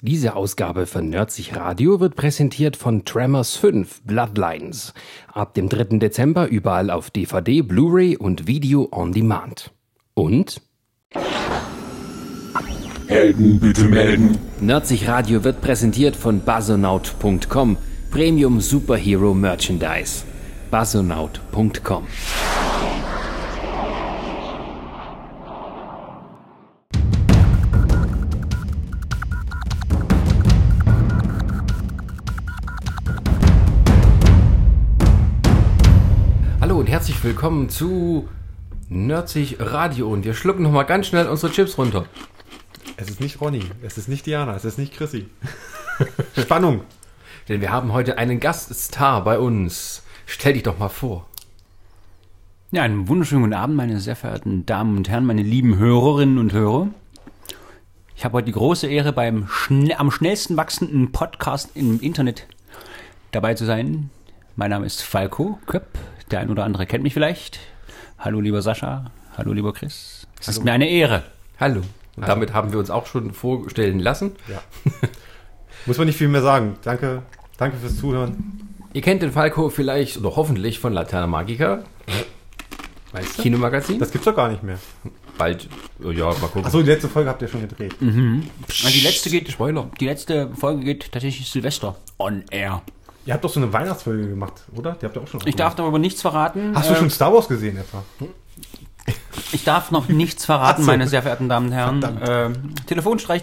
Diese Ausgabe von Nerdsich Radio wird präsentiert von Tremors 5 Bloodlines. Ab dem 3. Dezember überall auf DVD, Blu-ray und Video on Demand. Und Helden bitte melden. Nerdsich Radio wird präsentiert von Basonaut.com, Premium Superhero Merchandise. Basonaut.com. Hallo und herzlich willkommen zu Nerdsich Radio und wir schlucken nochmal ganz schnell unsere Chips runter. Es ist nicht Ronny, es ist nicht Diana, es ist nicht Chrissy. Spannung. Denn wir haben heute einen Gaststar bei uns. Stell dich doch mal vor. Ja, einen wunderschönen guten Abend, meine sehr verehrten Damen und Herren, meine lieben Hörerinnen und Hörer. Ich habe heute die große Ehre, beim am schnellsten wachsenden Podcast im Internet dabei zu sein. Mein Name ist Falco Köpp. Der ein oder andere kennt mich vielleicht. Hallo, lieber Sascha. Hallo, lieber Chris. Es ist mir eine Ehre. Hallo. Und damit haben wir uns auch schon vorstellen lassen. Ja. Muss man nicht viel mehr sagen. Danke fürs Zuhören. Ihr kennt den Falco vielleicht oder hoffentlich von Laterna Magica. Weißt du? Kinomagazin. Das gibt's doch gar nicht mehr. Bald, ja, mal gucken. Achso, die letzte Folge habt ihr schon gedreht. Die letzte Spoiler. Die letzte Folge geht tatsächlich Silvester on air. Ihr habt doch so eine Weihnachtsfolge gemacht, oder? Die habt ihr auch schon. Ich darf darüber nichts verraten. Hast du schon Star Wars gesehen etwa? Ich darf noch nichts verraten, Ach so. meine sehr verehrten Damen und Herren. Telefonstreich.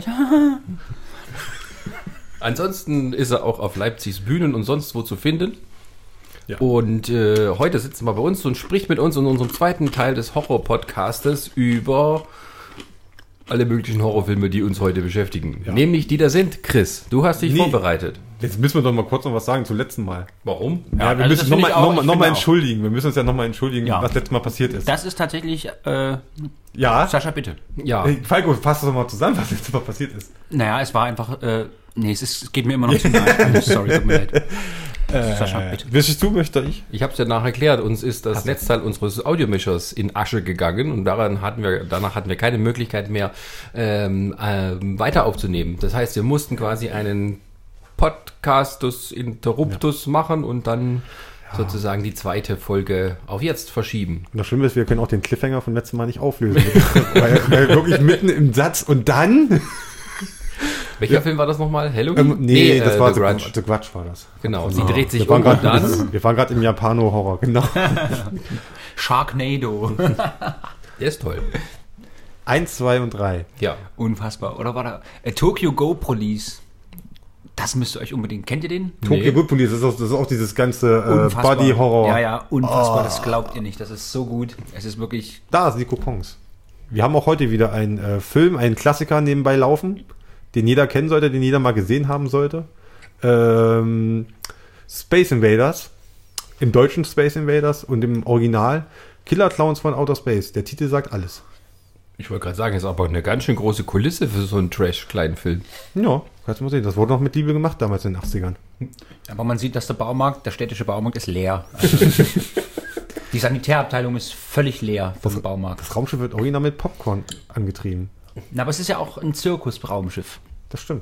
Ansonsten ist er auch auf Leipzigs Bühnen und sonst wo zu finden. Ja. Und heute sitzt er mal bei uns und spricht mit uns in unserem zweiten Teil des Horror-Podcastes über alle möglichen Horrorfilme, die uns heute beschäftigen. Ja. Nämlich die da sind. Chris, du hast dich vorbereitet. Jetzt müssen wir doch mal kurz noch was sagen zum letzten Mal. Warum? Ja, wir also müssen das finde ich auch. Ich noch finde mal auch. entschuldigen. Wir müssen uns ja nochmal entschuldigen, Ja. was letztes Mal passiert ist. Das ist tatsächlich, Ja. Sascha, bitte. Ja. Hey, Falco, fass das doch mal zusammen, was letztes Mal passiert ist. Naja, es war einfach, es geht mir immer noch zu nahe. Sorry, tut mir leid. Sascha, bitte. Möchtest du, möchte ich? Ich habe es ja nachher erklärt, uns ist das Netzteil unseres Audiomischers in Asche gegangen und danach hatten wir keine Möglichkeit mehr weiter aufzunehmen. Das heißt, wir mussten quasi einen Podcastus Interruptus machen und dann sozusagen die zweite Folge auf jetzt verschieben. Und das Schlimme ist, wir können auch den Cliffhanger von letztem Mal nicht auflösen. weil wirklich mitten im Satz und dann... Welcher Film war das nochmal? Halloween? Das war The Grudge. The Grudge war das. Genau, sie dreht sich Wir waren um und dann... wir waren gerade im Japano-Horror, genau. Sharknado. Der ist toll. 1, 2 und 3. Ja. Unfassbar. Oder war da Tokyo Go Police? Das müsst ihr euch unbedingt... Kennt ihr den? Tokyo Good Police, das ist auch dieses ganze Unfassbar. Body-Horror. Ja, unfassbar. Das glaubt ihr nicht. Das ist so gut. Es ist wirklich... Da sind die Coupons. Wir haben auch heute wieder einen Film, einen Klassiker nebenbei laufen, den jeder kennen sollte, den jeder mal gesehen haben sollte. Space Invaders. Im deutschen Space Invaders und im Original Killer Clowns von Outer Space. Der Titel sagt alles. Ich wollte gerade sagen, ist aber eine ganz schön große Kulisse für so einen Trash-kleinen Film. Ja, kannst du mal sehen. Das wurde noch mit Liebe gemacht damals in den 80ern. Aber man sieht, dass der städtische Baumarkt ist leer. Also, die Sanitärabteilung ist völlig leer vom Baumarkt. Das Raumschiff wird original mit Popcorn angetrieben. Na, aber es ist ja auch ein Zirkusraumschiff. Das stimmt.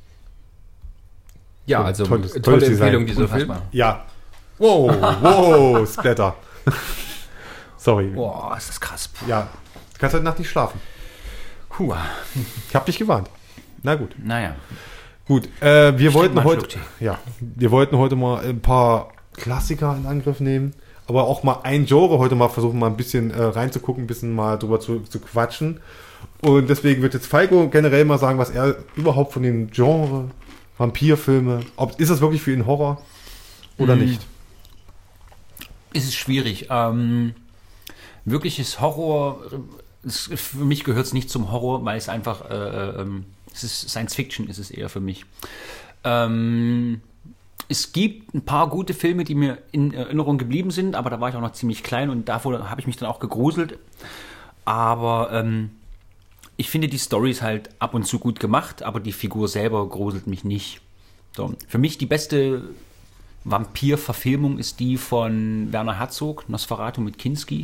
Ja, also Tolles tolle Design. Empfehlung, dieser Film. Unfassbar. Ja. Wow, Splatter. Sorry. Boah, ist das krass. Puh. Ja, du kannst heute Nacht nicht schlafen. Puh. Ich hab dich gewarnt. Na gut. Naja. Gut, wir wollten mal einen heute, Schluck wir wollten heute mal ein paar Klassiker in Angriff nehmen, aber auch mal ein Genre heute mal versuchen, mal ein bisschen reinzugucken, ein bisschen mal drüber zu quatschen. Und deswegen wird jetzt Falco generell mal sagen, was er überhaupt von dem Genre Vampirfilme, ist das wirklich für ihn Horror oder nicht? Ist es schwierig. Wirkliches Horror, für mich gehört es nicht zum Horror, weil es einfach, es ist Science Fiction, ist es eher für mich. Es gibt ein paar gute Filme, die mir in Erinnerung geblieben sind, aber da war ich auch noch ziemlich klein und davor habe ich mich dann auch gegruselt. Aber ich finde die Storys halt ab und zu gut gemacht, aber die Figur selber gruselt mich nicht. So. Für mich die beste Vampir-Verfilmung ist die von Werner Herzog, Nosferatu mit Kinski.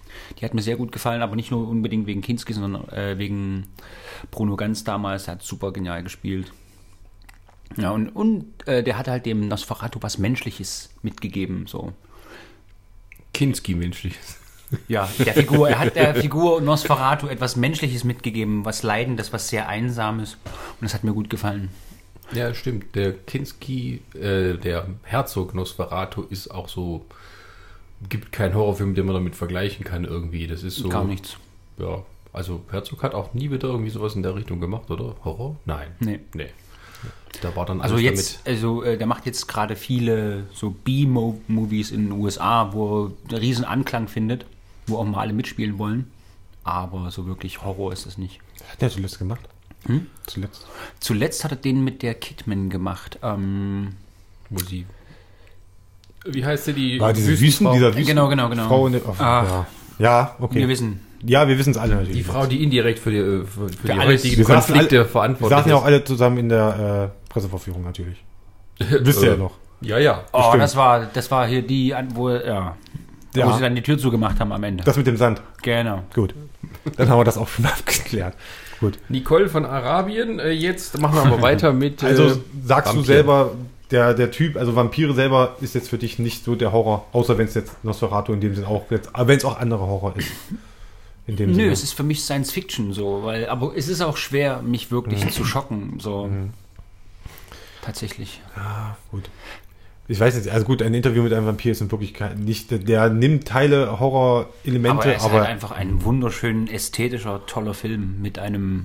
Die hat mir sehr gut gefallen, aber nicht nur unbedingt wegen Kinski, sondern wegen Bruno Ganz damals. Der hat super genial gespielt. Ja, und der hat halt dem Nosferatu was Menschliches mitgegeben, so. Kinski menschliches. Ja, er hat der Figur Nosferatu etwas Menschliches mitgegeben, was Leidendes, was sehr Einsames. Und das hat mir gut gefallen. Ja, stimmt. Der Kinski, der Herzog Nosferatu ist auch so, gibt keinen Horrorfilm, den man damit vergleichen kann irgendwie. Das ist so. Gar nichts. Ja, also Herzog hat auch nie wieder irgendwie sowas in der Richtung gemacht, oder? Horror? Nein. Nee. Da war dann Also alles jetzt, der macht jetzt gerade viele so B-Movies in den USA, wo er riesen Anklang findet, wo auch mal alle mitspielen wollen. Aber so wirklich Horror ist das nicht. Hat der zuletzt gemacht? Zuletzt. Zuletzt hat er den mit der Kidman gemacht. Wo sie. Wie heißt sie, die War diese Wüstenfrau? dieser Wüsten Genau. Frau in der, ja, okay. Wir wissen. Ja, wir wissen es alle natürlich. Die Frau, die indirekt für die alles. heutigen Wir saßen Konflikte Wir verantwortlich saßen ja auch alle zusammen in der Pressevorführung natürlich. Wisst ihr ja noch. Ja. Oh, Bestimmt. das war hier die, wo sie dann die Tür zugemacht haben am Ende. Das mit dem Sand. Genau. Gut. Dann haben wir das auch schon abgeklärt. Gut. Nicole von Arabien, jetzt machen wir aber weiter mit. Also sagst Vampir. du selber, der Typ, also Vampire selber ist jetzt für dich nicht so der Horror, außer wenn es jetzt Nosferatu in dem Sinne auch jetzt, aber wenn es auch andere Horror ist. In dem Sinne. Es ist für mich Science Fiction so, aber es ist auch schwer, mich wirklich zu schocken. So. Tatsächlich. Ja, gut. Ich weiß nicht, also gut, ein Interview mit einem Vampir ist in Wirklichkeit nicht, der nimmt Teile Horror-Elemente, Aber es ist halt einfach ein wunderschön ästhetischer, toller Film mit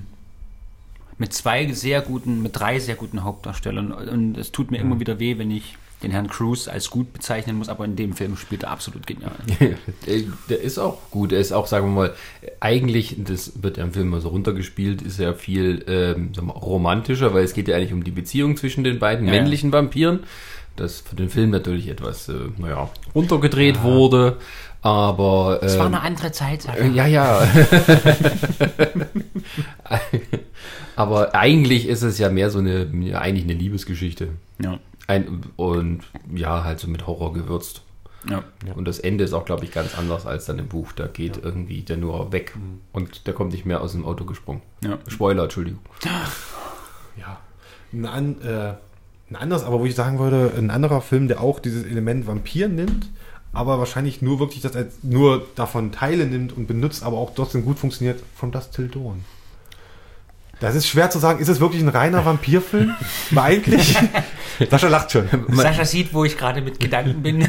drei sehr guten Hauptdarstellern. Und es tut mir immer wieder weh, wenn ich den Herrn Cruise als gut bezeichnen muss, aber in dem Film spielt er absolut genial. Der ist auch gut. Er ist auch, sagen wir mal, eigentlich, das wird ja im Film mal so runtergespielt, ist ja viel sagen wir mal, romantischer, weil es geht ja eigentlich um die Beziehung zwischen den beiden männlichen Vampiren, das für den Film natürlich etwas, runtergedreht wurde, aber... Es war eine andere Zeit, sag ich. Ja. Aber eigentlich ist es ja mehr so eigentlich eine Liebesgeschichte. Ja. Halt so mit Horror gewürzt. Ja. Und das Ende ist auch, glaube ich, ganz anders als dann im Buch. Da geht irgendwie der nur weg und der kommt nicht mehr aus dem Auto gesprungen. Ja. Spoiler, Entschuldigung. Ja. Ein anderes, aber wo ich sagen würde, ein anderer Film, der auch dieses Element Vampir nimmt, aber wahrscheinlich nur wirklich das als nur davon Teile nimmt und benutzt, aber auch trotzdem gut funktioniert, From Dusk Till Dawn. Das ist schwer zu sagen, ist es wirklich ein reiner Vampirfilm? Eigentlich? Sascha lacht schon. Sascha sieht, wo ich gerade mit Gedanken bin.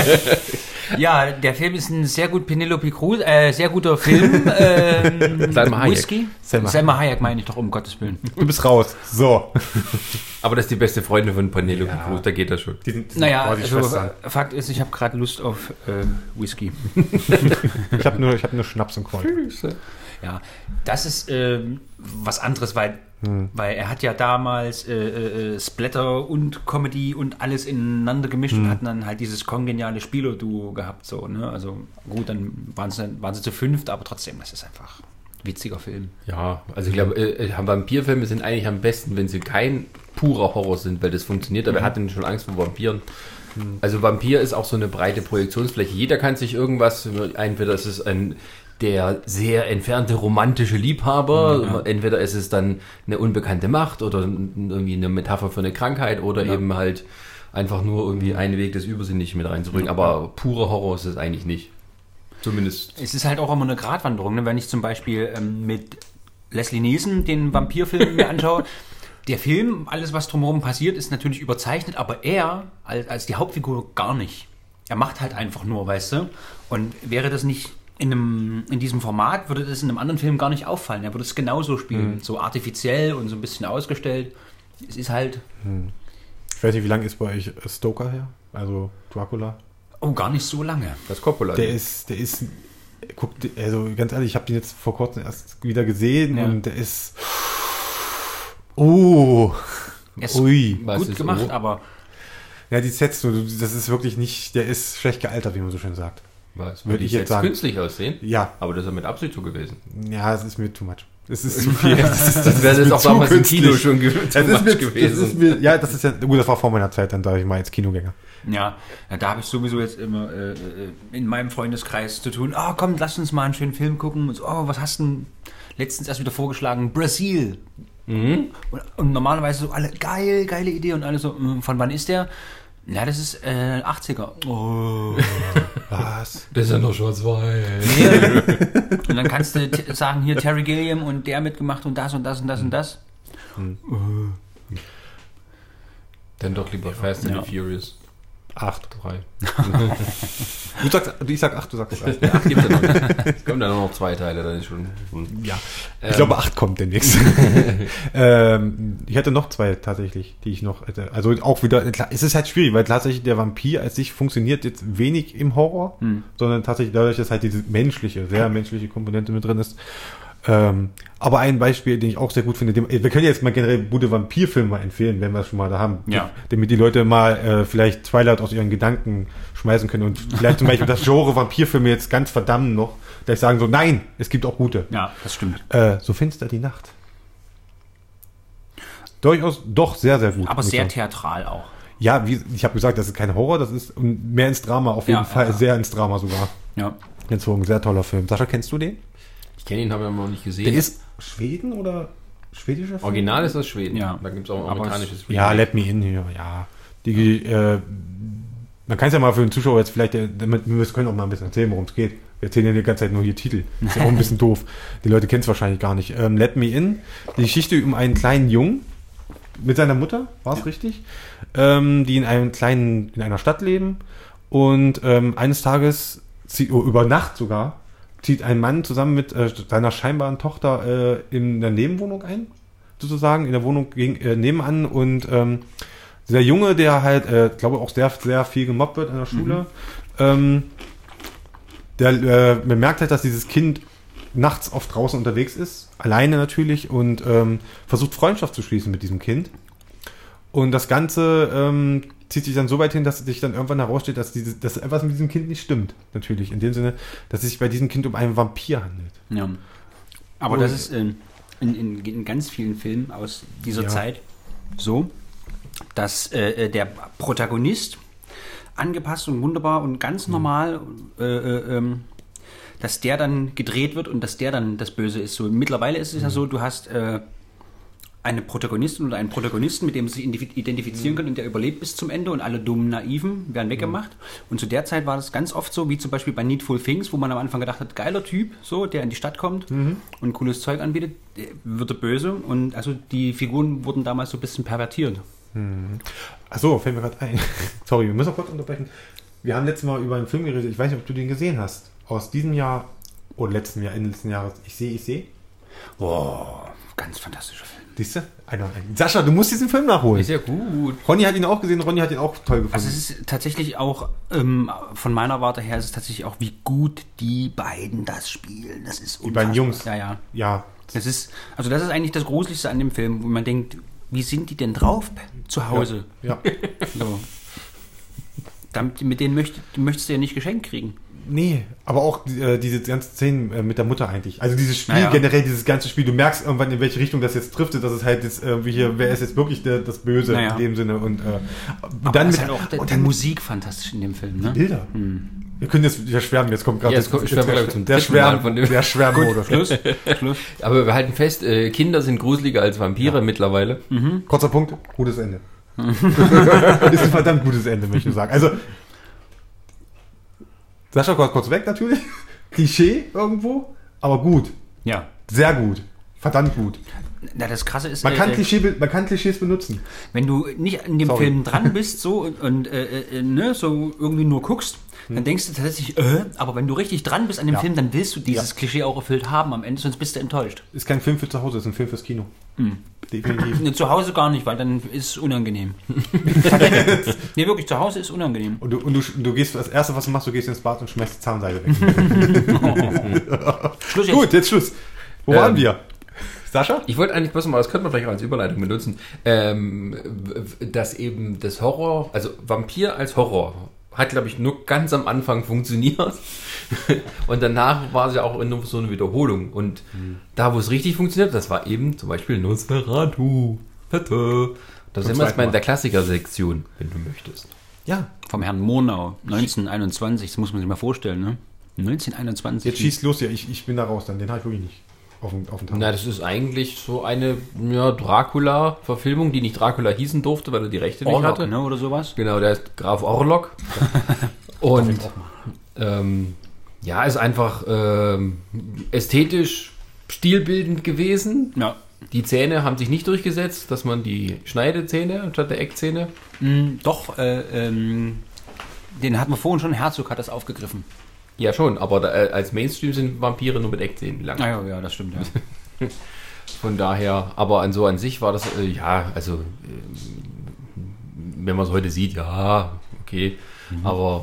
Ja, der Film ist ein sehr gut Penelope Cruz, sehr guter Film. Salma Hayek. Whisky? Salma Hayek meine ich doch, um Gottes Willen. Du bist raus. So. Aber das ist die beste Freundin von Penelope Cruz, da geht das schon. Die sind Naja, quasi also, Schwestern. Fakt ist, ich habe gerade Lust auf Whisky. Ich hab nur Schnaps und Kräuter. Ja, das ist was anderes, weil er hat ja damals Splatter und Comedy und alles ineinander gemischt und hatten dann halt dieses kongeniale Spielerduo gehabt. So, ne? Also gut, dann waren sie zu fünft, aber trotzdem, das ist einfach ein witziger Film. Ja, also ich glaube, Vampirfilme sind eigentlich am besten, wenn sie kein purer Horror sind, weil das funktioniert, aber wer hat denn schon Angst vor Vampiren? Also Vampir ist auch so eine breite Projektionsfläche. Jeder kann sich irgendwas, entweder ist es der sehr entfernte romantische Liebhaber, entweder ist es dann eine unbekannte Macht oder irgendwie eine Metapher für eine Krankheit oder eben halt einfach nur irgendwie einen Weg des Übersinnlichen mit reinzubringen, aber purer Horror ist es eigentlich nicht. Zumindest. Es ist halt auch immer eine Gratwanderung, ne? Wenn ich zum Beispiel mit Leslie Nielsen den Vampirfilm mir anschaue, der Film, alles was drumherum passiert, ist natürlich überzeichnet, aber er als die Hauptfigur gar nicht. Er macht halt einfach nur, weißt du? Und wäre das nicht in diesem Format, würde das in einem anderen Film gar nicht auffallen. Er würde es genauso spielen, so artifiziell und so ein bisschen ausgestellt. Es ist halt... Ich weiß nicht, wie lange ist bei euch Stoker her? Also Dracula? Oh, gar nicht so lange. Das Coppola. Der ist, guckt, also ganz ehrlich, ich habe den jetzt vor kurzem erst wieder gesehen und der ist... Oh! Er ist Ui. gut gemacht, aber... Ja, die Sets, das ist wirklich nicht... Der ist schlecht gealtert, wie man so schön sagt. Was? Würde ich jetzt sagen. Künstlich aussehen? Ja. Aber das ist ja mit Absicht so gewesen. Ja, es ist mir too much. Das ist zu viel. Das wäre jetzt auch damals im Kino künstlich. schon gewesen. Ja, das ist ja, gut, das war vor meiner Zeit, dann sage ich mal als Kinogänger. Ja, da habe ich sowieso jetzt immer in meinem Freundeskreis zu tun. Oh, komm, lass uns mal einen schönen Film gucken. Und so, oh, was hast du denn letztens erst wieder vorgeschlagen? Brasil. Und normalerweise so alle, geile Idee. Und alle so, von wann ist der? Ja, das ist 80er. Oh. Was? Das ist ja noch schwarz-weiß. Und dann kannst du sagen, hier Terry Gilliam und der mitgemacht und das und das und das und das. Dann doch lieber Fast and the Furious. 8. 3. Ich sag 8, du sagst 8. Ja, gibt's ja noch. Es kommen dann noch 2 Teile, dann ist schon. Ja. Ich glaube 8 kommt demnächst. Ich hatte noch 2 tatsächlich, die ich noch hätte. Also auch wieder, es ist halt schwierig, weil tatsächlich der Vampir als sich funktioniert jetzt wenig im Horror, sondern tatsächlich dadurch, dass halt diese sehr menschliche Komponente mit drin ist. Aber ein Beispiel, den ich auch sehr gut finde, wir können jetzt mal generell gute Vampirfilme mal empfehlen, wenn wir es schon mal da haben. Ja. Damit die Leute mal vielleicht Twilight aus ihren Gedanken schmeißen können und vielleicht zum Beispiel das Genre Vampirfilme jetzt ganz verdammen noch, dass ich sagen so, nein, es gibt auch gute. Ja, das stimmt. So finster die Nacht. Durchaus doch sehr, sehr gut. Aber sehr theatral auch. Ja, wie ich habe gesagt, das ist kein Horror, das ist mehr ins Drama, auf jeden Fall, sehr ins Drama sogar. Ja. Gezogen, sehr toller Film. Sascha, kennst du den? Ich kenne ihn, habe ihn aber noch nicht gesehen. Der ist Schweden oder schwedischer Film? Original ist aus Schweden. Ja. Da gibt es auch ein amerikanisches Remake. Ja, Let Me In hier, ja. Man kann es ja mal für den Zuschauer jetzt vielleicht, wir können auch mal ein bisschen erzählen, worum es geht. Wir erzählen ja die ganze Zeit nur hier Titel. Ist ja auch ein bisschen doof. Die Leute kennen es wahrscheinlich gar nicht. Let Me In, die Geschichte um einen kleinen Jungen mit seiner Mutter, war es richtig? Die in einer Stadt leben und eines Tages, über Nacht sogar, zieht ein Mann zusammen mit seiner scheinbaren Tochter in der Nebenwohnung ein, sozusagen, in der Wohnung nebenan und dieser Junge, der halt, glaube auch sehr, sehr viel gemobbt wird an der Schule, der bemerkt halt, dass dieses Kind nachts oft draußen unterwegs ist, alleine natürlich und versucht Freundschaft zu schließen mit diesem Kind. Und das Ganze zieht sich dann so weit hin, dass sich dann irgendwann herausstellt, dass etwas mit diesem Kind nicht stimmt. Natürlich, in dem Sinne, dass es sich bei diesem Kind um einen Vampir handelt. Ja. Aber das ist in ganz vielen Filmen aus dieser Zeit so, dass der Protagonist angepasst und wunderbar und ganz normal, dass der dann gedreht wird und dass der dann das Böse ist. So, mittlerweile ist es ja so, du hast eine Protagonistin oder einen Protagonisten, mit dem man sich identifizieren kann und der überlebt bis zum Ende und alle dummen Naiven werden weggemacht. Und zu der Zeit war das ganz oft so, wie zum Beispiel bei Needful Things, wo man am Anfang gedacht hat, geiler Typ, so, der in die Stadt kommt und cooles Zeug anbietet, wird er böse. Und also die Figuren wurden damals so ein bisschen pervertiert. Achso, fällt mir gerade ein. Sorry, wir müssen noch kurz unterbrechen. Wir haben letztes Mal über einen Film geredet, ich weiß nicht, ob du den gesehen hast. Aus diesem Jahr, oder Ende letzten Jahres, Ich sehe. Boah, ganz fantastischer Film. Siehst du? Sascha, du musst diesen Film nachholen. Ist ja gut. Ronny hat ihn auch gesehen, Ronny hat ihn auch toll gefunden. Also es ist tatsächlich auch, von meiner Warte her, ist es tatsächlich auch, wie gut die beiden das spielen. Das ist die beiden Jungs. Ja. Das ist eigentlich das Gruseligste an dem Film, wo man denkt, wie sind die denn drauf zu Hause? Ja. So. Mit denen möchtest du ja nicht geschenkt kriegen. Nee, aber auch diese ganzen Szenen mit der Mutter eigentlich. Also dieses Spiel, generell dieses ganze Spiel, du merkst irgendwann, in welche Richtung das jetzt trifft, dass es halt jetzt irgendwie hier, wer ist jetzt wirklich das Böse in dem Sinne. Und dann ist halt auch die Musik fantastisch in dem Film, ne? Bilder. Wir können jetzt wieder schwärmen, jetzt kommt gerade der Schwärmmodus. Schluss. Aber wir halten fest, Kinder sind gruseliger als Vampire mittlerweile. Kurzer Punkt, gutes Ende. Ist ein verdammt gutes Ende, möchte ich sagen. Also, Sascha kurz weg natürlich. Klischee irgendwo, aber gut. Ja. Sehr gut. Verdammt gut. Na, das Krasse ist, man kann Klischees benutzen. Wenn du nicht in dem Film dran bist so und so irgendwie nur guckst, dann denkst du tatsächlich, aber wenn du richtig dran bist an dem Film, dann willst du dieses Klischee auch erfüllt haben am Ende, sonst bist du enttäuscht. Ist kein Film für zu Hause, ist ein Film fürs Kino. Definitiv. Zu Hause gar nicht, weil dann ist es unangenehm. Nee, wirklich, zu Hause ist unangenehm. Und du gehst, das Erste, was du machst, du gehst ins Bad und schmeißt die Zahnseide weg. Schluss jetzt. Gut, jetzt Schluss. Wo waren wir? Sascha? Ich wollte eigentlich bloß mal, das könnte man vielleicht auch als Überleitung benutzen, dass eben das Horror, also Vampir als Horror hat, glaube ich, nur ganz am Anfang funktioniert. Und danach war es ja auch nur so eine Wiederholung. Und da, wo es richtig funktioniert, das war eben zum Beispiel Nosferatu. Da sind wir jetzt mal in der Klassiker-Sektion, wenn du möchtest. Ja. Vom Herrn Murnau, 1921, das muss man sich mal vorstellen, ne? 1921. Jetzt schießt los, ja, ich bin da raus, dann den habe ich wirklich nicht auf dem Tag. Na, das ist eigentlich so eine Dracula-Verfilmung, die nicht Dracula hießen durfte, weil er die Rechte nicht Orlok, hatte. ne, oder sowas? Genau, der ist Graf Orlok. Und ist einfach ästhetisch stilbildend gewesen. Ja. Die Zähne haben sich nicht durchgesetzt, dass man die Schneidezähne anstatt der Eckzähne. Doch, den hatten wir vorhin schon, Herzog hat das aufgegriffen. Ja schon, aber als Mainstream sind Vampire nur mit Eckzähnen lang. Ja, das stimmt, ja. Von daher, aber an sich war das, wenn man es heute sieht, ja, okay, aber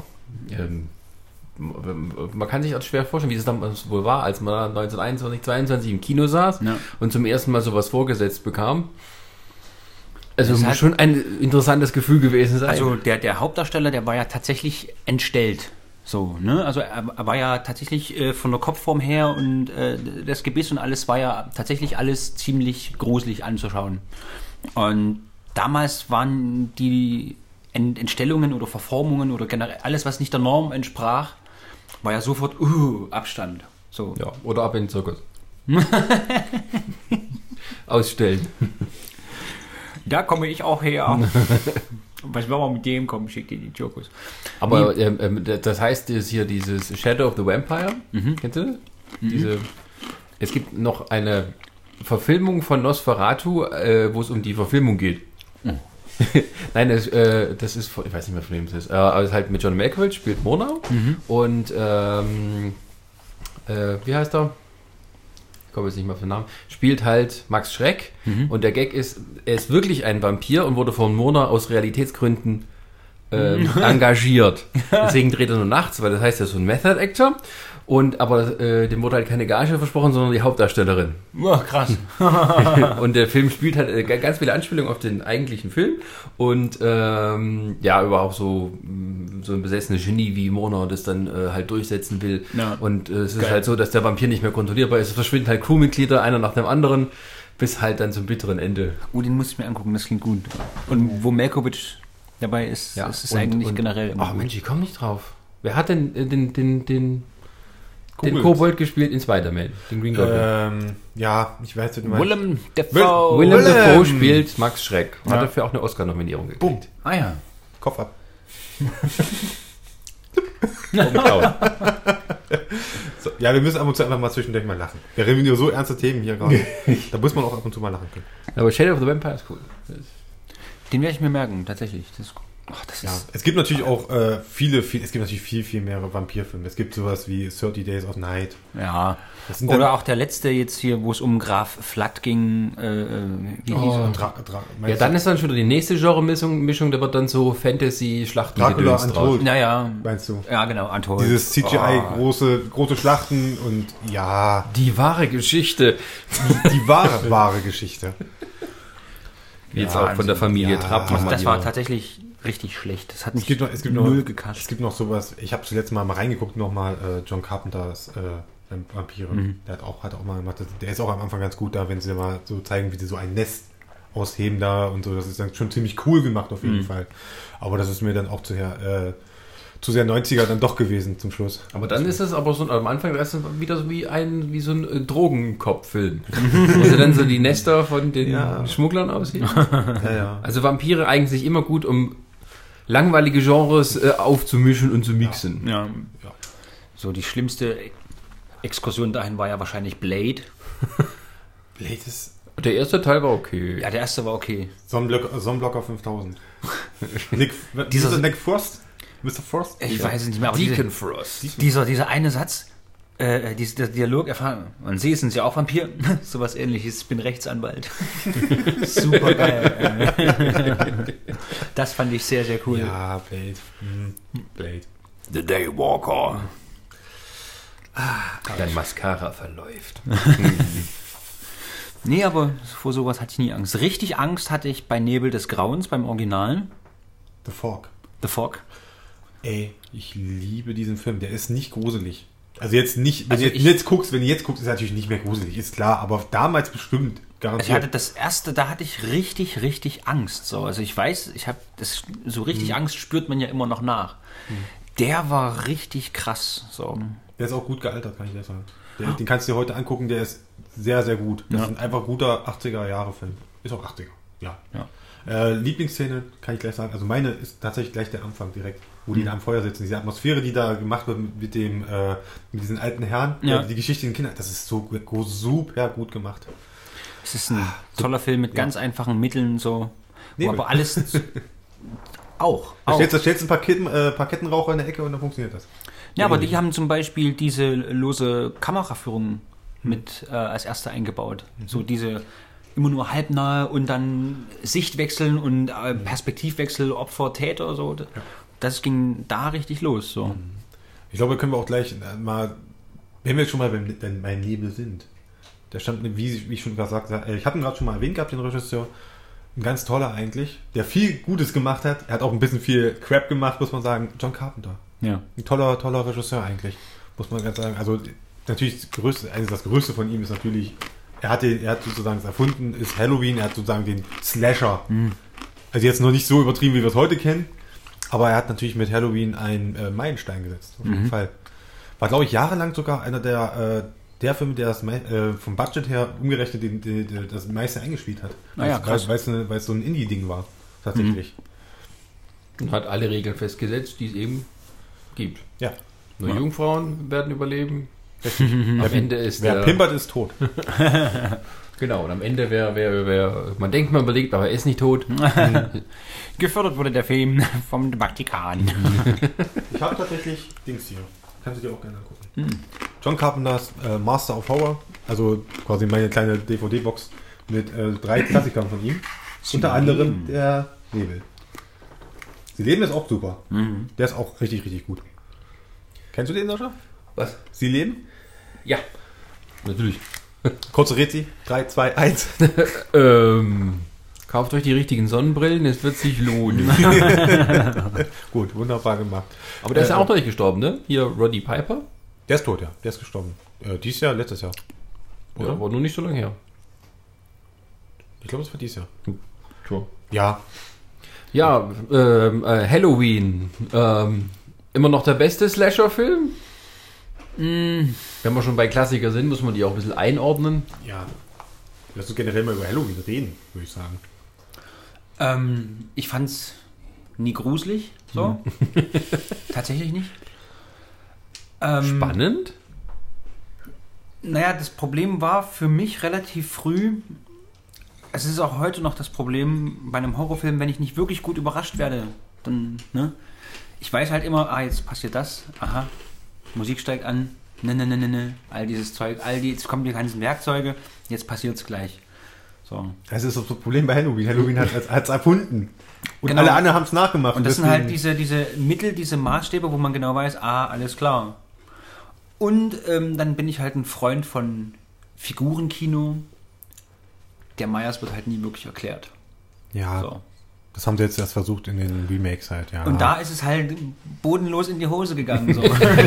man kann sich auch schwer vorstellen, wie es damals wohl war, als man 1921, 22 im Kino saß und zum ersten Mal sowas vorgesetzt bekam. Also es muss schon ein interessantes Gefühl gewesen sein. Also der Hauptdarsteller, der war ja tatsächlich entstellt. So, ne? Also er war ja tatsächlich von der Kopfform her und das Gebiss und alles war ja tatsächlich alles ziemlich gruselig anzuschauen. Und damals waren die Entstellungen oder Verformungen oder generell alles, was nicht der Norm entsprach, war ja sofort Abstand. So. Ja, oder ab in den Zirkus. Ausstellen. Da komme ich auch her. Was wollen wir mit dem kommen? Schickt ihr die Zirkus. Aber das heißt jetzt hier dieses Shadow of the Vampire, kennst du? Es gibt noch eine Verfilmung von Nosferatu, wo es um die Verfilmung geht. Nein, das ist, ich weiß nicht mehr, von wem es ist, aber es ist halt mit John Malkovich, spielt Murnau und wie heißt er? Ich komme jetzt nicht mehr auf den Namen. Spielt halt Max Schreck und der Gag ist, er ist wirklich ein Vampir und wurde von Murnau aus Realitätsgründen engagiert. Deswegen dreht er nur nachts, weil das heißt, er ist so ein Method Actor. Aber dem wurde halt keine Gage versprochen, sondern die Hauptdarstellerin. Oh, krass. Und der Film spielt halt ganz viele Anspielungen auf den eigentlichen Film. Und überhaupt so ein besessenes Genie wie Murnau das dann halt durchsetzen will. Ja. Und es ist halt so, dass der Vampir nicht mehr kontrollierbar ist. Es verschwinden halt Crewmitglieder, einer nach dem anderen, bis halt dann zum bitteren Ende. Oh, den muss ich mir angucken, das klingt gut. Und wo Malkovich dabei ist, das ist eigentlich generell immer gut. Mensch, ich komme nicht drauf. Wer hat denn den Kobold gespielt in Spider-Man, den Green Goblin. Ich weiß nicht. Willem Dafoe. Willem Dafoe spielt Max Schreck. Hat dafür auch eine Oscar-Nominierung gekriegt. Boom. Ah ja. Kopf ab. So, ja, wir müssen ab und zu einfach mal zwischendurch mal lachen. Wir reden über so ernste Themen hier gerade. Da muss man auch ab und zu mal lachen können. Aber Shadow of the Vampire ist cool. Den werde ich mir merken, tatsächlich. Es gibt natürlich auch viel mehr Vampirfilme. Es gibt sowas wie 30 Days of Night. Ja. Oder auch der letzte jetzt hier, wo es um Graf Flatt ging. Wie hieß er? Dann ist dann schon die nächste Genre-Mischung, da wird dann so Fantasy-Schlachten Dracula Untold. Naja. Meinst du? Ja, genau, Untold. Dieses CGI, große Schlachten und ja. Die wahre Geschichte. Die wahre Geschichte. Jetzt auch von der Familie Trapp. Das war tatsächlich richtig schlecht. Das hat mich null gekascht. Es gibt noch sowas, ich habe zuletzt mal reingeguckt, John Carpenters Vampire. Der hat auch mal gemacht, der ist auch am Anfang ganz gut da, wenn sie mal so zeigen, wie sie so ein Nest ausheben da und so. Das ist dann schon ziemlich cool gemacht auf jeden Fall. Aber das ist mir dann auch zu sehr 90er dann doch gewesen zum Schluss. Aber dann ist es aber so, am Anfang ist es wieder so wie so ein Drogenkopf-Film. Wo sie dann so die Nester von den Schmugglern aussehen. Ja. Also Vampire eignen sich immer gut, um langweilige Genres aufzumischen und zu mixen. Ja. So, die schlimmste Exkursion dahin war ja wahrscheinlich Blade. Blade ist... Der erste Teil war okay. Ja, der erste war okay. Sonnenblocker 5000. Nick Frost? Mr. Frost? Ich weiß es nicht mehr. Aber Deacon Frost. Dieser eine Satz, dieser Dialog erfahren. Und Sie sind ja auch Vampir. Sowas ähnliches. Ich bin Rechtsanwalt. Super geil. Das fand ich sehr, sehr cool. Ja, Blade. The Daywalker. Dein Mascara verläuft. Nee, aber vor sowas hatte ich nie Angst. Richtig Angst hatte ich bei Nebel des Grauens, beim Originalen. The Fog. Ey, ich liebe diesen Film. Der ist nicht gruselig. Also jetzt nicht, wenn Also du jetzt guckst, ist er natürlich nicht mehr gruselig, ist klar, aber damals bestimmt garantiert. Ich hatte das erste, da hatte ich richtig, richtig Angst. So. Also ich weiß, ich habe das so richtig Angst spürt man ja immer noch nach. Der war richtig krass. So. Der ist auch gut gealtert, kann ich dir sagen. Den kannst du dir heute angucken, der ist sehr, sehr gut. Das ist ein einfach guter 80er-Jahre-Film. Ist auch 80er, ja. Lieblingsszene kann ich gleich sagen. Also meine ist tatsächlich gleich der Anfang direkt, wo die da am Feuer sitzen. Diese Atmosphäre, die da gemacht wird mit diesen alten Herren, die Geschichte den Kindern, das ist so super gut gemacht. Es ist ein toller Film mit ganz einfachen Mitteln, so. Wo aber alles auch. Da stellst du ein paar Kettenraucher in der Ecke und dann funktioniert das. Ja, aber die haben zum Beispiel diese lose Kameraführung mit als erste eingebaut. So diese immer nur halbnahe und dann Sichtwechseln und Perspektivwechsel, Opfer, Täter, so. Ja. Das ging da richtig los. So. Ich glaube, können wir auch gleich mal, wenn wir jetzt schon mal beim Nebel sind, der stand, wie ich schon gesagt habe, ich habe ihn gerade schon mal erwähnt gehabt, den Regisseur, ein ganz toller eigentlich, der viel Gutes gemacht hat. Er hat auch ein bisschen viel Crap gemacht, muss man sagen. John Carpenter. Ja. Ein toller Regisseur eigentlich, muss man ganz sagen. Also natürlich das Größte von ihm ist natürlich, er hat sozusagen es erfunden, ist Halloween, er hat sozusagen den Slasher. Also jetzt noch nicht so übertrieben, wie wir es heute kennen, aber er hat natürlich mit Halloween einen Meilenstein gesetzt, auf jeden Fall. War, glaube ich, jahrelang sogar einer der Filme, der das vom Budget her umgerechnet das meiste eingespielt hat. Weil es so ein Indie-Ding war, tatsächlich. Und hat alle Regeln festgesetzt, die es eben gibt. Ja. Nur Jungfrauen werden überleben. Am Ende ist wer pimpert, ist tot. Genau, und am Ende wer man denkt, man überlegt, aber er ist nicht tot. Gefördert wurde der Film vom Vatikan. Ich habe tatsächlich Dings hier. Kannst du dir auch gerne angucken. John Carpenters Master of Horror, also quasi meine kleine DVD-Box mit 3 Klassikern von ihm. Unter anderem der Nebel. Sie leben ist auch super. Der ist auch richtig, richtig gut. Kennst du den, Sascha? Was? Sie leben? Ja, natürlich. Kurze Rätsel. 3, 2, 1. Kauft euch die richtigen Sonnenbrillen, es wird sich lohnen. Gut, wunderbar gemacht. Aber der ist ja auch durchgestorben, ne? Hier Roddy Piper. Der ist tot, ja. Der ist gestorben. Dieses Jahr, letztes Jahr. Oder? Ja, war nur nicht so lange her. Ich glaube, es war dieses Jahr. Sure. Ja. Ja, Halloween. Immer noch der beste Slasher-Film? Wenn wir schon bei Klassiker sind, muss man die auch ein bisschen einordnen. Ja. Lass uns generell mal über Halloween reden, würde ich sagen. Ich fand's nie gruselig, so. Tatsächlich nicht. Spannend? Naja, das Problem war für mich relativ früh, es ist auch heute noch das Problem bei einem Horrorfilm, wenn ich nicht wirklich gut überrascht werde, dann, ne? Ich weiß halt immer, jetzt passiert das, aha, Musik steigt an, ne, all dieses Zeug, jetzt kommen die ganzen Werkzeuge, jetzt passiert's gleich. So. Das ist das Problem bei Halloween. Halloween hat es erfunden. Und genau. Alle anderen haben es nachgemacht. Und das sind halt diese Mittel, diese Maßstäbe, wo man genau weiß, alles klar. Und dann bin ich halt ein Freund von Figurenkino. Der Myers wird halt nie wirklich erklärt. Ja, so. Das haben sie jetzt erst versucht in den Remakes halt, ja. Und da ist es halt bodenlos in die Hose gegangen. So.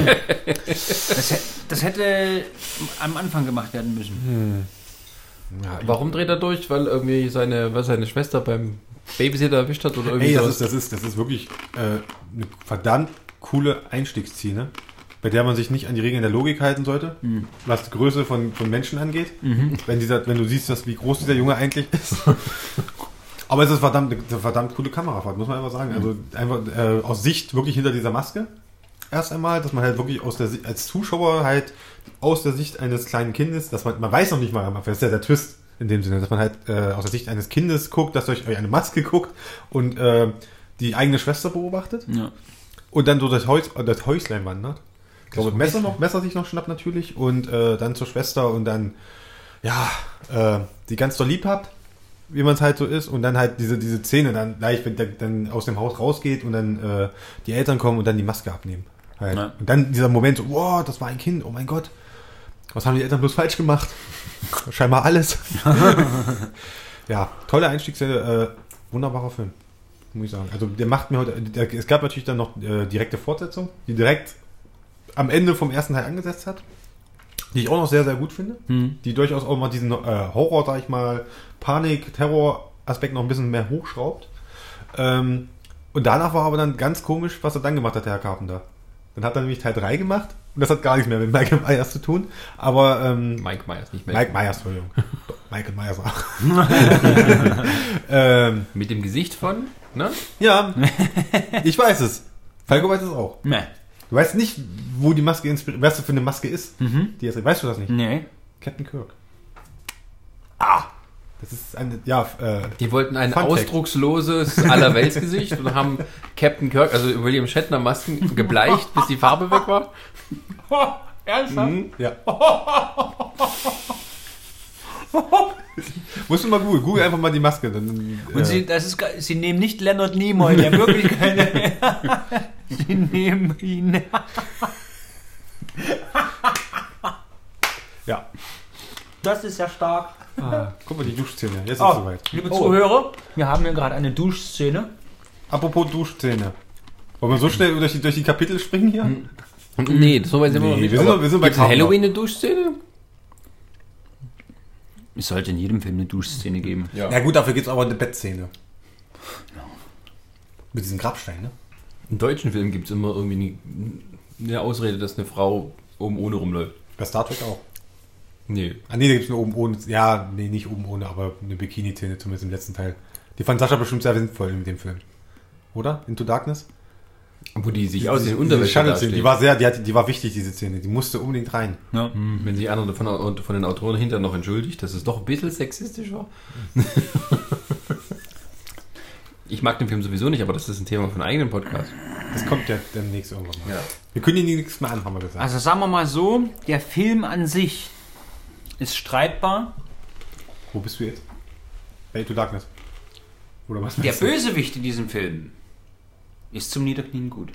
Das hätte am Anfang gemacht werden müssen. Ja, warum dreht er durch? Weil irgendwie seine Schwester beim Babysitter erwischt hat oder irgendwie das ist wirklich eine verdammt coole Einstiegsszene, bei der man sich nicht an die Regeln der Logik halten sollte, was die Größe von Menschen angeht. Wenn du siehst, wie groß dieser Junge eigentlich ist. Aber es ist eine verdammt coole Kamerafahrt, muss man einfach sagen. Also einfach aus Sicht wirklich hinter dieser Maske. Erst einmal, dass man halt wirklich als Zuschauer halt aus der Sicht eines kleinen Kindes, dass man weiß noch nicht mal, das ist ja der Twist in dem Sinne, dass man halt aus der Sicht eines Kindes guckt, dass durch eine Maske guckt und die eigene Schwester beobachtet. Ja. Und dann so das Häuslein wandert. Ich glaube, Messer sich noch schnappt natürlich und dann zur Schwester und dann die ganz doll lieb habt, wie man es halt so ist, und dann halt diese Szene dann gleich, wenn der dann aus dem Haus rausgeht und dann die Eltern kommen und dann die Maske abnehmen. Halt. Ja. Und dann dieser Moment so, wow, das war ein Kind, oh mein Gott, was haben die Eltern bloß falsch gemacht? Scheinbar alles. Ja, tolle Einstiegsszene, wunderbarer Film. muss ich sagen. Also der macht mir heute, es gab natürlich dann noch direkte Fortsetzung, die direkt am Ende vom ersten Teil angesetzt hat, die ich auch noch sehr, sehr gut finde, die durchaus auch mal diesen Horror, sag ich mal, Panik, Terror-Aspekt noch ein bisschen mehr hochschraubt. Und danach war aber dann ganz komisch, was er dann gemacht hat, der Herr Carpenter. Dann hat er nämlich Teil 3 gemacht und das hat gar nichts mehr mit Michael Myers zu tun, aber Mike Myers, nicht mehr. Mike Myers, Entschuldigung. Michael Myers auch. Mit dem Gesicht von, ne? Ja, ich weiß es. Falco weiß es auch. Nee. Du weißt nicht, wo die Maske inspiriert, was das für eine Maske ist. Die ist, weißt du das nicht? Nee. Captain Kirk. Ah! Das ist eine, ja, Die wollten ein Fun Fact. ausdrucksloses Allerweltsgesicht und haben Captain Kirk, also William Shatner Masken gebleicht, bis die Farbe weg war. Ernsthaft? ja. Musst du mal googeln einfach mal die Maske. Dann, Und sie nehmen nicht Leonard Nimoy, der wirklich keine... sie nehmen ihn... ja. Das ist ja stark. Guck mal die Duschszene. Jetzt ist es Oh, soweit. liebe Zuhörer, wir haben hier gerade eine Duschszene. Apropos Duschszene. Wollen wir so schnell durch die Kapitel springen hier? Nee, so weit sind wir noch Nee, nicht. wir sind Aber noch- wir sind bei gibt's in Carpenter. Halloween eine Duschszene? Es sollte in jedem Film eine Duschszene geben. Ja. Ja gut, dafür gibt es aber eine Bettszene. Mit diesem Grabstein, ne? In deutschen Filmen gibt es immer irgendwie eine Ausrede, dass eine Frau oben ohne rumläuft. Bei Star Trek auch. Nee. Ah nee, da gibt es eine oben ohne. Ja, nee, nicht oben ohne, aber eine Bikini-Szene, zumindest im letzten Teil. Die fand Sascha bestimmt sehr sinnvoll mit dem Film. Oder? Into Darkness? Wo die sich aus den Diese Unterwäsche Shuttle-Szene, die dasteht. war die war wichtig, diese Szene. Die musste unbedingt rein. Ja. Wenn sich einer von den Autoren hinterher noch entschuldigt, dass es doch ein bisschen sexistisch war. Ich mag den Film sowieso nicht, aber das ist ein Thema von einem eigenen Podcast. Das kommt ja demnächst irgendwann mal. Ja. Wir können ihn nichts mehr an, haben wir gesagt. Also sagen wir mal so, der Film an sich ist streitbar. Wo bist du jetzt? Bei Into Darkness. Oder was? Der meinst du? Bösewicht in diesem Film ist zum Niederknien gut.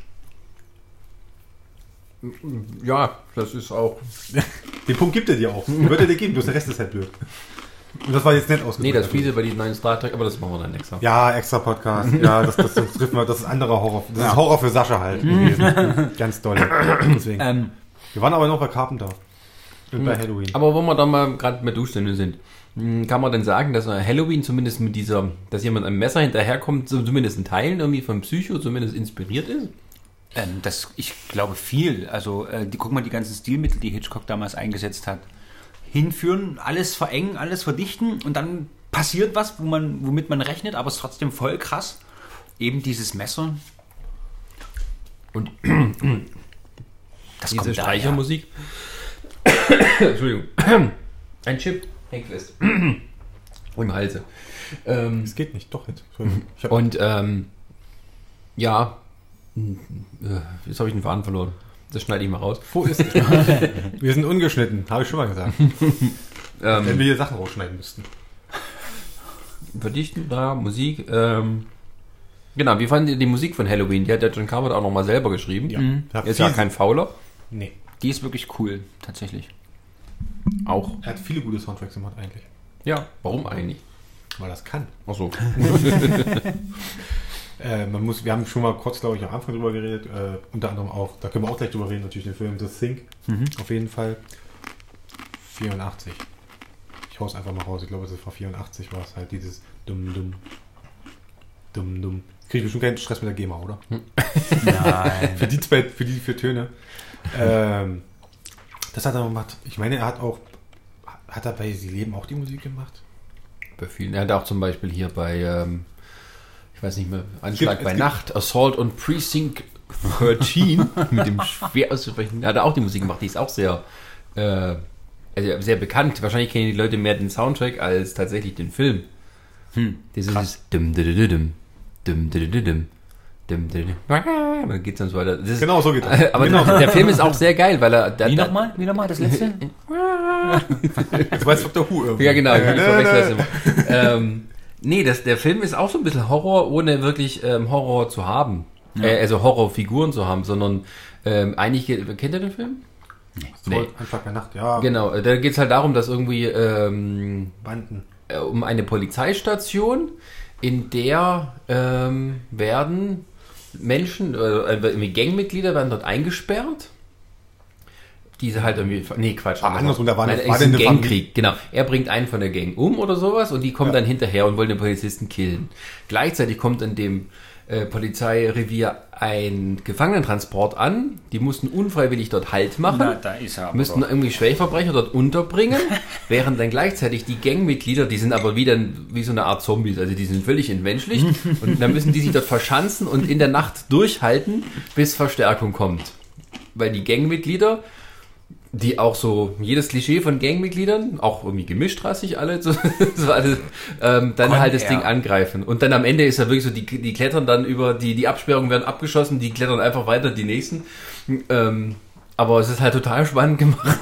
Ja, das ist auch... Den Punkt gibt er dir auch. Den wird er dir geben, bloß der Rest ist halt blöd. Und das war jetzt nicht ausgedrückt. Nee, das Fiese bei den neuen Star Trek, aber das machen wir dann extra. Ja, extra Podcast. Ja, das trifft mal, das ist anderer Horror. Das ist Horror für Sascha halt gewesen. Ganz doll. Deswegen. Wir waren aber noch bei Carpenter. Und bei Halloween. Aber wo wir dann mal gerade bei Duschszenen sind, kann man denn sagen, dass Halloween zumindest mit dieser, dass jemand ein Messer hinterherkommt, so zumindest in Teilen irgendwie von Psycho zumindest inspiriert ist? Ich glaube viel. Also guck mal, die ganzen Stilmittel, die Hitchcock damals eingesetzt hat. Hinführen, alles verengen, alles verdichten und dann passiert was, womit man rechnet, aber es ist trotzdem voll krass. Eben dieses Messer. Und Das diese kommt daher. Streichermusik. Entschuldigung. Ein Chip hängt fest. Im Halse. Es geht nicht, doch jetzt. Entschuldigung. Ich hab, Und ja, jetzt habe ich den Faden verloren. Das schneide ich mal raus. wo ist es? Wir sind ungeschnitten, habe ich schon mal gesagt. Wenn wir hier Sachen rausschneiden müssten. Verdichten, da, Musik. Genau, wie fanden ihr die Musik von Halloween? Die hat der John Carpenter auch nochmal selber geschrieben. Ja. Ist ja kein Fauler. Nee. Die ist wirklich cool, tatsächlich. Auch. Er hat viele gute Soundtracks gemacht eigentlich. Ja, warum eigentlich? Weil das kann. Ach so. Wir haben schon mal kurz, glaube ich, am Anfang drüber geredet. Unter anderem auch, da können wir auch gleich drüber reden, natürlich den Film The Thing. Auf jeden Fall. 84. Ich hau's einfach mal raus. Ich glaube, es war 84, war es halt dieses Dumm. Krieg ich bestimmt keinen Stress mit der GEMA, oder? Nein. für die vier Töne. Das hat er gemacht. Ich meine, hat er bei Sie leben auch die Musik gemacht? Bei vielen. Er hat auch zum Beispiel hier bei, ich weiß nicht mehr, Anschlag Es bei gibt- Nacht, Assault on Precinct 13, mit dem schwer auszusprechen. Er hat auch die Musik gemacht, die ist auch sehr, also sehr bekannt. Wahrscheinlich kennen die Leute mehr den Soundtrack als tatsächlich den Film. Dieses dann geht's dann so weiter. Das ist, Genau, so geht das. aber Genau. der Film ist auch sehr geil, weil er... Wie nochmal, das letzte? Jetzt weiß Dr. Who irgendwie. Ja, genau, ich verwechsel das immer. Nee, der Film ist auch so ein bisschen Horror, ohne wirklich Horror zu haben. Also Horrorfiguren zu haben, sondern eigentlich, kennt ihr den Film? Nee. Anschlag bei Nacht, ja. Genau, da geht's halt darum, dass irgendwie Banden. um eine Polizeistation, in der werden Menschen, Gangmitglieder werden dort eingesperrt. Diese halt irgendwie, nee, Quatsch. Andersrum, da war ein Gangkrieg, genau. Er bringt einen von der Gang um oder sowas und die kommen dann hinterher und wollen den Polizisten killen. Gleichzeitig kommt in dem Polizeirevier ein Gefangenentransport an. Die mussten unfreiwillig dort Halt machen. Na, da ist er aber müssten doch. irgendwie Schwerverbrecher dort unterbringen, während dann gleichzeitig die Gangmitglieder, die sind aber wieder wie so eine Art Zombies, also die sind völlig entmenschlicht und dann müssen die sich dort verschanzen und in der Nacht durchhalten, bis Verstärkung kommt. Weil die Gangmitglieder, die auch so jedes Klischee von Gangmitgliedern, auch irgendwie gemischtrassig alle, so alle dann halt das Ding angreifen. Und dann am Ende ist ja wirklich so, die klettern dann über, die Absperrungen werden abgeschossen, die klettern einfach weiter, die nächsten. Aber es ist halt total spannend gemacht.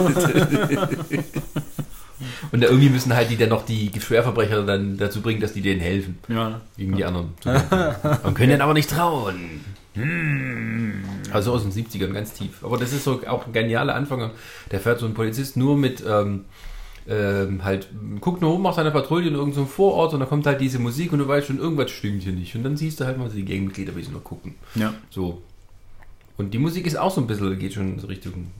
Und irgendwie müssen halt die dann noch die Schwerverbrecher dann dazu bringen, dass die denen helfen. Ja. Gegen die anderen. Man können denen aber nicht trauen. Also aus den 70ern, ganz tief. Aber das ist so auch ein genialer Anfang. Der fährt so ein Polizist nur mit, halt, guckt nur oben, macht seine Patrouille in irgendeinem Vorort und dann kommt halt diese Musik und du weißt schon, irgendwas stimmt hier nicht. Und dann siehst du halt mal die Gangmitglieder, wie sie noch gucken. Ja. So. Und die Musik ist auch so ein bisschen, geht schon in so Richtung,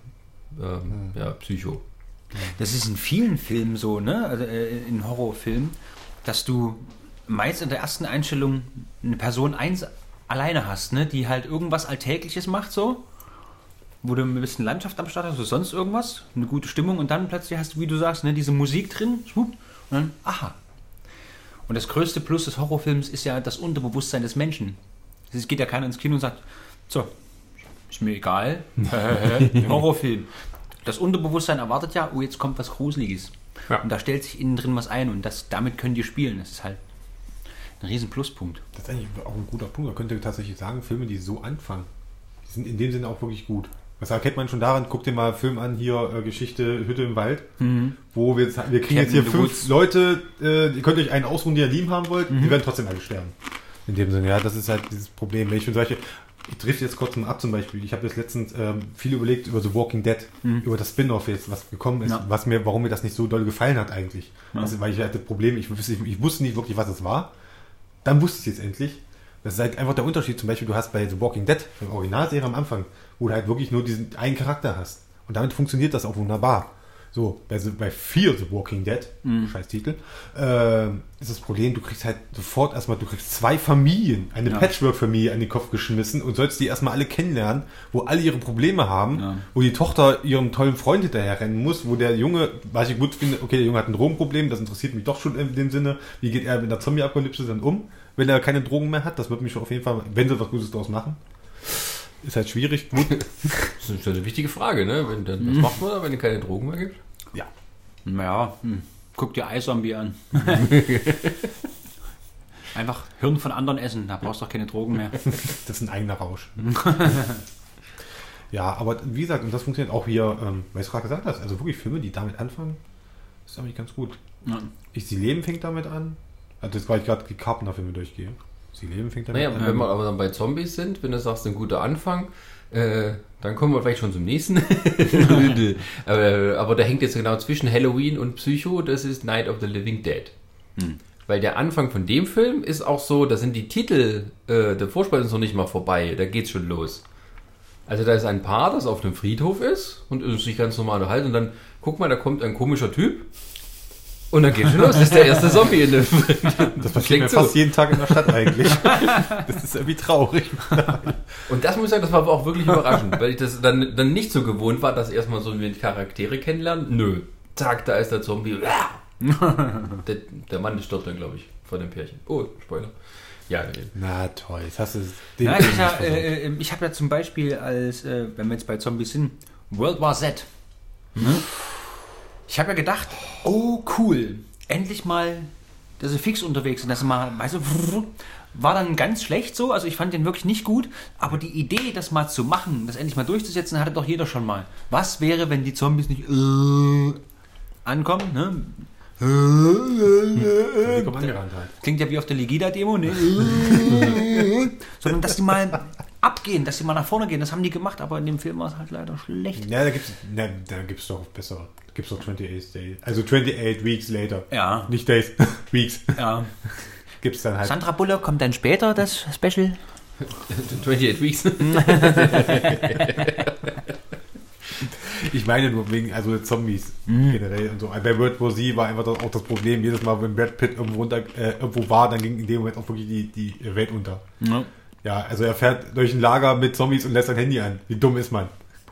Psycho. Das ist in vielen Filmen so, ne? Also in Horrorfilmen, dass du meist in der ersten Einstellung eine Person alleine hast, ne? Die halt irgendwas Alltägliches macht, so, wo du ein bisschen Landschaft am Start hast oder sonst irgendwas, eine gute Stimmung und dann plötzlich hast du, wie du sagst, ne, diese Musik drin, schwupp, und dann, aha. Und das größte Plus des Horrorfilms ist ja das Unterbewusstsein des Menschen. Es geht ja keiner ins Kino und sagt, so, ist mir egal, Horrorfilm. Das Unterbewusstsein erwartet ja, oh, jetzt kommt was Gruseliges. Ja. Und da stellt sich innen drin was ein und damit können die spielen. Das ist halt ein riesen Pluspunkt. Das ist eigentlich auch ein guter Punkt. Man könnte tatsächlich sagen, Filme, die so anfangen, die sind in dem Sinne auch wirklich gut. Das erkennt man schon daran, guck dir mal einen Film an, hier Geschichte Hütte im Wald, wo wir kriegen jetzt hier 5 Leute, ihr könnt euch einen ausruhen, die ihr lieben haben wollt, die werden trotzdem alle sterben. In dem Sinne, ja, das ist halt dieses Problem. Wenn ich schon solche, ich trifft jetzt kurz mal ab zum Beispiel, ich habe jetzt letztens viel überlegt über The Walking Dead, über das Spin-Off jetzt, was gekommen ist, warum mir das nicht so doll gefallen hat eigentlich. Ja. Also, weil ich hatte Probleme, ich wusste nicht wirklich, was es war. Dann wusste ich es jetzt endlich. Das ist halt einfach der Unterschied. Zum Beispiel, du hast bei The Walking Dead, der Originalserie am Anfang, wo du halt wirklich nur diesen einen Charakter hast. Und damit funktioniert das auch wunderbar. So, bei Fear the Walking Dead, scheiß Titel, ist das Problem, du kriegst halt sofort erstmal, du kriegst 2 Familien, eine Patchwork-Familie an den Kopf geschmissen und sollst die erstmal alle kennenlernen, wo alle ihre Probleme haben, wo die Tochter ihrem tollen Freund hinterher rennen muss, wo der Junge, was ich gut finde, okay, der Junge hat ein Drogenproblem, das interessiert mich doch schon in dem Sinne, wie geht er mit der Zombie-Apokalypse dann um, wenn er keine Drogen mehr hat, das wird mich schon auf jeden Fall, wenn sie was Gutes draus machen. Ist halt schwierig. Gut. Das ist eine wichtige Frage, ne? Was macht man da, wenn es keine Drogen mehr gibt? Ja. Naja, guck dir iZombie an. Einfach Hirn von anderen essen, da brauchst du doch keine Drogen mehr. Das ist ein eigener Rausch. Ja, aber wie gesagt, und das funktioniert auch hier, weil du es gerade gesagt hast, also wirklich Filme, die damit anfangen, ist eigentlich ganz gut. Ja. Sie leben fängt damit an. Also jetzt, weil ich gerade die Carpenter-Filme durchgehe. Sie leben fängt damit an. Wenn wir aber dann bei Zombies sind, wenn du sagst, ein guter Anfang, dann kommen wir vielleicht schon zum nächsten. aber da hängt jetzt genau zwischen Halloween und Psycho, das ist Night of the Living Dead. Weil der Anfang von dem Film ist auch so, da sind die Titel, der Vorspann ist noch nicht mal vorbei, da geht's schon los. Also da ist ein Paar, das auf einem Friedhof ist und sich ganz normal unterhalten und dann, guck mal, da kommt ein komischer Typ und dann geht's schon los, das ist der erste Zombie in dem Film. Das passiert mir fast jeden Tag in der Stadt eigentlich. Das ist irgendwie traurig. Und das muss ich sagen, das war aber auch wirklich überraschend, weil ich das dann nicht so gewohnt war, dass erstmal so mit Charaktere kennenlernen. Nö, zack, da ist der Zombie. Der Mann stirbt dann, glaube ich, vor dem Pärchen. Oh, Spoiler. Ja, na toll, jetzt hast du es. Ich habe ja zum Beispiel, wenn wir jetzt bei Zombies sind, World War Z. Ich habe ja gedacht, oh cool, endlich mal, dass sie fix unterwegs sind, dass sie mal, weißt du, war dann ganz schlecht so, also ich fand den wirklich nicht gut, aber die Idee, das mal zu machen, das endlich mal durchzusetzen, hatte doch jeder schon mal. Was wäre, wenn die Zombies nicht ankommen, ne? Klingt ja wie auf der Legida-Demo, ne? Sondern dass die mal abgehen, dass sie mal nach vorne gehen, das haben die gemacht, aber in dem Film war es halt leider schlecht. Ja, da gibt's doch bessere. Da gibt's doch 28 Days. Also 28 Weeks later. Ja. Nicht Days, Weeks. Ja. gibt es dann halt. Sandra Bullock kommt dann später, das Special. 28 Weeks. Ich meine nur wegen Zombies generell und so. Bei World War Z war einfach auch das Problem, jedes Mal, wenn Brad Pitt irgendwo war, dann ging in dem Moment auch wirklich die Welt unter. Ja. Ja, also er fährt durch ein Lager mit Zombies und lässt sein Handy an. Wie dumm ist man?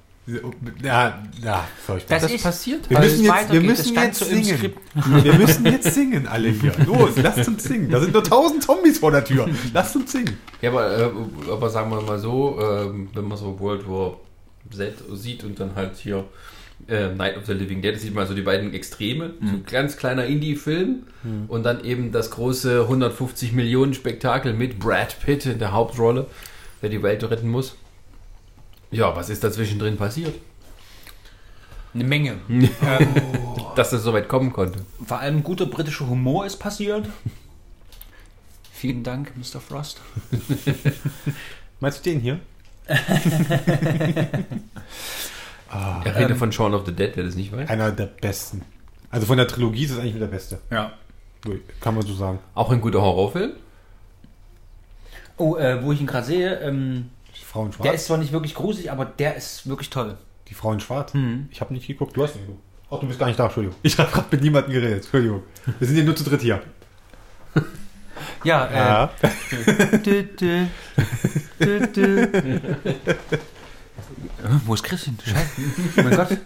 Das passiert. Wir müssen jetzt singen. Wir müssen jetzt singen, alle hier. Los, lasst uns singen. Da sind nur 1000 Zombies vor der Tür. Lasst uns singen. Ja, aber sagen wir mal so, wenn man so World War Z sieht und dann halt hier Night of the Living Dead, das sieht man so die beiden Extreme. So ein ganz kleiner Indie-Film und dann eben das große 150 Millionen Spektakel mit Brad Pitt in der Hauptrolle, der die Welt retten muss. Ja, was ist dazwischen drin passiert? Eine Menge. Dass das so weit kommen konnte. Vor allem guter britischer Humor ist passiert. Vielen Dank, Mr. Frost. Meinst du den hier? Er redet von Shaun of the Dead, wer das nicht weiß. Einer der besten. Also von der Trilogie ist es eigentlich mit der beste. Ja. Kann man so sagen. Auch ein guter Horrorfilm. Oh, wo ich ihn gerade sehe, Die Frau in Schwarz. der ist zwar nicht wirklich gruselig, aber der ist wirklich toll. Die Frau in Schwarz? Ich habe nicht geguckt. Du hast nicht geguckt. Ach, du bist gar nicht da, Entschuldigung. Ich habe gerade mit niemandem geredet. Entschuldigung. Wir sind hier nur zu dritt hier. Ja, Wo ist Christian? Scheiße. Oh mein Gott.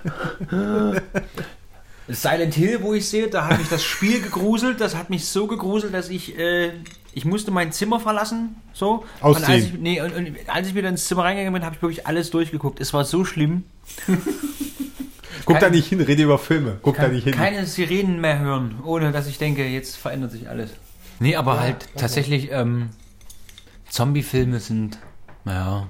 Silent Hill, wo ich sehe, da hat mich das Spiel gegruselt. Das hat mich so gegruselt, dass ich musste mein Zimmer verlassen. So. Ausziehen. Und als ich wieder ins Zimmer reingegangen bin, habe ich wirklich alles durchgeguckt. Es war so schlimm. Guck da nicht hin, rede über Filme. Guck da nicht hin. Keine Sirenen mehr hören, ohne dass ich denke, jetzt verändert sich alles. Nee, aber halt tatsächlich Zombie-Filme sind, naja.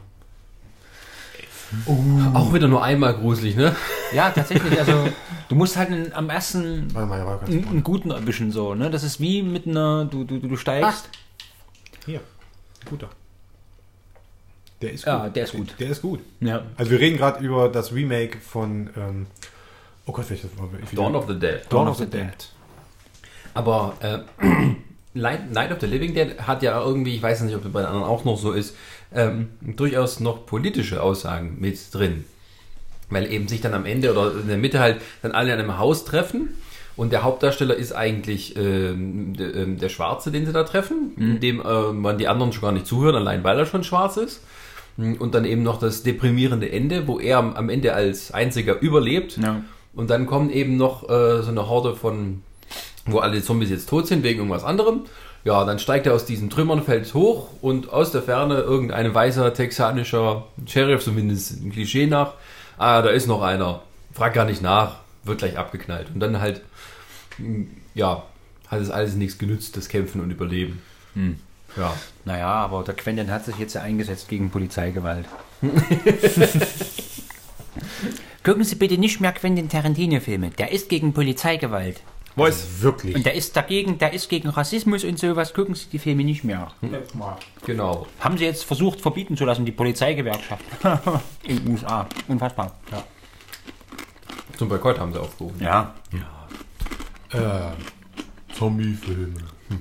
Auch wieder nur einmal gruselig, ne? Ja, tatsächlich. Also du musst halt am ersten Warte mal, einen guten erwischen, so, ne? Das ist wie mit einer, du steigst. Hier, guter. Der ist gut. Ja, der ist gut. Der ist gut. Ja. Also wir reden gerade über das Remake von oh Gott, welches war Dawn of the Dead. Dawn of the Dead. Aber Night of the Living Dead hat ja irgendwie, ich weiß nicht, ob das bei den anderen auch noch so ist, durchaus noch politische Aussagen mit drin. Weil eben sich dann am Ende oder in der Mitte halt dann alle in einem Haus treffen und der Hauptdarsteller ist eigentlich der Schwarze, den sie da treffen, dem man die anderen schon gar nicht zuhören, allein weil er schon schwarz ist. Und dann eben noch das deprimierende Ende, wo er am Ende als einziger überlebt. Ja. Und dann kommt eben noch so eine Horde von, wo alle Zombies jetzt tot sind wegen irgendwas anderem. Ja, dann steigt er aus diesen Trümmern, fällt hoch und aus der Ferne irgendein weißer texanischer Sheriff, zumindest ein Klischee nach. Ah, da ist noch einer. Frag gar nicht nach, wird gleich abgeknallt. Und dann halt, ja, hat es alles nichts genützt, das Kämpfen und Überleben. Ja. Naja, aber der Quentin hat sich jetzt ja eingesetzt gegen Polizeigewalt. Gucken Sie bitte nicht mehr Quentin Tarantino-Filme. Der ist gegen Polizeigewalt. Was? Wirklich? Und der ist gegen Rassismus und sowas. Gucken Sie die Filme nicht mehr. Genau. Haben Sie jetzt versucht, verbieten zu lassen, die Polizeigewerkschaft in den USA. Unfassbar. Ja. Zum Boykott haben sie aufgerufen. Ja. Zombie-Filme.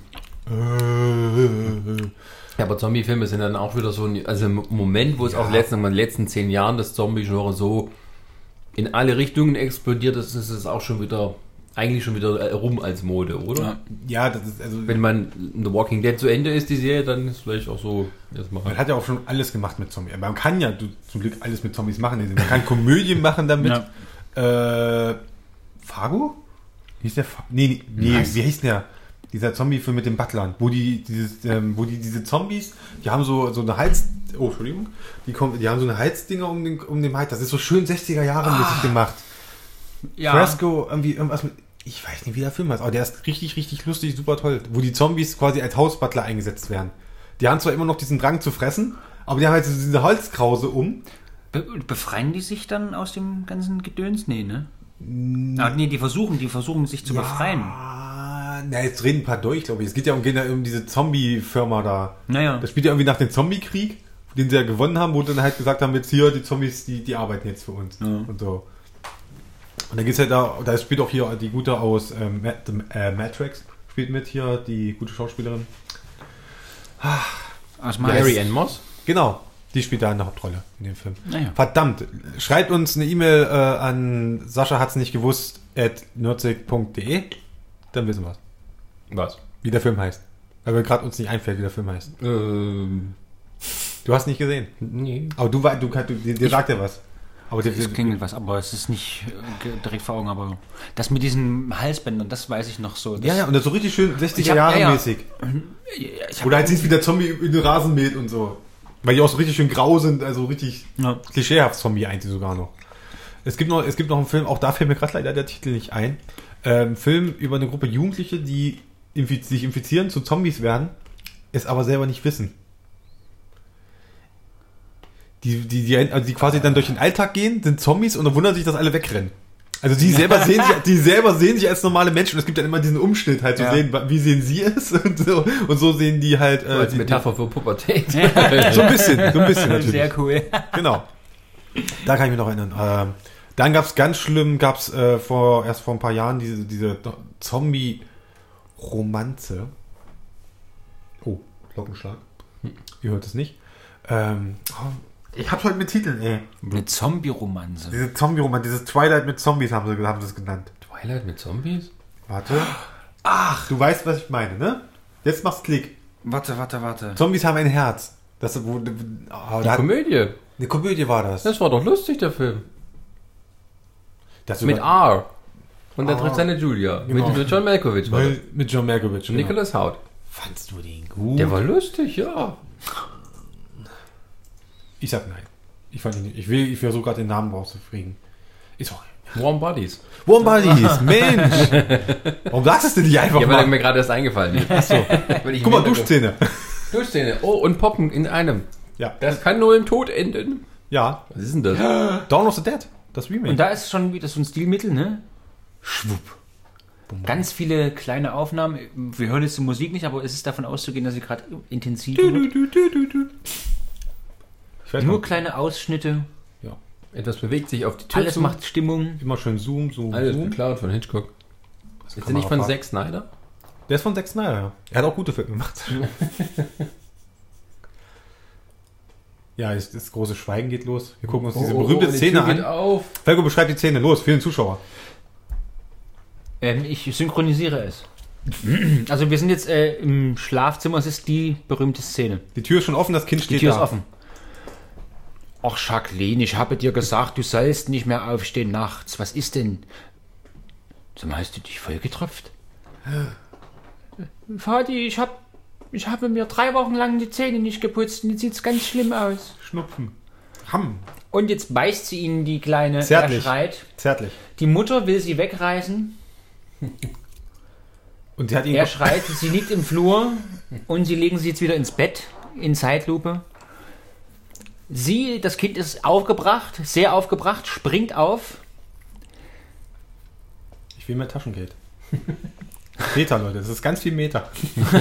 Ja, aber Zombie-Filme sind dann auch wieder so ein, also im Moment, wo es auch in den letzten 10 Jahren das Zombie-Genre so in alle Richtungen explodiert ist, ist es auch schon wieder rum als Mode, oder? Ja, das ist also. Wenn man The Walking Dead zu Ende ist, die Serie, dann ist vielleicht auch so erstmal. Man hat ja auch schon alles gemacht mit Zombies. Man kann ja zum Glück alles mit Zombies machen. Man kann Komödien machen damit. Ja. Fargo? Wie hieß der? Nee, wie hieß der? Dieser Zombie-Film mit den Butlern, wo diese Zombies, die haben so eine Entschuldigung, die haben so eine Heizdinger um den Hals. Das ist so schön 60er Jahre mäßig gemacht. Ja. Fresco, irgendwie irgendwas mit, ich weiß nicht, wie der Film heißt, aber der ist richtig, richtig lustig, super toll, wo die Zombies quasi als Hausbutler eingesetzt werden. Die haben zwar immer noch diesen Drang zu fressen, aber die haben halt diese Holzkrause um. Befreien die sich dann aus dem ganzen Gedöns? Nee, ne? Nee, die versuchen sich zu befreien. Na, jetzt reden ein paar durch, glaube ich. Es geht ja um diese Zombie-Firma da. Naja. Das spielt ja irgendwie nach dem Zombie-Krieg, den sie ja gewonnen haben, wo dann halt gesagt haben, jetzt hier, die Zombies, die arbeiten jetzt für uns. Ja. Und so. Und dann geht's halt da spielt auch hier die Gute aus Matrix. spielt mit hier, die gute Schauspielerin. Mary Ann Moss? Genau, die spielt da eine Hauptrolle in dem Film. Naja. Verdammt, schreibt uns eine E-Mail an sascha-hat's-nicht-gewusst@nerdsig.de, dann wissen wir Was? wie der Film heißt. Weil mir gerade uns nicht einfällt, wie der Film heißt. Du hast nicht gesehen. Nee. Aber dir sagt er was. Aber Es klingelt was, aber es ist nicht direkt vor Augen, aber das mit diesen Halsbändern, das weiß ich noch so. ja, und das so richtig schön 60er Jahre mäßig. Oder halt siehst, wie der Zombie in den Rasen mäht und so. Weil die auch so richtig schön grau sind, also richtig klischeehaft Zombie eigentlich sogar noch. Es gibt noch einen Film, auch da fällt mir gerade leider der Titel nicht ein. Film über eine Gruppe Jugendliche, die sich infizieren, zu Zombies werden, es aber selber nicht wissen. Die quasi dann durch den Alltag gehen, sind Zombies und dann wundern sich, dass alle wegrennen. Also die selber sehen sich als normale Menschen und es gibt dann immer diesen Umschnitt halt zu sehen, wie sehen sie es und so sehen die halt als Metapher für Pubertät. so ein bisschen natürlich. Sehr cool. Genau. Da kann ich mich noch erinnern. Dann gab es ganz schlimm, erst vor ein paar Jahren diese Zombie-Romanze. Oh, Glockenschlag. Ihr hört es nicht. Ich hab's heute mit Titeln, ey. Eine Zombie-Romanze. Diese Zombie-Romanze, dieses Twilight mit Zombies haben sie es genannt. Twilight mit Zombies? Warte. Ach! Du weißt, was ich meine, ne? Jetzt machst Klick. Warte. Zombies haben ein Herz. Komödie. Eine Komödie war das. Das war doch lustig, der Film. Das Mit R. Und da trifft seine Julia. Genau. Mit John Malkovich war das. Mit John Malkovich. Und Nicholas Hoult. Fandst du den gut? Der war lustig, ja. Ich sag nein. Ich fand ihn nicht. Ich versuche gerade den Namen rauszukriegen. Ist auch. Warm Bodies. Warm Bodies, Mensch! Warum sagst du nicht einfach Ja, mal? weil mir gerade erst eingefallen ist. Achso. Guck mal, Duschszene. Duschszene. Oh, und Poppen in einem. Ja. Das kann nur im Tod enden. Ja. Was ist denn das? Dawn of the Dead. Das Remake. Und da ist schon wieder so ein Stilmittel, ne? Schwupp. Ganz viele kleine Aufnahmen. Wir hören jetzt die Musik nicht, aber es ist davon auszugehen, dass sie gerade intensiv wird. Ich weiß Nur noch. kleine Ausschnitte. Ja. Etwas bewegt sich auf die Tür. Alles macht Stimmung. Immer schön Zoom. Alles geklaut von Hitchcock. Ist der nicht von Zack Snyder? Der ist von Zack Snyder, ja. Er hat auch gute Filme gemacht. Ja, das große Schweigen geht los. Wir gucken uns diese berühmte Szene an. Auf. Felgo, beschreib die Szene. Los, für den Zuschauer. Ich synchronisiere es. Also wir sind jetzt im Schlafzimmer. Es ist die berühmte Szene. Die Tür ist schon offen, das Kind steht da. Die Tür ist offen. Ach, Jacqueline, ich habe dir gesagt, du sollst nicht mehr aufstehen nachts. Was ist denn? Sag mal, hast du dich vollgetropft? Vati, ich habe mir 3 Wochen lang die Zähne nicht geputzt und jetzt sieht's ganz schlimm aus. Schnupfen. Hamm. Und jetzt beißt sie ihn, die Kleine. Zärtlich. Er schreit. Zärtlich. Die Mutter will sie wegreißen. Und sie hat ihn... Er schreit, sie liegt im Flur und sie legen sie jetzt wieder ins Bett in Zeitlupe. Das Kind ist aufgebracht, sehr aufgebracht, springt auf. Ich will mehr Taschengeld. Meter, Leute, das ist ganz viel Meter.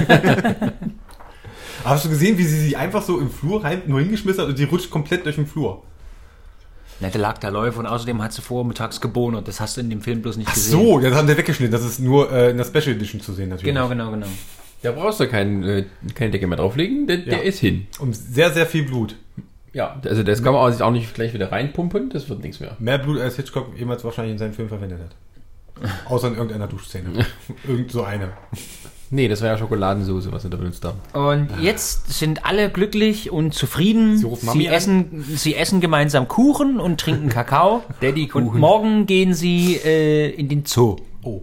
Aber hast du gesehen, wie sie einfach so im Flur nur hingeschmissen hat und die rutscht komplett durch den Flur? Na, der lag da Läufer und außerdem hat sie vormittags gebonert. Das hast du in dem Film bloß nicht Ach gesehen. so, das haben wir weggeschnitten. Das ist nur in der Special Edition zu sehen natürlich. Genau. Da brauchst du keine Decke mehr drauflegen, der ist hin. Und sehr, sehr viel Blut. Ja, also das kann man sich auch nicht gleich wieder reinpumpen, das wird nichts mehr. Mehr Blut als Hitchcock jemals wahrscheinlich in seinem Film verwendet hat. Außer in irgendeiner Duschszene. Irgend so eine. Nee, das war ja Schokoladensoße, was sie da benutzt haben. Und jetzt sind alle glücklich und zufrieden. Sie rufen Mami Sie essen gemeinsam Kuchen und trinken Kakao. Daddy-Kuchen. Und morgen gehen sie in den Zoo. Oh.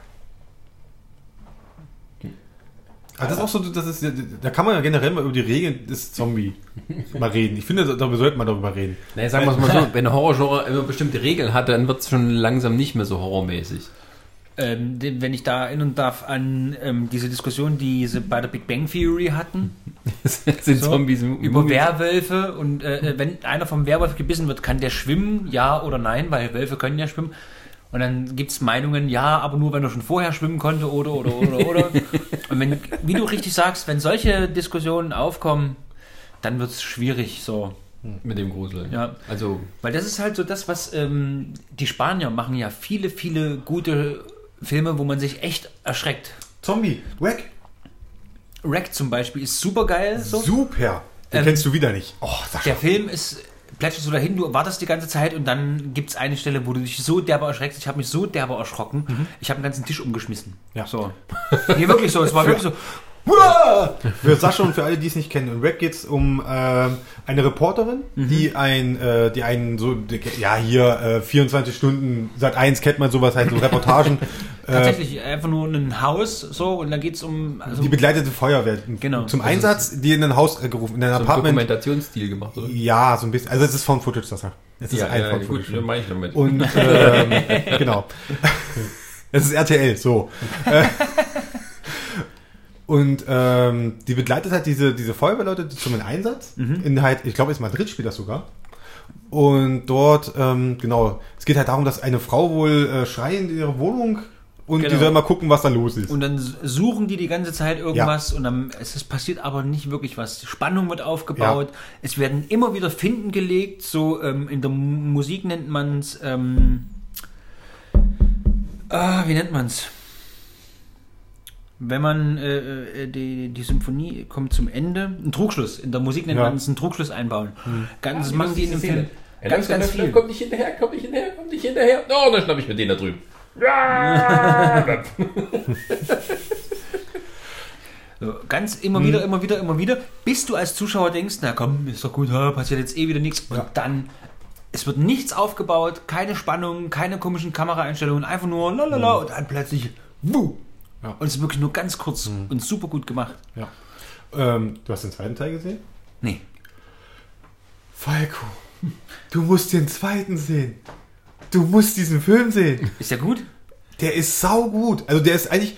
Also das ist auch so, da kann man ja generell mal über die Regeln des Zombie mal reden. Ich finde, da sollte man darüber reden. Naja, sagen wir es mal so, wenn ein Horrorgenre immer bestimmte Regeln hat, dann wird es schon langsam nicht mehr so horrormäßig. Wenn ich da erinnern darf an diese Diskussion, die sie bei der Big Bang Theory hatten. Sind so, Zombies über Werwölfe und wenn einer vom Werwolf gebissen wird, kann der schwimmen, ja oder nein, weil Wölfe können ja schwimmen. Und dann gibt es Meinungen, ja, aber nur, wenn er schon vorher schwimmen konnte oder. Und wenn, wie du richtig sagst, wenn solche Diskussionen aufkommen, dann wird es schwierig so. Mit dem Grusel. Ja. Also, weil das ist halt so das, was die Spanier machen ja viele, viele gute Filme, wo man sich echt erschreckt. Zombie, Wreck. Wreck zum Beispiel ist super geil. So. Super. Den kennst du wieder nicht. Oh, Der Film plätschert so dahin, du wartest die ganze Zeit und dann gibt es eine Stelle, wo du dich so derbe erschreckst. Ich habe mich so derbe erschrocken. Ich habe den ganzen Tisch umgeschmissen. Ja. So. Nee, wirklich so. Es war wirklich so. Für Sascha und für alle, die es nicht kennen. In Wreck geht es um eine Reporterin, die 24 Stunden, Sat.1 kennt man sowas, halt so Reportagen. Tatsächlich einfach nur ein Haus, so, und dann geht es um... Also, die begleitete Feuerwehr zum Einsatz, die in ein Haus gerufen, in ein so Apartment. Dokumentationsstil gemacht, oder? Ja, so ein bisschen. Also es ist Found Footage, Sascha. Es ist ein Found gut, Footage. meine ich damit. Und genau. Es ist RTL, so. Und die begleitet halt diese Feuerwehrleute zum Einsatz. In halt, ich glaube, in Madrid spielt das sogar. Und dort, es geht halt darum, dass eine Frau wohl schreiend in ihrer Wohnung und die soll mal gucken, was da los ist. Und dann suchen die ganze Zeit irgendwas und dann passiert aber nicht wirklich was. Spannung wird aufgebaut. Ja. Es werden immer wieder Finden gelegt. So in der Musik nennt man es, wie nennt man es? Wenn man die Symphonie kommt zum Ende, ein Trugschluss. In der Musik nennt man es einen Trugschluss einbauen. Das machen die in dem Film. Ganz viel. Kommt nicht hinterher. Oh, dann schnapp ich mit denen da drüben. So, ganz immer wieder, bis du als Zuschauer denkst, na komm, ist doch gut, passiert jetzt wieder nichts. Und dann, es wird nichts aufgebaut, keine Spannung, keine komischen Kameraeinstellungen, einfach nur lalala und dann plötzlich wuh. Ja. Und es ist wirklich nur ganz kurz und super gut gemacht. Ja. Du hast den zweiten Teil gesehen? Nee. Falco, du musst den zweiten sehen. Du musst diesen Film sehen. Ist der gut? Der ist saugut. Also der ist eigentlich...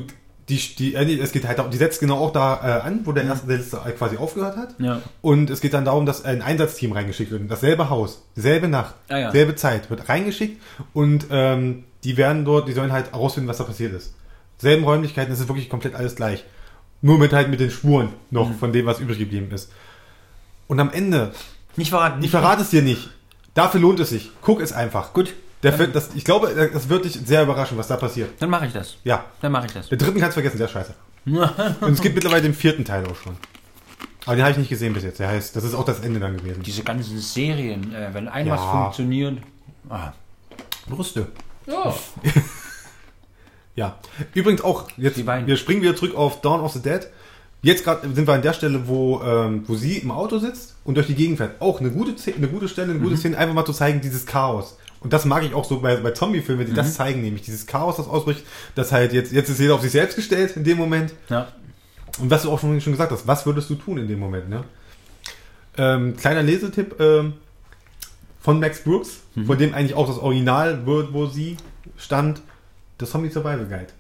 es geht halt, die setzt genau auch da an, wo der letzte quasi aufgehört hat. Ja. Und es geht dann darum, dass ein Einsatzteam reingeschickt wird. Dasselbe Haus, dieselbe Nacht, selbe Zeit wird reingeschickt und die sollen halt herausfinden, was da passiert ist. Selben Räumlichkeiten, es ist wirklich komplett alles gleich. Nur mit den Spuren noch von dem, was übrig geblieben ist. Und am Ende... Nicht verraten. Ich verrate es dir nicht. Dafür lohnt es sich. Guck es einfach. Gut. Ich glaube, das wird dich sehr überraschen, was da passiert. Dann mache ich das. Ja. Dann mache ich das. Den dritten kannst du vergessen, der ist scheiße. Und es gibt mittlerweile den vierten Teil auch schon. Aber den habe ich nicht gesehen bis jetzt. Der heißt, das ist auch das Ende dann gewesen. Diese ganzen Serien, wenn was funktioniert. Brüste. Ja. Ja. Übrigens auch, wir springen wieder zurück auf Dawn of the Dead. Jetzt gerade sind wir an der Stelle, wo sie im Auto sitzt und durch die Gegend fährt. Auch eine gute Stelle, eine gute Szene, einfach mal zu zeigen, dieses Chaos. Und das mag ich auch so bei Zombie-Filmen, die das zeigen, nämlich dieses Chaos, das ausbricht, das halt jetzt ist jeder auf sich selbst gestellt in dem Moment. Ja. Und was du auch schon gesagt hast, was würdest du tun in dem Moment, ne? Kleiner Lesetipp von Max Brooks, von dem eigentlich auch das Original wird, wo sie stand, das Zombie Survival Guide.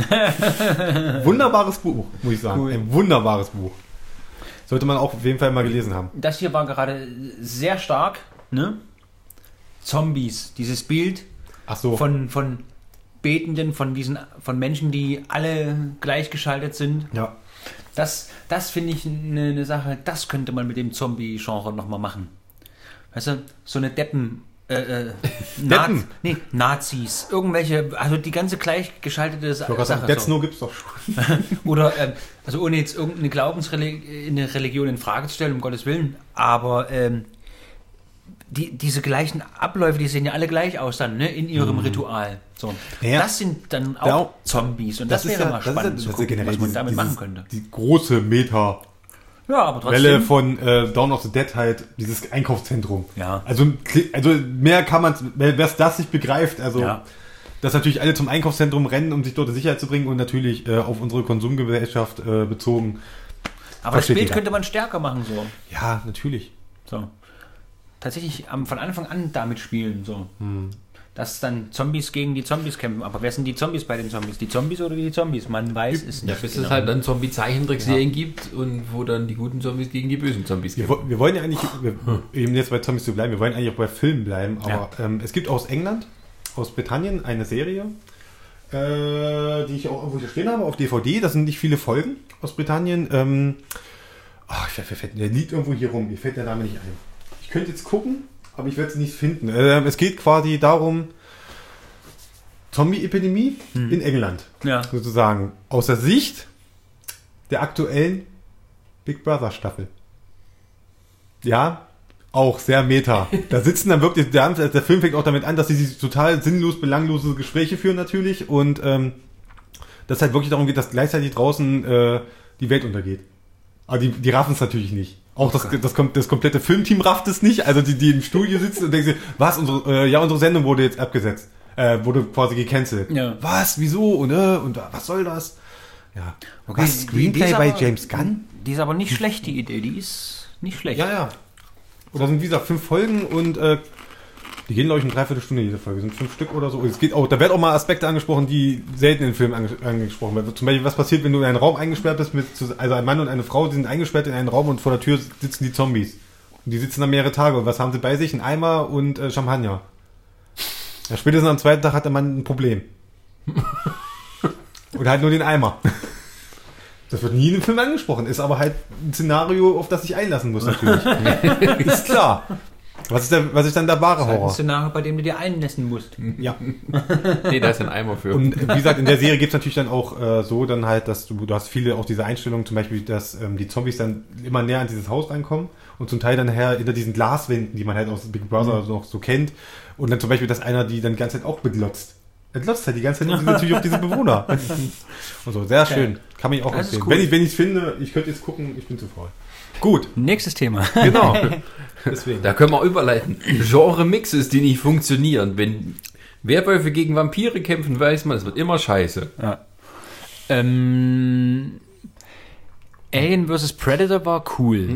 Wunderbares Buch, muss ich sagen. Cool. Ein wunderbares Buch. Sollte man auch auf jeden Fall mal gelesen haben. Das hier war gerade sehr stark, ne? Zombies, dieses Bild von Betenden, von Menschen, die alle gleichgeschaltet sind. Ja. Das finde ich eine Sache, das könnte man mit dem Zombie-Genre nochmal machen. Weißt du, so eine Nazis, irgendwelche, also die ganze gleichgeschaltete Sache. Dead Snow gibt's doch schon. Oder, also ohne jetzt irgendeine Religion in Frage zu stellen, um Gottes Willen, aber diese gleichen Abläufe, die sehen ja alle gleich aus dann, ne, in ihrem Ritual. So. Ja. Das sind dann auch Zombies und das wäre mal spannend zu gucken, was man damit machen könnte. Die große Meta- Ja, aber trotzdem. Welle von Dawn of the Dead halt, dieses Einkaufszentrum. Ja. Also mehr kann man, wer das nicht begreift, dass natürlich alle zum Einkaufszentrum rennen, um sich dort in Sicherheit zu bringen und natürlich auf unsere Konsumgesellschaft bezogen. Aber das Bild könnte man stärker machen, so. Ja, natürlich. So. Tatsächlich von Anfang an damit spielen, so. Dass dann Zombies gegen die Zombies kämpfen. Aber wer sind die Zombies bei den Zombies? Die Zombies oder die Zombies? Man weiß es nicht. Ja, bis es halt dann Zombie-Zeichentrickserien gibt und wo dann die guten Zombies gegen die bösen Zombies kämpfen. Wir wollen ja eigentlich, eben jetzt bei Zombies zu bleiben, wir wollen eigentlich auch bei Filmen bleiben, aber es gibt aus England, aus Britannien, eine Serie, die ich auch irgendwo hier stehen habe, auf DVD, das sind nicht viele Folgen aus Britannien. Der liegt irgendwo hier rum, mir fällt der Name nicht ein. Ich könnte jetzt gucken, aber ich werde es nicht finden. Es geht quasi darum, Zombie-Epidemie in England. Ja. Sozusagen aus der Sicht der aktuellen Big Brother Staffel. Ja, auch sehr meta. Da sitzen dann wirklich, der Film fängt auch damit an, dass sie sich total sinnlos, belanglose Gespräche führen natürlich und dass es halt wirklich darum geht, dass gleichzeitig draußen die Welt untergeht. Aber die raffen es natürlich nicht. Auch das komplette Filmteam rafft es nicht. Also die im Studio sitzen und denken sich, was, unsere Sendung wurde jetzt abgesetzt. Wurde quasi gecancelt. Ja. Was, wieso und was soll das? Ja. Okay, Was, Screenplay die ist bei aber- James Gunn? Die ist aber nicht schlecht, die Idee. Die ist nicht schlecht. Ja. Und da sind, wie gesagt, 5 Folgen und die gehen, glaube ich, eine Dreiviertelstunde jede Folge. Sind 5 Stück oder so. Es geht auch, da werden auch mal Aspekte angesprochen, die selten in Filmen angesprochen werden. Zum Beispiel, was passiert, wenn du in einen Raum eingesperrt bist also ein Mann und eine Frau, die sind eingesperrt in einen Raum und vor der Tür sitzen die Zombies. Und die sitzen da mehrere Tage. Und was haben sie bei sich? Ein Eimer und Champagner. Ja, spätestens am zweiten Tag hat der Mann ein Problem. Oder halt nur den Eimer. Das wird nie in dem Film angesprochen, ist aber halt ein Szenario, auf das ich einlassen muss natürlich. Ist klar. Was ist dann der wahre Ein Horror? Szenario, bei dem du dir einnässen musst. Ja. Nee, da ist ein Eimer für. Und wie gesagt, in der Serie gibt's natürlich dann auch so dann halt, dass du hast viele auch diese Einstellungen, zum Beispiel, dass die Zombies dann immer näher an dieses Haus reinkommen und zum Teil dann nachher hinter diesen Glaswänden, die man halt aus Big Brother noch so kennt. Und dann zum Beispiel, dass einer die dann die ganze Zeit auch beglotzt. Er glotzt halt die ganze Zeit natürlich auf diese Bewohner. Und so, sehr schön. Kann mich auch Das ist empfehlen. cool. Wenn ich finde, ich könnte jetzt gucken, ich bin zu faul. Gut, Nächstes Thema. genau. Deswegen. Da können wir überleiten. Genre-Mixes, die nicht funktionieren. Wenn Werwölfe gegen Vampire kämpfen, weiß man, es wird immer scheiße. Ja. Alien vs. Predator war cool.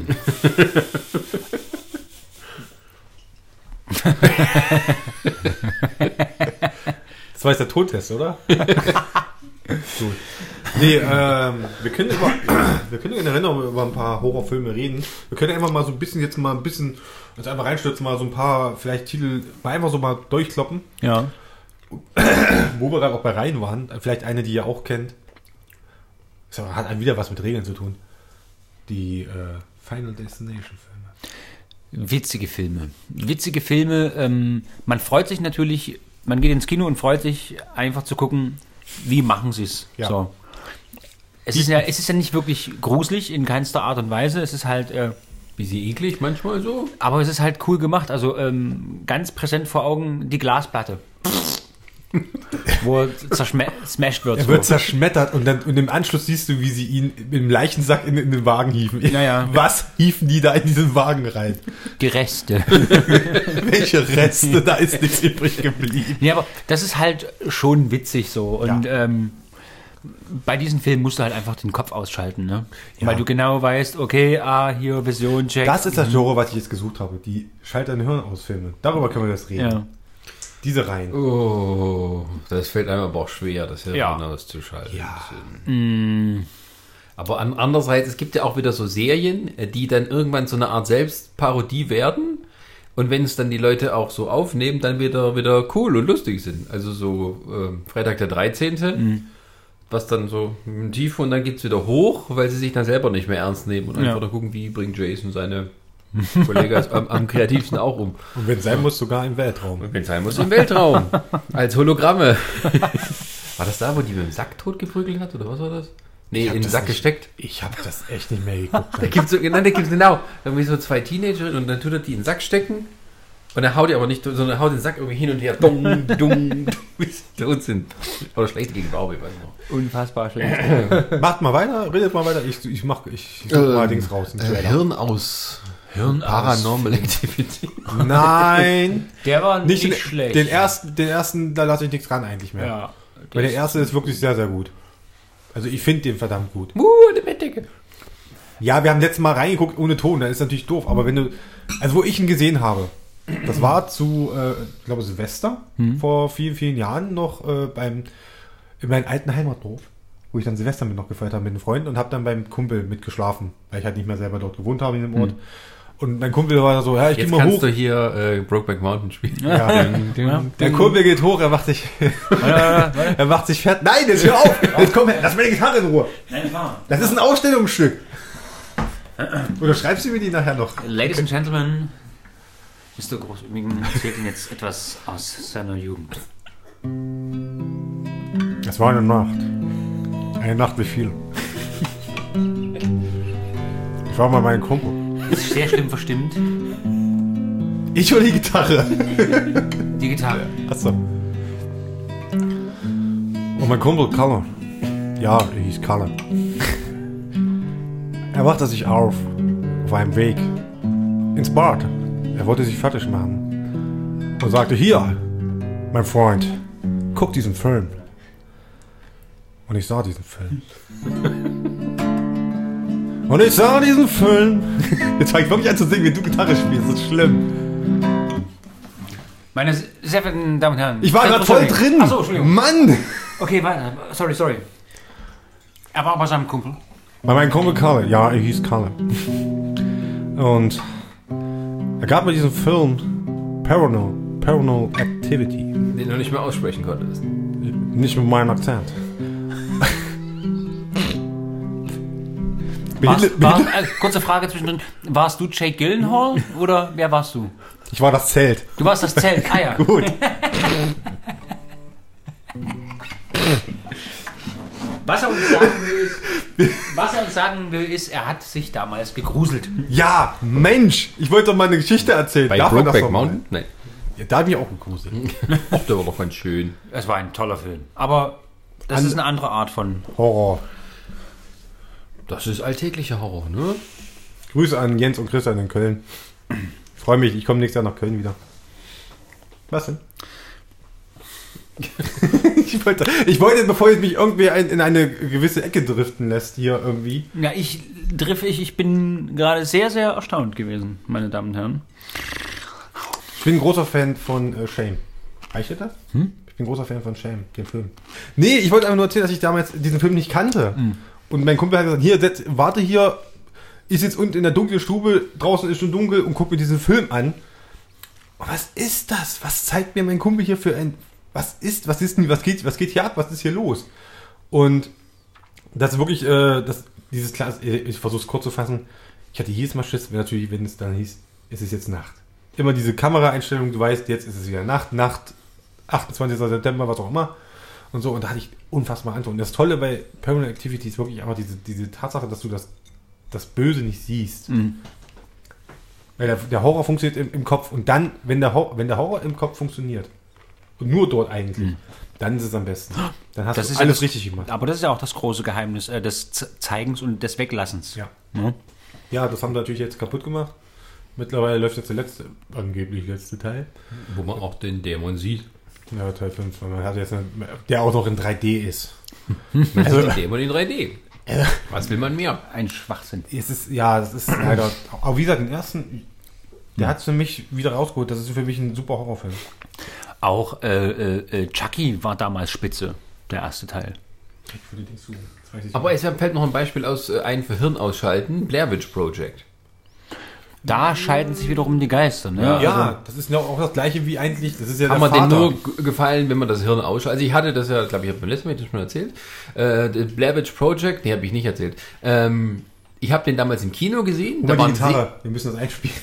Das war jetzt der Tontest, oder? Gut. Nee, wir können generell noch über ein paar Horrorfilme reden. Wir können einfach mal so ein bisschen uns einfach reinstürzen, mal so ein paar vielleicht Titel mal einfach so mal durchkloppen, Ja. wo wir gerade auch bei Reihen waren. Vielleicht eine, die ihr auch kennt. Das hat wieder was mit Regeln zu tun. Die Final Destination Filme. Witzige Filme. Man freut sich natürlich, man geht ins Kino und freut sich einfach zu gucken, wie machen sie es. Ja. So. Es ist ja nicht wirklich gruselig in keinster Art und Weise. Es ist halt, Bisschen eklig manchmal so. aber es ist halt cool gemacht. Also ganz präsent vor Augen die Glasplatte. Wo er smashed wird. Er wird zerschmettert und im Anschluss siehst du, wie sie ihn im Leichensack in den Wagen hieven. Naja. Was hiefen die da in diesen Wagen rein? Die Reste. Welche Reste? Da ist nichts übrig geblieben. Ja, aber das ist halt schon witzig so. Und bei diesen Filmen musst du halt einfach den Kopf ausschalten, ne? Ja. Weil du genau weißt, okay, hier Vision, check. Das ist das Genre, was ich jetzt gesucht habe. Die Schalt dein Hirn aus Filme. Darüber können wir jetzt reden. Ja. Diese Reihen. Oh, das fällt einem aber auch schwer, das Hirn Ja. auszuschalten. Ja. Aber andererseits, es gibt ja auch wieder so Serien, die dann irgendwann so eine Art Selbstparodie werden. Und wenn es dann die Leute auch so aufnehmen, dann wieder cool und lustig sind. Also so Freitag der 13., was dann so im Tief und dann geht's wieder hoch, weil sie sich dann selber nicht mehr ernst nehmen und einfach da gucken, wie bringt Jason seine Kollegen am kreativsten auch um. Und wenn es sein muss, sogar im Weltraum. Und wenn es sein muss, im Weltraum. Als Hologramme. War das da, wo die mit dem Sack totgeprügelt hat, oder was war das? Nee, in den Sack gesteckt. Ich habe das echt nicht mehr geguckt. Da gibt's genau, irgendwie so 2 Teenagerinnen und dann tut er die in den Sack stecken und er haut die aber nicht, sondern er haut den Sack irgendwie hin und her, dumm, bis sie tot sind. Oder schlecht gegen Barbie, weiß ich noch. Unfassbar schlecht. Macht mal weiter, redet mal weiter. Ich suche mal Dings raus. einen Trailer. Hirn aus. Paranormal Activity. Nein. Der war nicht Nicht schlecht. den ersten, da lasse ich nichts dran eigentlich mehr. Ja. Weil der erste ist wirklich sehr, sehr gut. Also ich finde den verdammt gut. Eine Bettdecke. Ja, wir haben letztes Mal reingeguckt ohne Ton, das ist natürlich doof. Aber wenn du, also wo ich ihn gesehen habe, das war zu, ich glaube Silvester, vor vielen, vielen Jahren noch in meinem alten Heimatdorf, wo ich dann Silvester mit noch gefeiert habe mit einem Freund und habe dann beim Kumpel mitgeschlafen, weil ich halt nicht mehr selber dort gewohnt habe in dem Ort. Und mein Kumpel war so, ja, ich gehe Jetzt mal kannst hoch. du hier Brokeback Mountain spielen. Ja. Der Kumpel geht hoch, er macht sich, er macht sich fertig. Nein, jetzt hör auf! Jetzt komm her, lass meine Gitarre in Ruhe. Das ist ein Ausstellungsstück. Oder schreibst du mir die nachher noch? Ladies and Gentlemen, Mr. Großübigen erzählt Ihnen jetzt etwas aus seiner Jugend. Es war eine Nacht. Eine Nacht wie viel. Ich war mal mein Kumpel. Das ist sehr schlimm verstimmt. Ich oder die Gitarre? Die Gitarre. Achso. Und mein Kumpel Kalle. Ja, er hieß Kalle. Er wachte sich auf einem Weg ins Bad. Er wollte sich fertig machen und sagte, hier, mein Freund, guck diesen Film. Und ich sah diesen Film. Und ich sah diesen Film. Jetzt fange ich wirklich an zu singen, wenn du Gitarre spielst. Das ist schlimm. Meine sehr verehrten Damen und Herren. Ich war gerade voll drin. Achso, Entschuldigung. Mann! Okay, weiter. Sorry. Er war bei seinem Kumpel. Bei meinem Kumpel Kalle. Ja, er hieß Kalle. Und er gab mir diesen Film Paranormal Activity. Den du nicht mehr aussprechen konntest. Nicht mit meinem Akzent. Kurze Frage zwischendrin. Warst du Jake Gyllenhaal oder wer warst du? Ich war das Zelt. Du warst das Zelt. Ah ja. Gut. Was er uns sagen will, ist, er hat sich damals gegruselt. Ja, Mensch. Ich wollte doch mal eine Geschichte erzählen. Bei Darf man das Brokeback doch mal? Mountain? Nein. Ja, da habe ich auch gegruselt. Ach, der war doch ganz schön. Es war ein toller Film. Aber das ist eine andere Art von... Horror. Das ist alltäglicher Horror, ne? Grüße an Jens und Christian in Köln. Ich freue mich, ich komme nächstes Jahr nach Köln wieder. Was denn? ich wollte, bevor jetzt mich irgendwer in eine gewisse Ecke driften lässt hier irgendwie. Ja, ich bin gerade sehr, sehr erstaunt gewesen, meine Damen und Herren. Ich bin ein großer Fan von Shame. Reicht dir das? Ich bin ein großer Fan von Shame, dem Film. Nee, ich wollte einfach nur erzählen, dass ich damals diesen Film nicht kannte. Und mein Kumpel hat gesagt, hier, warte hier, ist jetzt unten in der dunklen Stube, draußen ist schon dunkel und guck mir diesen Film an. Oh, was ist das? Was zeigt mir mein Kumpel hier für ein... Was geht hier ab? Was ist hier los? Und das ist wirklich, dieses Klasse, ich versuche es kurz zu fassen. Ich hatte jedes Mal Schiss, wenn es dann hieß, es ist jetzt Nacht. Immer diese Kameraeinstellung, du weißt, jetzt ist es wieder Nacht, 28. September, was auch immer. Und so, und da hatte ich unfassbar Angst. Und das Tolle bei Paranormal Activity ist wirklich einfach diese Tatsache, dass du das Böse nicht siehst. Weil der Horror funktioniert im Kopf. Und dann, wenn der Horror im Kopf funktioniert, und nur dort eigentlich, dann ist es am besten. Dann hast du alles richtig gemacht. Aber das ist ja auch das große Geheimnis des Zeigens und des Weglassens. Ja. Ja, das haben wir natürlich jetzt kaputt gemacht. Mittlerweile läuft jetzt der angeblich letzte Teil. Wo man auch den Dämon sieht. Ja, Teil 5. Man hat jetzt der auch noch in 3D ist. Also den Dämon in 3D. Was will man mehr? Ein Schwachsinn. Das ist leider. Aber wie gesagt, den ersten, der hat es für mich wieder rausgeholt. Das ist für mich ein super Horrorfilm. Auch Chucky war damals spitze, der erste Teil. Aber es fällt noch ein Beispiel ein für Hirn ausschalten. Blair Witch Project. Da scheiden sich wiederum die Geister. Ne? Ja, das ist ja auch das Gleiche wie eigentlich. Das ist ja Haben wir denn nur gefallen, wenn man das Hirn ausschaltet? Also ich hatte das ja, glaube ich, habe beim letzten Mal schon erzählt. Blair Witch Project, habe ich nicht erzählt. Ich habe den damals im Kino gesehen. Da die Gitarre, wir müssen das einspielen.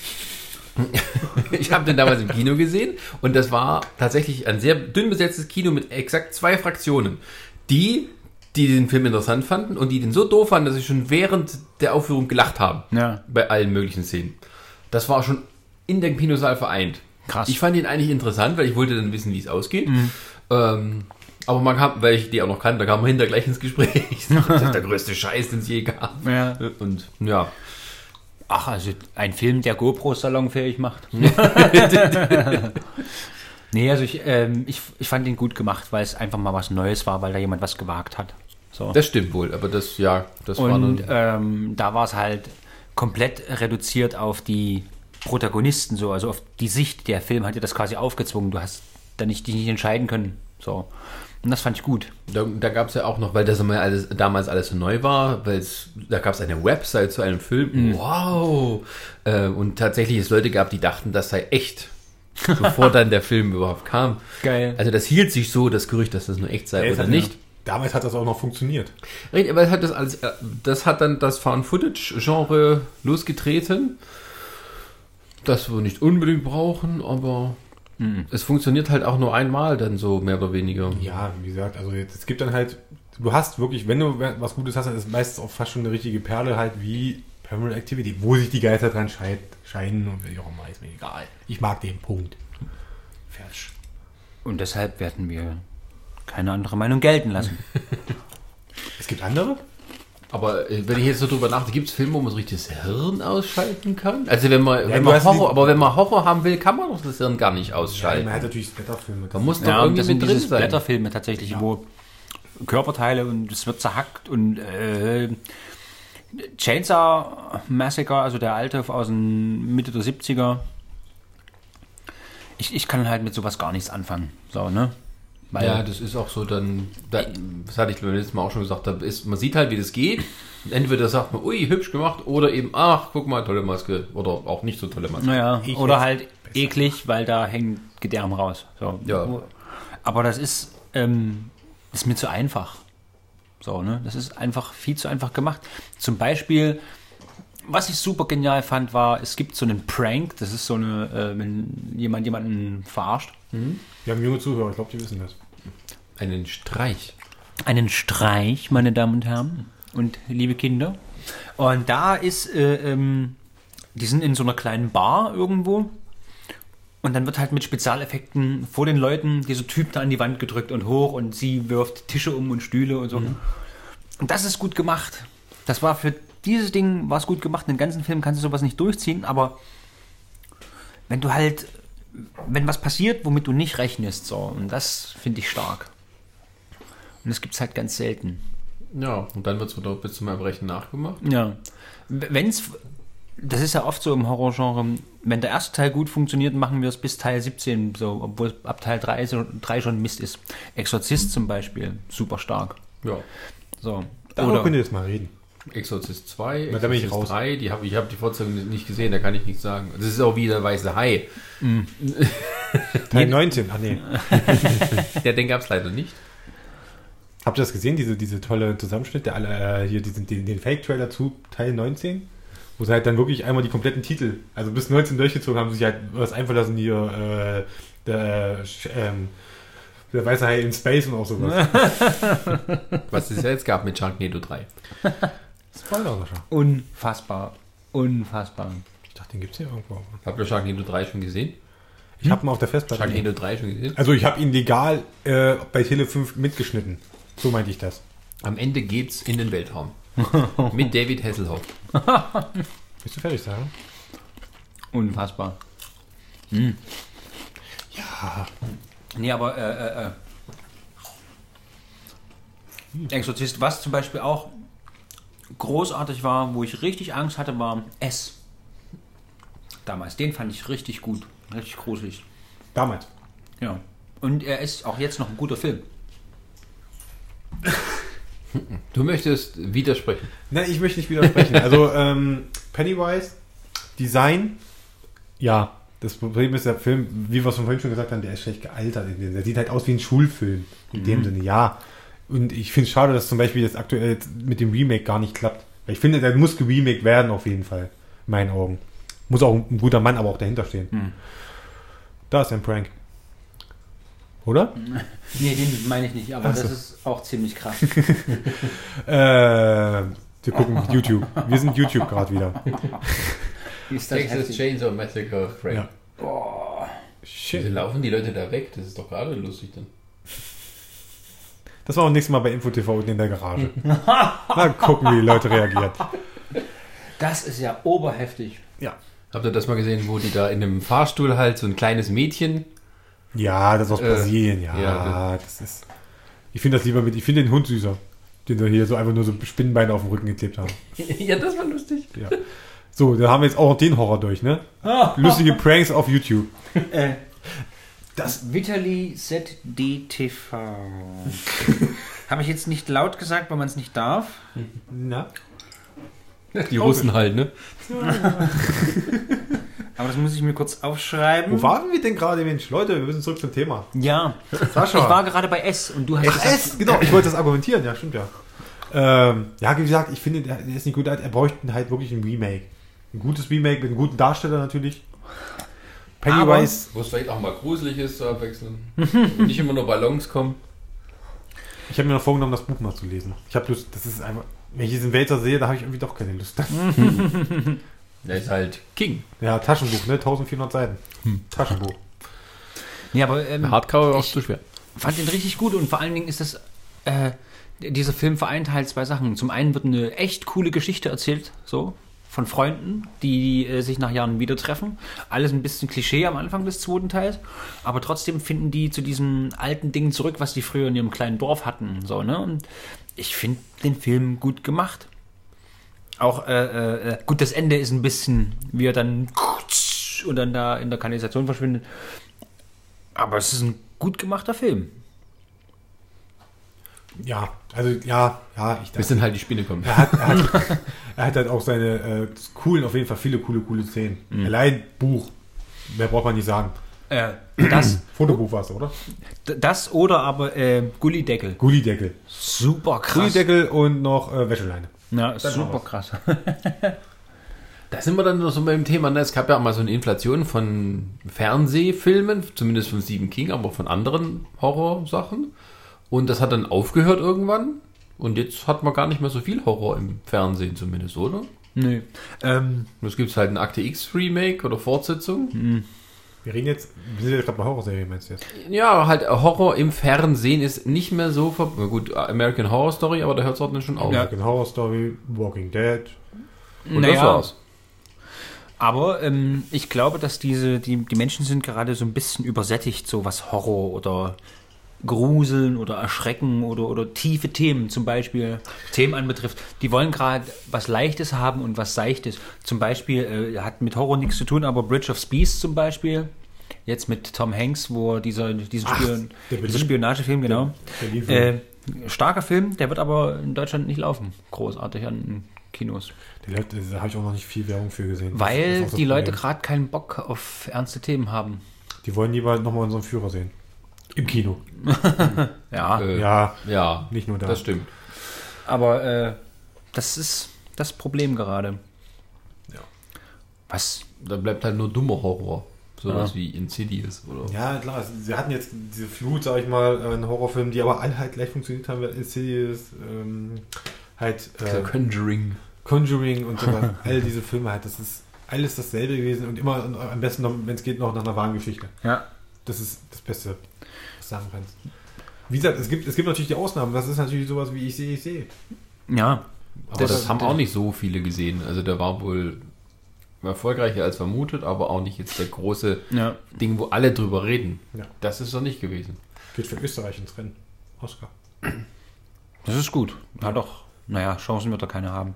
Ich habe den damals im Kino gesehen und das war tatsächlich ein sehr dünn besetztes Kino mit exakt 2 Fraktionen. Die den Film interessant fanden und die den so doof fanden, dass sie schon während der Aufführung gelacht haben. Ja. Bei allen möglichen Szenen. Das war schon in dem Kinosaal vereint. Krass. Ich fand ihn eigentlich interessant, weil ich wollte dann wissen, wie es ausgeht. Aber man kam, weil ich die auch noch kannte, da kam man hinterher gleich ins Gespräch. Das ist der größte Scheiß, den es je gab. Ja. Und ja. Ach, also ein Film, der GoPro salonfähig macht. Nee, also ich fand ihn gut gemacht, weil es einfach mal was Neues war, weil da jemand was gewagt hat. So. Das stimmt wohl, aber das war dann... da war es halt komplett reduziert auf die Protagonisten, so, also auf die Sicht. Der Film hat dir das quasi aufgezwungen. Du hast da dich nicht entscheiden können. So. Und das fand ich gut. Da gab es ja auch noch, weil das damals alles so neu war, da gab es eine Website zu einem Film. Wow! Und tatsächlich es Leute gab, die dachten, das sei echt. Bevor dann der Film überhaupt kam. Geil. Also das hielt sich so, das Gerücht, dass das nur echt sei oder nicht. Damals hat das auch noch funktioniert. Aber das hat dann das Found-Footage-Genre losgetreten. Das wir nicht unbedingt brauchen, aber Es funktioniert halt auch nur einmal dann so, mehr oder weniger. Ja, wie gesagt, also es gibt dann halt, du hast wirklich, wenn du was Gutes hast, dann ist meistens auch fast schon eine richtige Perle halt wie Paranormal Activity, wo sich die Geister dran scheinen und wie auch immer, ist mir egal. Ich mag den Punkt. Fertig. Und deshalb werden wir keine andere Meinung gelten lassen. Es gibt andere? Aber wenn ich jetzt so drüber nachdenke, gibt es Filme, wo man so richtig das Hirn ausschalten kann? Also wenn man wenn man Horror haben will, kann man doch das Hirn gar nicht ausschalten. Ja, man hat natürlich Splatterfilme. Man muss doch Ja, und irgendwie das sind mit drin diese sein. Blätterfilme tatsächlich, wo Körperteile und es wird zerhackt und Chainsaw Massacre, also der alte aus den Mitte der 70er. Ich kann halt mit sowas gar nichts anfangen. So, ne? Weil Ja, das ist auch so dann, das hatte ich beim letzten Mal auch schon gesagt, man sieht halt, wie das geht. Und entweder sagt man, ui, hübsch gemacht, oder eben, ach, guck mal, tolle Maske. Oder auch nicht so tolle Maske. Naja, Ich oder jetzt halt eklig, weil da hängt Gedärm raus. So. Ja. Aber das ist mir zu einfach. So, ne? Das ist einfach viel zu einfach gemacht. Zum Beispiel, was ich super genial fand, war, es gibt so einen Prank, das ist so eine, wenn jemanden verarscht. Wir haben junge Zuhörer, ich glaube, die wissen das. Einen Streich. Einen Streich, meine Damen und Herren und liebe Kinder. Und da ist, die sind in so einer kleinen Bar irgendwo und dann wird halt mit Spezialeffekten vor den Leuten dieser Typ da an die Wand gedrückt und hoch und sie wirft Tische um und Stühle und so. Und das ist gut gemacht. Das war für dieses Ding, war es gut gemacht. Den ganzen Film kannst du sowas nicht durchziehen, aber wenn was passiert, womit du nicht rechnest, so, und das finde ich stark. Und das gibt es halt ganz selten. Ja, und dann wird es wieder bis zum Erbrechen nachgemacht. Ja. Das ist ja oft so im Horrorgenre, wenn der erste Teil gut funktioniert, machen wir es bis Teil 17 so, obwohl ab Teil 3 schon Mist ist. Exorzist zum Beispiel, super stark. Ja. So. Darüber könnt ihr jetzt mal reden. Exorzist 2, Na, da bin ich Exorzist raus. 3, ich habe die Fortsetzung nicht gesehen, da kann ich nichts sagen. Das ist auch wie der weiße Hai. Teil 19, ach nee. Ja, den gab es leider nicht. Habt ihr das gesehen, diese tolle Zusammenschnitt, den Fake-Trailer zu Teil 19? Wo sie halt dann wirklich einmal die kompletten Titel, also bis 19 durchgezogen haben, sich halt was einfallen hier, der weiße Hai in Space und auch sowas. Was es ja jetzt gab mit Sharknado 3. Spoiler, Sascha. Unfassbar. Unfassbar. Ich dachte, den gibt's hier irgendwo. Habt ihr Sharknado 3 schon gesehen? Ich habe ihn auf der Festplatte. Sharknado 3 schon gesehen? Also ich habe ihn legal bei Tele 5 mitgeschnitten. So meinte ich das. Am Ende geht's in den Weltraum. Mit David Hasselhoff. Bist du fertig, Sarah? Unfassbar. Ja. Nee, aber Exorzist, was zum Beispiel auch großartig war, wo ich richtig Angst hatte, war S. Damals. Den fand ich richtig gut. Richtig gruselig. Damals. Ja. Und er ist auch jetzt noch ein guter Film. Du möchtest widersprechen. Nein, ich möchte nicht widersprechen. Also Pennywise, Design, ja. Das Problem ist, der Film, wie wir es von vorhin schon gesagt haben, der ist schlecht gealtert. Der sieht halt aus wie ein Schulfilm. In dem Sinne, ja. Und ich finde es schade, dass zum Beispiel das aktuell mit dem Remake gar nicht klappt. Weil ich finde, der muss geremaked werden auf jeden Fall. In meinen Augen. Muss auch ein guter Mann aber auch dahinter stehen. Da ist ein Prank. Oder? Nee, den meine ich nicht, aber das ist auch ziemlich krass. Wir gucken YouTube. Wir sind YouTube gerade wieder. Ist das Texas heftig. Chainsaw Massacre Frank. Ja. Boah. Wieso Shit. laufen die Leute da weg? Das ist doch gerade lustig dann. Das war auch nächstes Mal bei InfoTV unten in der Garage. Mal gucken, wie die Leute reagieren. Das ist ja oberheftig. Ja. Habt ihr das mal gesehen, wo die da in einem Fahrstuhl halt so ein kleines Mädchen... Ja, das ist aus Brasilien, ja. ja, das ist. Ich finde das lieber ich finde den Hund süßer. Den wir hier so einfach nur so Spinnenbeine auf dem Rücken geklebt haben. Ja, das war lustig. Ja. So, da haben wir jetzt auch den Horror durch, ne? Lustige Pranks auf YouTube. Das Vitali ZDTV. Habe ich jetzt nicht laut gesagt, weil man es nicht darf. Na? Die Russen halt, ne? Aber das muss ich mir kurz aufschreiben. Wo waren wir denn gerade, Mensch? Leute, wir müssen zurück zum Thema. Ja, Sascha. ich war gerade bei S und du hast gesagt, Genau, ich wollte das argumentieren, ja, stimmt ja. Ja, wie gesagt, ich finde, der ist nicht gut, er bräuchte halt wirklich ein Remake. Ein gutes Remake mit einem guten Darsteller natürlich. Pennywise. Wo es vielleicht auch mal gruselig ist zu abwechseln. Und nicht immer nur Ballons kommen. Ich habe mir noch vorgenommen, das Buch mal zu lesen. Ich habe Lust, das ist einfach, wenn ich diesen Wälzer sehe, da habe ich irgendwie doch keine Lust. Der ist halt King. Ja, Taschenbuch, ne? 1400 Seiten. Taschenbuch. Ja, aber Hardcover auch zu schwer. fand den richtig gut und vor allen Dingen ist das, dieser Film vereint halt zwei Sachen. Zum einen wird eine echt coole Geschichte erzählt, so, von Freunden, die sich nach Jahren wieder treffen. Alles ein bisschen Klischee am Anfang des zweiten Teils, aber trotzdem finden die zu diesem alten Ding zurück, was die früher in ihrem kleinen Dorf hatten, so, ne? Und ich finde den Film gut gemacht. Auch, gut, das Ende ist ein bisschen, wie er dann und dann da in der Kanalisation verschwindet. Aber es ist ein gut gemachter Film. Ja, also ja, ich Bis dann halt die Spinne kommt. Er hat halt auch seine coolen, auf jeden Fall viele coole Szenen. Allein Buch, mehr braucht man nicht sagen. Das Fotobuch war es, oder? Das oder aber Gullideckel. Gullideckel. Super krass. Gullideckel und noch Wäscheleine. Ja, super krass. Da sind wir dann noch so beim Thema, ne? Es gab ja auch mal so eine Inflation von Fernsehfilmen, zumindest von Stephen King, aber von anderen Horrorsachen. Und das hat dann aufgehört irgendwann. Und jetzt hat man gar nicht mehr so viel Horror im Fernsehen zumindest, oder? Nö. Jetzt gibt es halt ein Akte X Remake oder Fortsetzung. Wir sind jetzt gerade bei Horrorserien, meinst du jetzt? Ja, halt Horror im Fernsehen ist nicht mehr so gut, American Horror Story, aber da hört es auch dann schon auf. American Horror Story, Walking Dead. Und das war's. Aber ich glaube, dass die Menschen sind gerade so ein bisschen übersättigt, so was Horror oder Gruseln oder Erschrecken oder tiefe Themen zum Beispiel, Themen anbetrifft. Die wollen gerade was Leichtes haben und was Seichtes. Zum Beispiel, hat mit Horror nichts zu tun, aber Bridge of Spies zum Beispiel, jetzt mit Tom Hanks, wo diesen Spionagefilm, genau. Starker Film, der wird aber in Deutschland nicht laufen. Großartig an Kinos. Da habe ich auch noch nicht viel Werbung für gesehen. Weil die Leute gerade keinen Bock auf ernste Themen haben. Die wollen lieber nochmal unseren Führer sehen. Im Kino. Ja. Ja, nicht nur da. Das stimmt. Aber das ist das Problem gerade. Ja. Was? Da bleibt halt nur dummer Horror. Sowas wie Insidious oder. Ja, klar. Sie hatten jetzt diese Flut, sag ich mal, an Horrorfilmen, die aber alle halt gleich funktioniert haben. Insidious, Conjuring. Conjuring und so weiter. All diese Filme halt, das ist alles dasselbe gewesen und immer am besten, wenn es geht, noch nach einer wahren Geschichte. Ja. Das ist das Beste, was du sagen kannst. Wie gesagt, es gibt natürlich die Ausnahmen. Das ist natürlich sowas wie ich sehe. Ja. Aber das haben auch nicht so viele gesehen. Also der war wohl erfolgreicher als vermutet, aber auch nicht jetzt der große Ding, wo alle drüber reden. Ja. Das ist doch nicht gewesen. Geht für Österreich ins Rennen. Oscar. Das ist gut. Hat doch, Chancen wird er keine haben.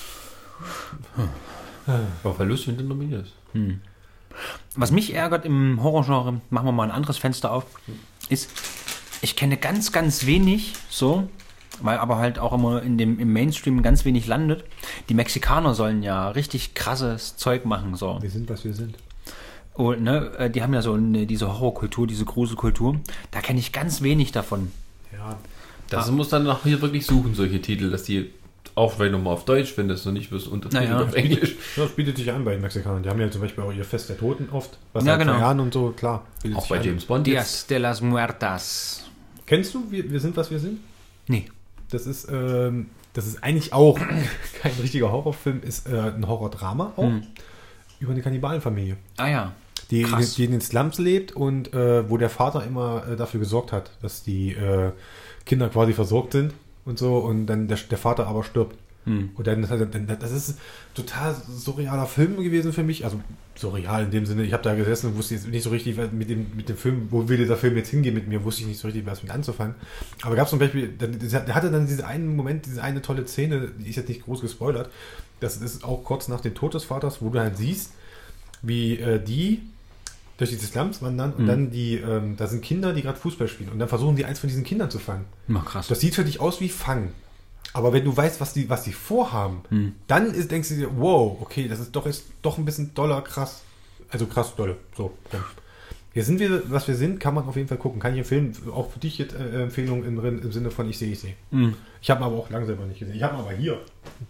War Verlust, wenn du nominiert ist. Was mich ärgert im Horrorgenre, machen wir mal ein anderes Fenster auf, ist, ich kenne ganz, ganz wenig so, weil aber halt auch immer im Mainstream ganz wenig landet. Die Mexikaner sollen ja richtig krasses Zeug machen. So. Wir sind, was wir sind. Und, die haben ja so diese Horrorkultur, diese Gruselkultur. Da kenne ich ganz wenig davon. Ja. Das muss dann noch hier wirklich suchen, solche Titel, dass die auch vielleicht nochmal auf Deutsch, wenn das noch nicht wirst, untertitelt auf Englisch. Ja, das bietet sich an bei den Mexikanern. Die haben ja zum Beispiel auch ihr Fest der Toten oft. Was genau. Jahren und so, klar. Auch bei James Bond. Dias de las Muertas. Kennst du Wir sind, was wir sind? Nee. Das ist eigentlich auch kein richtiger Horrorfilm, ist ein Horrordrama auch über eine Kannibalenfamilie. Ah ja. Die in den Slums lebt und wo der Vater immer dafür gesorgt hat, dass die Kinder quasi versorgt sind und so und dann der Vater aber stirbt. Und dann das ist total surrealer Film gewesen für mich. Also surreal in dem Sinne, ich habe da gesessen und wusste jetzt nicht so richtig mit dem Film, wo will dieser Film jetzt hingehen mit mir, wusste ich nicht so richtig, was mit anzufangen. Aber gab es zum Beispiel, der hatte dann diesen einen Moment, diese eine tolle Szene, die ist jetzt nicht groß gespoilert, das ist auch kurz nach dem Tod des Vaters, wo du halt siehst, wie die durch diese Slums wandern und dann da sind Kinder, die gerade Fußball spielen und dann versuchen die eins von diesen Kindern zu fangen. Krass. Das sieht für dich aus wie Fangen. Aber wenn du weißt, was die vorhaben, dann denkst du dir, wow, okay, das ist doch ein bisschen doller, krass. Also krass dolle. So. Hier sind wir, was wir sind, kann man auf jeden Fall gucken. Kann ich empfehlen, auch für dich jetzt Empfehlungen im Sinne von ich sehe. Ich habe ihn aber auch lang selber nicht gesehen. Ich habe ihn aber hier.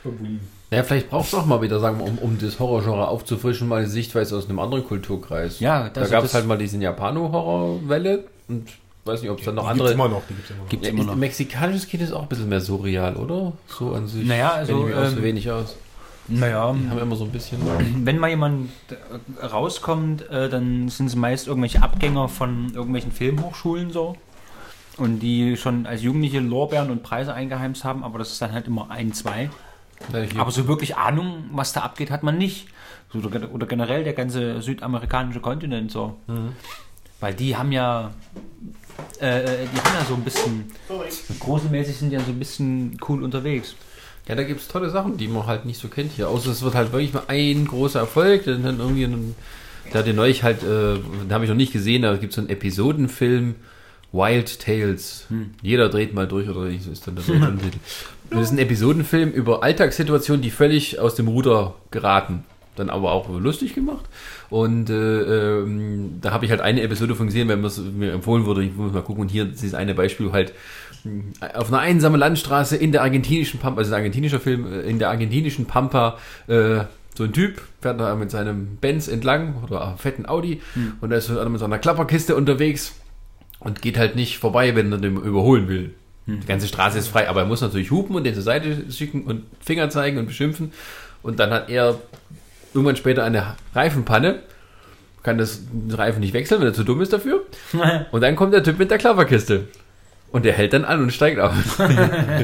irgendwo liegen. Ja, vielleicht brauchst du auch mal wieder, sagen wir, um das Horrorgenre aufzufrischen, mal die Sichtweise aus einem anderen Kulturkreis. Ja, da gab es halt mal diesen Japano-Horrorwelle und weiß nicht, ob es dann noch andere... Die gibt's immer noch. Mexikanisches Kino ist auch ein bisschen mehr surreal, oder? So an sich. Naja, also... Kenne ich mir auch so wenig aus. Naja... Die haben immer so ein bisschen... Wenn mal jemand rauskommt, dann sind es meist irgendwelche Abgänger von irgendwelchen Filmhochschulen so. Und die schon als Jugendliche Lorbeeren und Preise eingeheimst haben, aber das ist dann halt immer 1, 2. Aber so wirklich Ahnung, was da abgeht, hat man nicht. So, oder generell der ganze südamerikanische Kontinent so. Weil die haben ja so ein bisschen, großenmäßig sind ja so ein bisschen cool unterwegs. Ja, da gibt es tolle Sachen, die man halt nicht so kennt hier. Außer es wird halt wirklich mal ein großer Erfolg. Dann irgendwie da hat den neulich halt, da habe ich noch nicht gesehen, da gibt es so einen Episodenfilm, Wild Tales. Jeder dreht mal durch, oder ist dann der deutsche Titel. Das ist ein Episodenfilm über Alltagssituationen, die völlig aus dem Ruder geraten. Dann aber auch lustig gemacht. Und da habe ich halt eine Episode von gesehen, wenn mir empfohlen wurde, ich muss mal gucken. Und hier ist dieses eine Beispiel halt auf einer einsamen Landstraße in der argentinischen Pampa, also ein argentinischer Film, in der argentinischen Pampa, so ein Typ fährt da mit seinem Benz entlang oder einem fetten Audi und da ist so einer mit so einer Klapperkiste unterwegs und geht halt nicht vorbei, wenn er den überholen will. Die ganze Straße ist frei, aber er muss natürlich hupen und den zur Seite schicken und Finger zeigen und beschimpfen. Und dann hat er irgendwann später eine Reifenpanne, kann den Reifen nicht wechseln, wenn er zu dumm ist dafür. Und dann kommt der Typ mit der Klapperkiste. Und der hält dann an und steigt aus. Und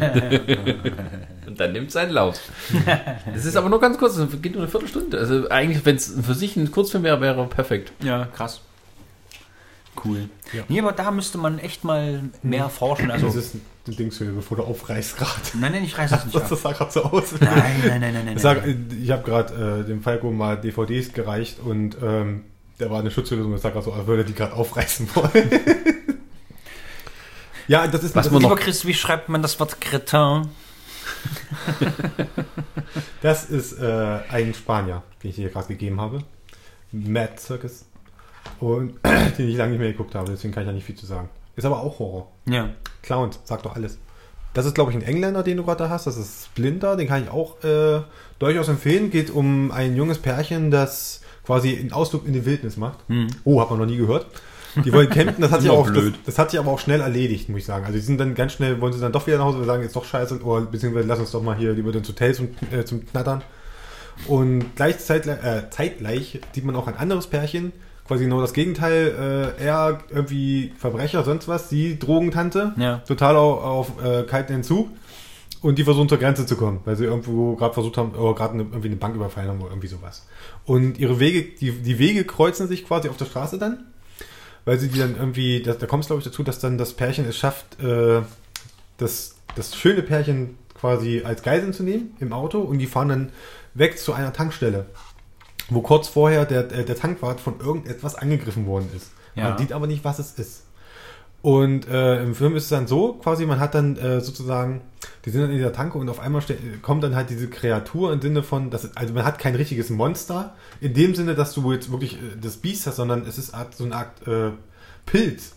dann nimmt seinen Lauf. Das ist aber nur ganz kurz, das geht nur eine Viertelstunde. Also eigentlich, wenn es für sich ein Kurzfilm wäre, wäre er perfekt. Ja, krass. Cool. Ja. Nee, aber da müsste man echt mal mehr forschen. Also, das ist ein Dings, bevor du aufreißt gerade. Nein, ich reiß es nicht Das sah gerade so aus. Nein. Ich habe gerade dem Falco mal DVDs gereicht und der war eine Schutzhülle und das sah gerade so, als würde die gerade aufreißen wollen. Ja, das ist... Was man noch... Chris, wie schreibt man das Wort Cretin? Das ist ein Spanier, den ich dir gerade gegeben habe. Mad Circus. Und den ich lange nicht mehr geguckt habe, deswegen kann ich da nicht viel zu sagen. Ist aber auch Horror. Ja. Clowns, sagt doch alles. Das ist, glaube ich, ein Engländer, den du gerade da hast. Das ist Splinter, den kann ich auch durchaus empfehlen. Geht um ein junges Pärchen, das quasi einen Ausflug in die Wildnis macht. Oh, hat man noch nie gehört. Die wollen campen, das hat sich aber auch schnell erledigt, muss ich sagen. Also die sind dann ganz schnell, wollen sie dann doch wieder nach Hause, wir sagen, jetzt doch scheiße, oder beziehungsweise lass uns doch mal hier lieber ins Hotel zum Knattern. Und zeitgleich sieht man auch ein anderes Pärchen, quasi genau das Gegenteil, er irgendwie Verbrecher, sonst was, die Drogentante, total auf kalten Entzug. Und die versuchen zur Grenze zu kommen, weil sie irgendwo gerade versucht haben, oder gerade irgendwie eine Bank überfallen haben oder irgendwie sowas. Und ihre Wege, die Wege kreuzen sich quasi auf der Straße dann, weil sie die dann irgendwie, da kommt es glaube ich dazu, dass dann das Pärchen es schafft, das schöne Pärchen quasi als Geiseln zu nehmen im Auto und die fahren dann weg zu einer Tankstelle, wo kurz vorher der Tankwart von irgendetwas angegriffen worden ist. Ja. Man sieht aber nicht, was es ist. Und im Film ist es dann so, quasi, man hat dann sozusagen, die sind dann in dieser Tanke und auf einmal kommt dann halt diese Kreatur im Sinne von, also man hat kein richtiges Monster, in dem Sinne, dass du jetzt wirklich das Biest hast, sondern es ist so eine Art Pilz,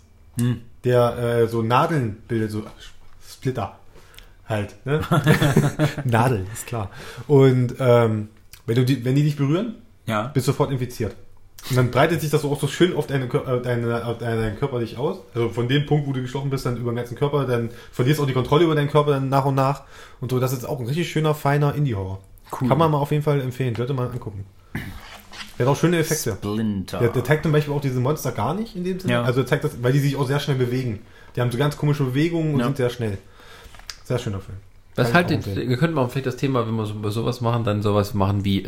der so Nadeln bildet, so Splitter halt. Ne? Nadeln, ist klar. Und wenn die dich berühren, bist du sofort infiziert. Und dann breitet sich das auch so schön auf deinen Körper dich aus. Also von dem Punkt, wo du gestochen bist, dann über den ganzen Körper, dann verlierst du auch die Kontrolle über deinen Körper dann nach und nach. Und so, das ist auch ein richtig schöner, feiner Indie-Horror. Cool. Kann man mal auf jeden Fall empfehlen. Sollte man angucken. Der hat auch schöne Effekte. Splinter. Der zeigt zum Beispiel auch diese Monster gar nicht in dem Sinne. Ja. Also zeigt das, weil die sich auch sehr schnell bewegen. Die haben so ganz komische Bewegungen und sind sehr schnell. Sehr schöner Film. Was haltet, wir könnten mal vielleicht das Thema, wenn wir über sowas machen, dann sowas machen wie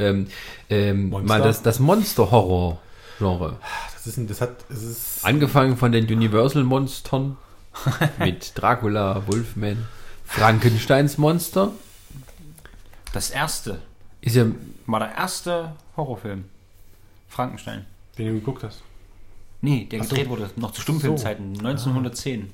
mal das Monster-Horror-Genre. Das ist angefangen von den Universal-Monstern mit Dracula, Wolfman, Frankensteins Monster. Das erste ist ja war der erste Horrorfilm. Frankenstein. Den du geguckt hast? Nee, der gedreht wurde noch zu Stummfilmzeiten, 1910.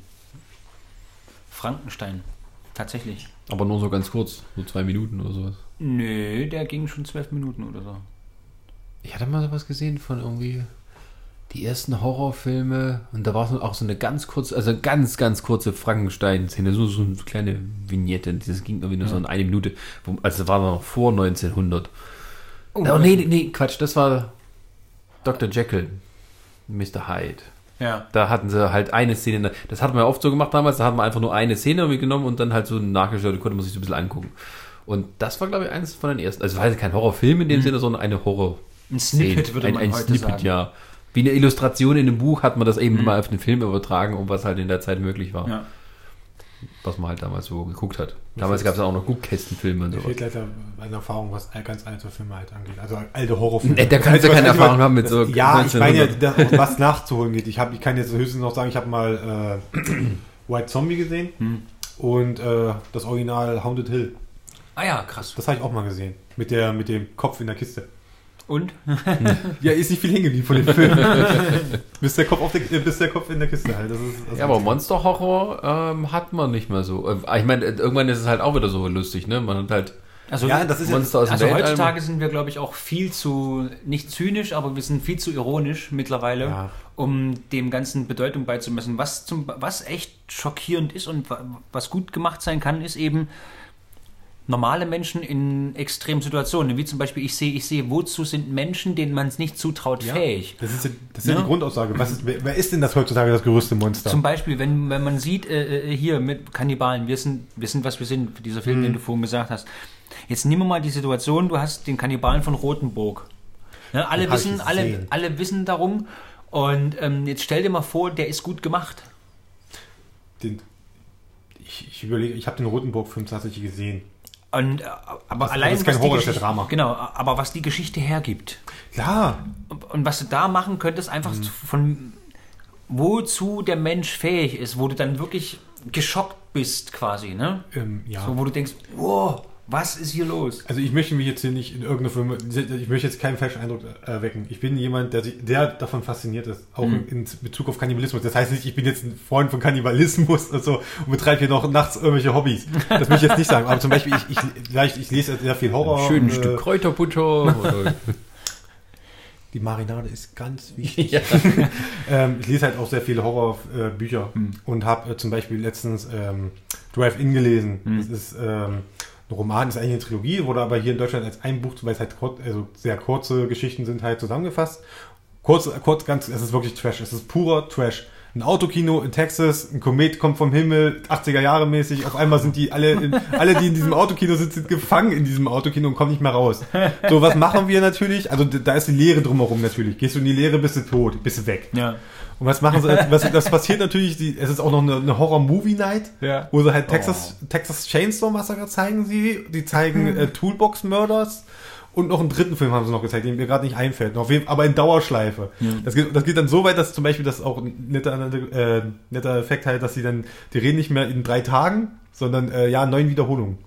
Frankenstein. Tatsächlich. Aber nur so ganz kurz, so 2 Minuten oder sowas. Nö, der ging schon 12 Minuten oder so. Ich hatte mal sowas gesehen von irgendwie Die ersten Horrorfilme, und da war es auch so eine ganz kurze, also ganz kurze Frankenstein-Szene, so eine kleine Vignette, das ging irgendwie nur so in eine Minute, also das war noch vor 1900. Oh, nee, Quatsch, das war Dr. Jekyll, Mr. Hyde. Ja. Da hatten sie halt eine Szene, das hat man ja oft so gemacht damals, da hat man einfach nur eine Szene irgendwie genommen und dann halt so nachgeschaut, da konnte man sich so ein bisschen angucken. Und das war, glaube ich, eines von den ersten, also es war halt kein Horrorfilm in dem Sinne, sondern eine Horror. Ein Snippet würde man heute sagen. Ja. Wie eine Illustration in einem Buch hat man das eben mal auf den Film übertragen, um was halt in der Zeit möglich war. Ja. Was man halt damals so geguckt hat. Damals gab es auch noch Guckkästenfilme und so. Mir fehlt leider eine Erfahrung, was ganz alte Filme halt angeht. Also alte Horrorfilme. Da kannst du keine Erfahrung haben mit so... Ja, ich meine ja, was nachzuholen geht. Ich kann jetzt höchstens noch sagen, ich habe mal White Zombie gesehen und das Original Haunted Hill. Ah ja, krass. Das habe ich auch mal gesehen. Mit dem Kopf in der Kiste. Und? Ja, ist nicht viel hängen geblieben von dem Film. bis der Kopf in der Kiste halt. Das ist ja, aber Monster-Horror hat man nicht mehr so. Ich meine, irgendwann ist es halt auch wieder so lustig, ne? Man hat halt das ist Monster aus dem Weltall. Heutzutage sind wir, glaube ich, auch viel zu, nicht zynisch, aber wir sind viel zu ironisch mittlerweile, um dem Ganzen Bedeutung beizumessen. Was echt schockierend ist und was gut gemacht sein kann, ist eben normale Menschen in extremen Situationen, wie zum Beispiel ich sehe, wozu sind Menschen, denen man es nicht zutraut, fähig? Das ist ja die Grundaussage. Wer ist denn das heutzutage das größte Monster? Zum Beispiel, wenn man sieht, hier mit Kannibalen, wir sind, was wir sind, dieser Film, den du vorhin gesagt hast. Jetzt nehmen wir mal die Situation, du hast den Kannibalen von Rothenburg. Ja, alle wissen darum und jetzt stell dir mal vor, der ist gut gemacht. Ich überlege, ich habe den Rothenburg-Film tatsächlich gesehen. Und, aber das allein ist kein Horror, das ist ja Drama. Genau, aber was die Geschichte hergibt. Ja. Und was du da machen könntest, einfach von wozu der Mensch fähig ist, wo du dann wirklich geschockt bist quasi, ne? So, wo du denkst, wow, was ist hier los? Also ich möchte mich jetzt hier nicht in irgendeine Firma, ich möchte jetzt keinen falschen Eindruck erwecken. Ich bin jemand, der davon fasziniert ist, auch in Bezug auf Kannibalismus. Das heißt nicht, ich bin jetzt ein Freund von Kannibalismus und betreibe hier noch nachts irgendwelche Hobbys. Das möchte ich jetzt nicht sagen. Aber zum Beispiel, ich lese sehr viel Horror. Ein schönes Stück Kräuterbutter. Die Marinade ist ganz wichtig. Ja. Ich lese halt auch sehr viele Horrorbücher und habe zum Beispiel letztens Drive-In gelesen. Das ist ein Roman, ist eigentlich eine Trilogie, wurde aber hier in Deutschland als ein Buch, weil es halt sehr kurze Geschichten sind, halt zusammengefasst. Es ist wirklich Trash. Es ist purer Trash. Ein Autokino in Texas, ein Komet kommt vom Himmel, 80er Jahre mäßig, auf einmal sind die alle, die in diesem Autokino sind gefangen in diesem Autokino und kommen nicht mehr raus. So, was machen wir natürlich? Also da ist die Leere drumherum natürlich. Gehst du in die Leere, bist du tot, bist du weg. Ja. Und was machen sie? Das passiert natürlich, es ist auch noch eine Horror-Movie-Night, wo sie halt Texas Chainsaw Massacre zeigen sie, die zeigen Toolbox Murders und noch einen dritten Film haben sie noch gezeigt, den mir gerade nicht einfällt, aber in Dauerschleife. Ja. Das geht dann so weit, dass zum Beispiel das auch ein netter Effekt halt, dass die reden nicht mehr in 3 Tagen, sondern 9 Wiederholungen.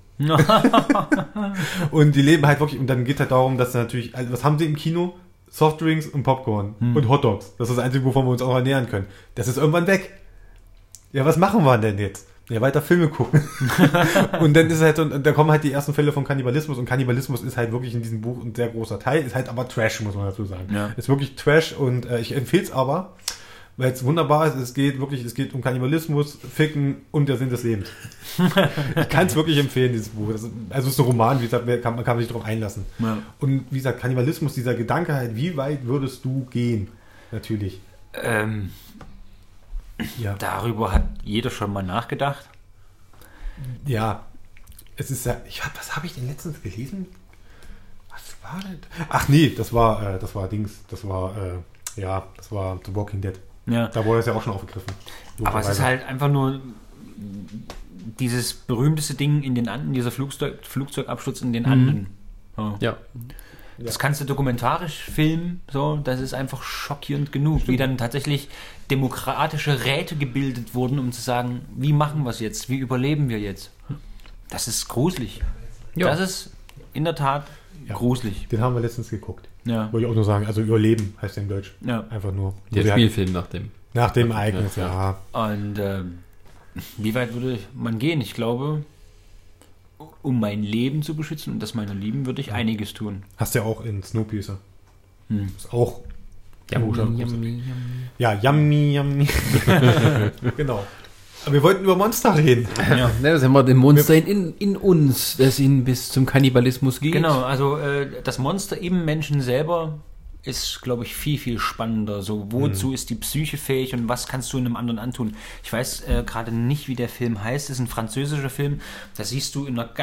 Und die leben halt wirklich, und dann geht halt darum, dass sie natürlich, also was haben sie im Kino? Softdrinks und Popcorn und Hotdogs. Das ist das Einzige, wovon wir uns auch ernähren können. Das ist irgendwann weg. Ja, was machen wir denn jetzt? Ja, weiter Filme gucken. Und dann ist halt, und da kommen halt die ersten Fälle von Kannibalismus, und Kannibalismus ist halt wirklich in diesem Buch ein sehr großer Teil, ist halt aber Trash, muss man dazu sagen. Ja. Ist wirklich Trash, und ich empfehle es aber, weil es wunderbar ist, es geht um Kannibalismus, Ficken und der Sinn des Lebens. Ich kann es wirklich empfehlen, dieses Buch. Also es ist ein Roman, wie gesagt, man kann sich darauf einlassen. Ja. Und wie gesagt, Kannibalismus, dieser Gedanke halt, wie weit würdest du gehen? Natürlich. Darüber hat jeder schon mal nachgedacht. Ja. Es ist ja, was habe ich denn letztens gelesen? Was war denn? Ach nee, das war The Walking Dead. Ja. Da wurde es ja auch schon aufgegriffen. Aber es ist halt einfach nur dieses berühmteste Ding in den Anden, dieser Flugzeugabsturz in den Anden. Oh. Ja. Das kannst du dokumentarisch filmen, so, das ist einfach schockierend genug, wie dann tatsächlich demokratische Räte gebildet wurden, um zu sagen, wie machen wir es jetzt, wie überleben wir jetzt. Das ist gruselig. Ja. Das ist in der Tat gruselig. Den haben wir letztens geguckt. Ja. Wollte ich auch nur sagen, also Überleben heißt der im Deutsch. Ja. Einfach nur. Der Spielfilm nach dem Ereignis, ja. Und wie weit würde man gehen? Ich glaube, um mein Leben zu beschützen und das meiner Lieben, würde ich einiges tun. Hast du ja auch in Snowpiercer. Ist auch Ja, yummy, yummy. Genau. Aber wir wollten über Monster reden. Ja, das haben wir den Monster in uns, das ihn bis zum Kannibalismus geht. Genau, also das Monster im Menschen selber ist, glaube ich, viel, viel spannender. So, wozu ist die Psyche fähig und was kannst du einem anderen antun? Ich weiß gerade nicht, wie der Film heißt. Es ist ein französischer Film. Da siehst du in einer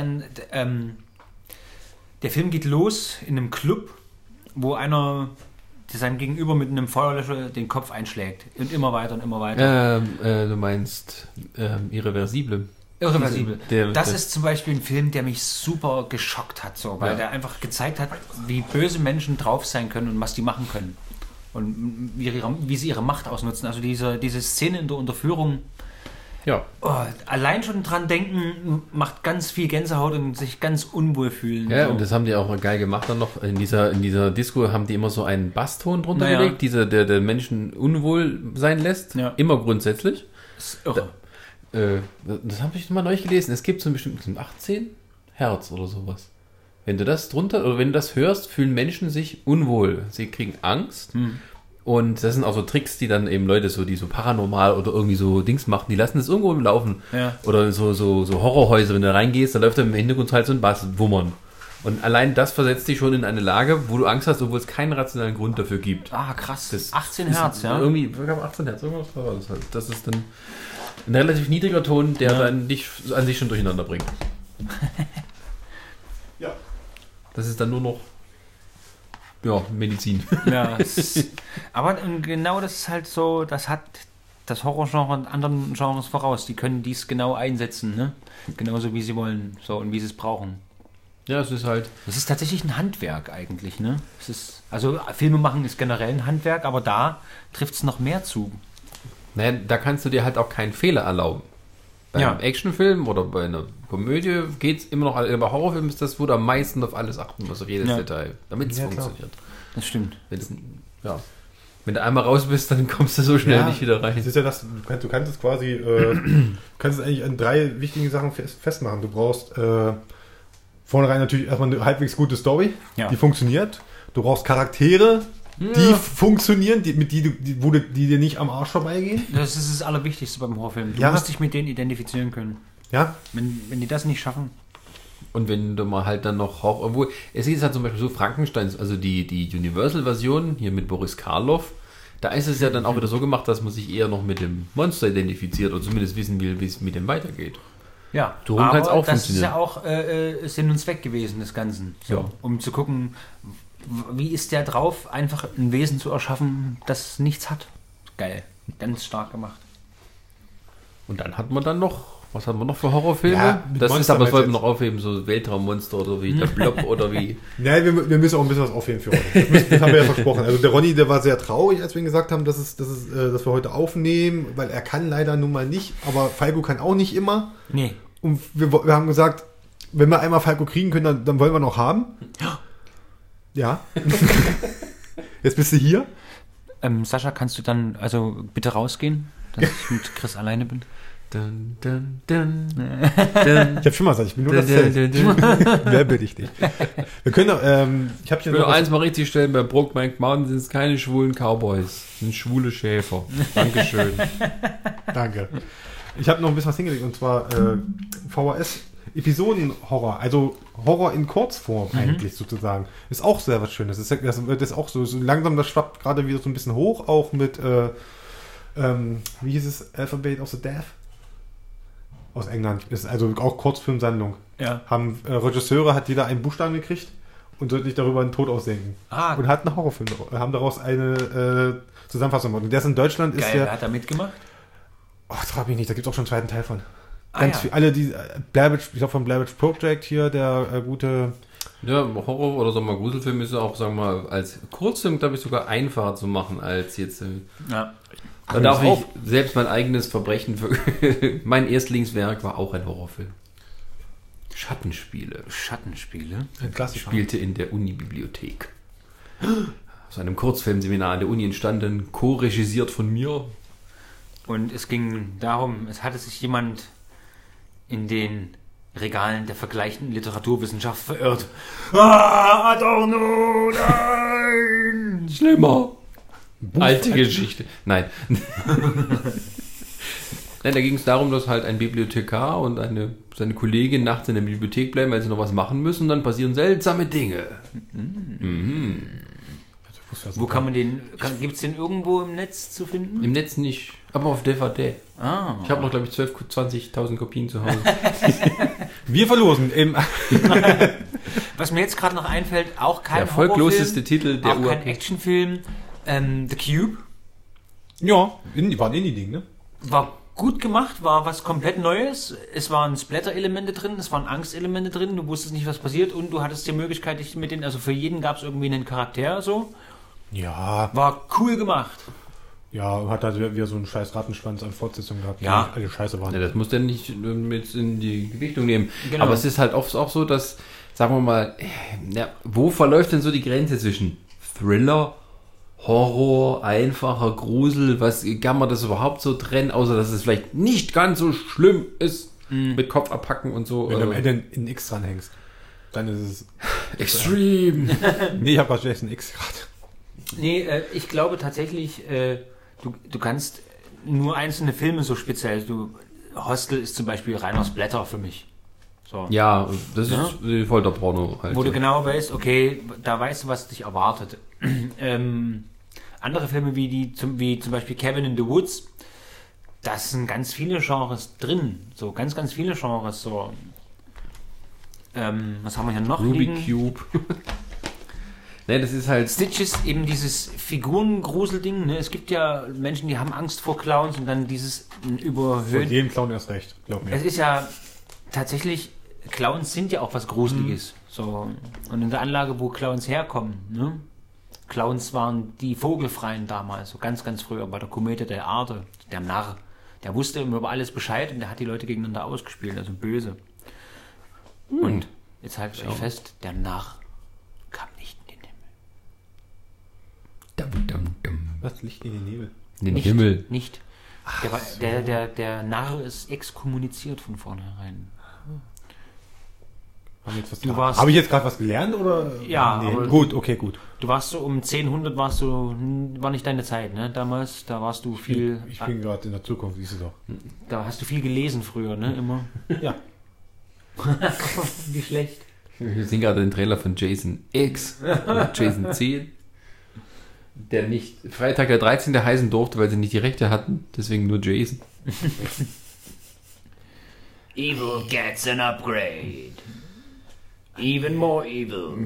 der Film geht los in einem Club, wo einer seinem Gegenüber mit einem Feuerlöscher den Kopf einschlägt. Und immer weiter und immer weiter. Du meinst Irreversible. Irreversibel. Das ist zum Beispiel ein Film, der mich super geschockt hat, so, weil der einfach gezeigt hat, wie böse Menschen drauf sein können und was die machen können. Und wie sie ihre Macht ausnutzen. Also diese Szene in der Unterführung. Ja. Allein schon dran denken, macht ganz viel Gänsehaut und sich ganz unwohl fühlen. Ja, so. und das haben die auch geil gemacht dann noch. In dieser Disco haben die immer so einen Basston drunter gelegt, der Menschen unwohl sein lässt. Ja. Immer grundsätzlich. Das ist irre. Das habe ich mal neu gelesen. Es gibt so einen bestimmten 18 Hertz oder sowas. Wenn du das drunter oder wenn du das hörst, fühlen Menschen sich unwohl. Sie kriegen Angst. Und das sind auch so Tricks, die dann eben Leute die so paranormal oder irgendwie so Dings machen, die lassen das irgendwo laufen. Ja. Oder so Horrorhäuser, wenn du reingehst, da läuft da im Hintergrund halt so ein Bass wummern. Und allein das versetzt dich schon in eine Lage, wo du Angst hast, obwohl es keinen rationalen Grund dafür gibt. Ah, krass. Das 18 Hertz, ja? Irgendwie, 18 Hertz, irgendwas war das halt. Das ist dann ein relativ niedriger Ton, der dann dich an sich schon durcheinander bringt. Ja. Das ist dann nur noch Medizin. Ja, aber genau das ist halt so, das hat das Horrorgenre und anderen Genres voraus. Die können dies genau einsetzen, ne? Genauso wie sie wollen, so und wie sie es brauchen. Ja, es ist halt. Das ist tatsächlich ein Handwerk eigentlich, ne? Also Filme machen ist generell ein Handwerk, aber da trifft es noch mehr zu. Naja, da kannst du dir halt auch keinen Fehler erlauben. Bei einem Actionfilm oder bei einer Komödie geht es immer noch, bei Horrorfilmen ist das, wo du am meisten auf alles achten musst, auf jedes Detail, damit es funktioniert. Das stimmt. Wenn du einmal raus bist, dann kommst du so schnell nicht wieder rein. Das ist ja das, du kannst es quasi, kannst es eigentlich an 3 wichtigen Sachen festmachen. Du brauchst vornherein natürlich erstmal eine halbwegs gute Story, die funktioniert. Du brauchst Charaktere, die funktionieren, die dir nicht am Arsch vorbeigehen. Das ist das Allerwichtigste beim Horrorfilm. Du musst dich mit denen identifizieren können. Ja. Wenn die das nicht schaffen. Und wenn du mal halt dann noch obwohl, es ist halt zum Beispiel so Frankenstein, also die Universal-Version hier mit Boris Karloff, da ist es ja dann auch wieder so gemacht, dass man sich eher noch mit dem Monster identifiziert oder zumindest wissen will, wie es mit dem weitergeht. Ja, aber auch das ist ja auch Sinn und Zweck gewesen des Ganzen. So, um zu gucken, wie ist der drauf, einfach ein Wesen zu erschaffen, das nichts hat. Geil, ganz stark gemacht. Und dann hat man dann noch, was haben wir noch für Horrorfilme? Ja, das ist aber, das wollten wir noch aufheben, so Weltraummonster oder wie der Blob oder wie... Nein, wir müssen auch ein bisschen was aufheben für Ronny. Das haben wir ja versprochen. Also der Ronny, der war sehr traurig, als wir ihm gesagt haben, dass wir heute aufnehmen, weil er kann leider nun mal nicht, aber Falco kann auch nicht immer. Nee. Und wir haben gesagt, wenn wir einmal Falco kriegen können, dann wollen wir noch haben. Ja. Jetzt bist du hier. Sascha, kannst du dann also bitte rausgehen, dass ich mit Chris alleine bin? Dun, dun, dun, dun. Ich habe schon mal gesagt, ich bin nur das Zelt. Wer bin ich nicht? Wir können ich habe hier noch eins mal richtig stellen, bei Brokeback Mountain sind es keine schwulen Cowboys, es sind schwule Schäfer. Dankeschön. Danke. Ich habe noch ein bisschen was hingelegt, und zwar VHS-Episoden-Horror, also Horror in Kurzform eigentlich sozusagen. Ist auch sehr was Schönes. Das ist auch so langsam, das schwappt gerade wieder so ein bisschen hoch, auch mit, wie hieß es, Alphabet of the Death? Aus England. Ist also auch Kurzfilmsandlung. Ja. Regisseure hat jeder einen Buchstaben gekriegt und sollte sich darüber einen Tod ausdenken. Und hat einen Horrorfilm, haben daraus eine Zusammenfassung gemacht. Und der ist in Deutschland. Geil, ist der. Wer hat da mitgemacht? Oh, das frag mich nicht, da gibt es auch schon einen zweiten Teil von. Ganz viel, alle die Blair Witch, ich glaube vom Blair Witch Project hier, der gute... Ja, Horror- oder sagen wir mal Gruselfilm ist ja auch, sagen wir mal, als Kurzfilm, glaube ich, sogar einfacher zu machen, als jetzt... Da darf ich selbst mein eigenes Verbrechen... mein Erstlingswerk war auch ein Horrorfilm. Schattenspiele. Ein Klassiker. Spielte in der Uni-Bibliothek. Aus einem Kurzfilmseminar an der Uni entstanden, co-regisiert von mir. Und es ging darum, es hatte sich jemand in den Regalen der vergleichenden Literaturwissenschaft verirrt. Adorno, nein! Schlimmer. Alte Geschichte. Nein. Nein, da ging es darum, dass halt ein Bibliothekar und seine Kollegin nachts in der Bibliothek bleiben, weil sie noch was machen müssen, und dann passieren seltsame Dinge. Wo kann man den, gibt es den irgendwo im Netz zu finden? Im Netz nicht, aber auf DVD. Ah. Ich habe noch, glaube ich, 20.000 Kopien zu Hause. Wir verlosen im Was mir jetzt gerade noch einfällt, auch kein Der erfolgloseste Horrorfilm, Titel der auch kein Actionfilm. The Cube ja, war ein Indie-Ding, ne? war gut gemacht, war was komplett Neues. Es waren Splatter-Elemente drin, es waren Angstelemente drin, du wusstest nicht, was passiert, und du hattest die Möglichkeit, dich mit den, also für jeden gab es irgendwie einen Charakter, so. Ja, War cool gemacht. ja, hat halt wieder so einen scheiß Rattenschwanz an Fortsetzungen gehabt, Ja. die alle scheiße waren. Ja, das muss der nicht mit in die Gewichtung nehmen. Genau. Aber es ist halt oft auch so, dass, sagen wir mal, ja, wo verläuft denn so die Grenze zwischen Thriller, Horror, einfacher Grusel, was kann man das überhaupt so trennen, außer dass es vielleicht nicht ganz so schlimm ist mit Kopf abhacken und so. Wenn du am Ende ein X dranhängst, dann ist es... Extreme. Nee, ich habe wahrscheinlich ein X gerade. Nee, ich glaube tatsächlich, du kannst nur einzelne Filme so speziell, Hostel ist zum Beispiel reiner Splatter für mich. So. Ja, das Ja. ist die Folterporno halt. Wo du genau weißt, okay, da weißt du, was dich erwartet. Andere Filme wie zum Beispiel Cabin in the Woods, da sind ganz viele Genres drin. So ganz, ganz viele Genres. So. Was haben wir hier noch liegen? Rubik Cube. Ne, das ist halt... Stitches, eben dieses Figurengruselding. Ne? Es gibt ja Menschen, die haben Angst vor Clowns und dann dieses Von überhöht. jedem Clown erst recht, glaub mir. Es ist ja tatsächlich, Clowns sind ja auch was Gruseliges. So. Und in der Anlage, wo Clowns herkommen, ne? Clowns waren die Vogelfreien damals, so ganz, ganz früher bei der Komödie der Arte, der Narr. Der wusste immer über alles Bescheid und der hat die Leute gegeneinander ausgespielt, also böse. Und jetzt haltet euch fest, der Narr kam nicht in den Himmel. Dum, dum, dum. Was? Licht in den Nebel? In den Nicht, Himmel. nicht. Der Narr ist exkommuniziert von vornherein. Habe ich jetzt gerade was gelernt oder? Ja, Nee. aber- Gut, okay, gut. Du warst so um 1000 war nicht deine Zeit, ne? Damals, da warst du viel, Ich bin gerade in der Zukunft, siehst du doch. da hast du viel gelesen früher, ne? Immer. Ja. Wie schlecht. Wir sehen gerade den Trailer von Jason X, oder Jason 10, der nicht Freitag der 13. heißen durfte, weil sie nicht die Rechte hatten, deswegen nur Jason. Evil gets an upgrade. Even more evil.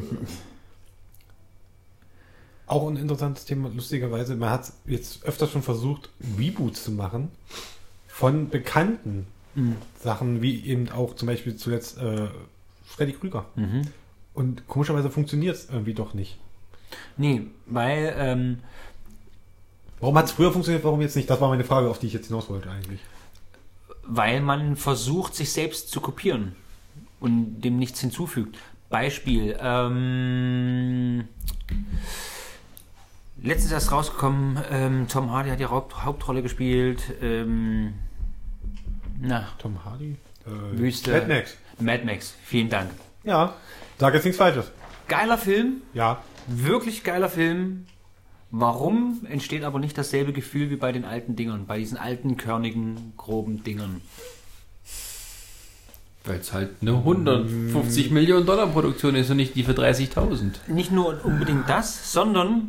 Auch ein interessantes Thema, lustigerweise. Man hat jetzt öfter schon versucht, Reboots zu machen von bekannten Sachen, wie eben auch zum Beispiel zuletzt Freddy Krüger. Und komischerweise funktioniert es irgendwie doch nicht. Nee, weil, Warum hat es früher funktioniert, warum jetzt nicht? Das war meine Frage, auf die ich jetzt hinaus wollte eigentlich. weil man versucht, sich selbst zu kopieren und dem nichts hinzufügt. Beispiel, letztens erst rausgekommen, Tom Hardy hat die Hauptrolle gespielt, Tom Hardy? Wüste. Mad Max. Mad Max, vielen Dank. Ja, sag jetzt nichts Falsches. Geiler Film, Ja, wirklich geiler Film. Warum entsteht aber nicht dasselbe Gefühl wie bei den alten Dingern, bei diesen alten, körnigen, groben Dingern? Weil es halt eine 150 Millionen Dollar Produktion ist und nicht die für 30.000. Nicht nur unbedingt das, sondern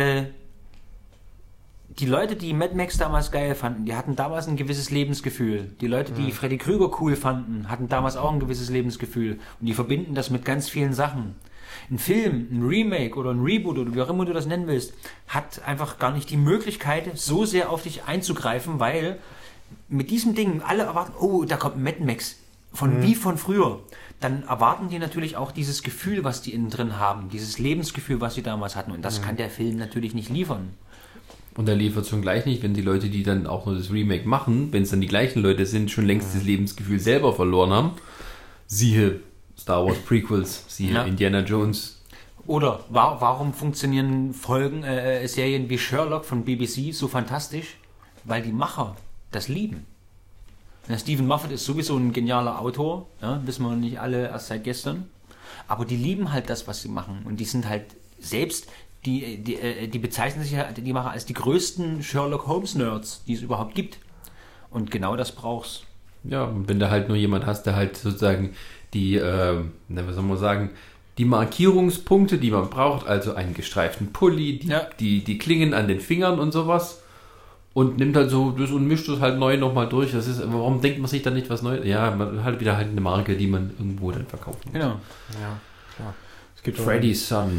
die Leute, die Mad Max damals geil fanden, die hatten damals ein gewisses Lebensgefühl. Die Leute, die Freddy Krüger cool fanden, hatten damals auch ein gewisses Lebensgefühl. Und die verbinden das mit ganz vielen Sachen. Ein Film, ein Remake oder ein Reboot oder wie auch immer du das nennen willst, hat einfach gar nicht die Möglichkeit, so sehr auf dich einzugreifen, weil mit diesem Ding alle erwarten, oh, da kommt Mad Max, wie von früher. Dann erwarten die natürlich auch dieses Gefühl, was die innen drin haben, dieses Lebensgefühl, was sie damals hatten. Und das kann der Film natürlich nicht liefern. Und er liefert schon gleich nicht, wenn die Leute, die dann auch nur das Remake machen, wenn es dann die gleichen Leute sind, schon längst das Lebensgefühl selber verloren haben. Siehe Star Wars Prequels, siehe Ja. Indiana Jones. Oder warum funktionieren Serien wie Sherlock von BBC so fantastisch? Weil die Macher das lieben. Ja, Stephen Moffat ist sowieso ein genialer Autor, ja, wissen wir nicht alle erst seit gestern. Aber die lieben halt das, was sie machen. Und die sind halt selbst, die bezeichnen sich ja, die Macher als die größten Sherlock Holmes Nerds, die es überhaupt gibt. Und genau das brauchst. Ja, und wenn du halt nur jemand hast, der halt sozusagen die, was soll man sagen, die Markierungspunkte, die man braucht, also einen gestreiften Pulli, die Klingen an den Fingern und sowas, und nimmt halt so das und mischt das halt neu nochmal durch. Das ist, warum denkt man sich dann nicht was Neues? Ja, man hat wieder halt eine Marke, die man irgendwo dann verkaufen muss. Genau. Ja, klar. Es gibt Freddy's Son.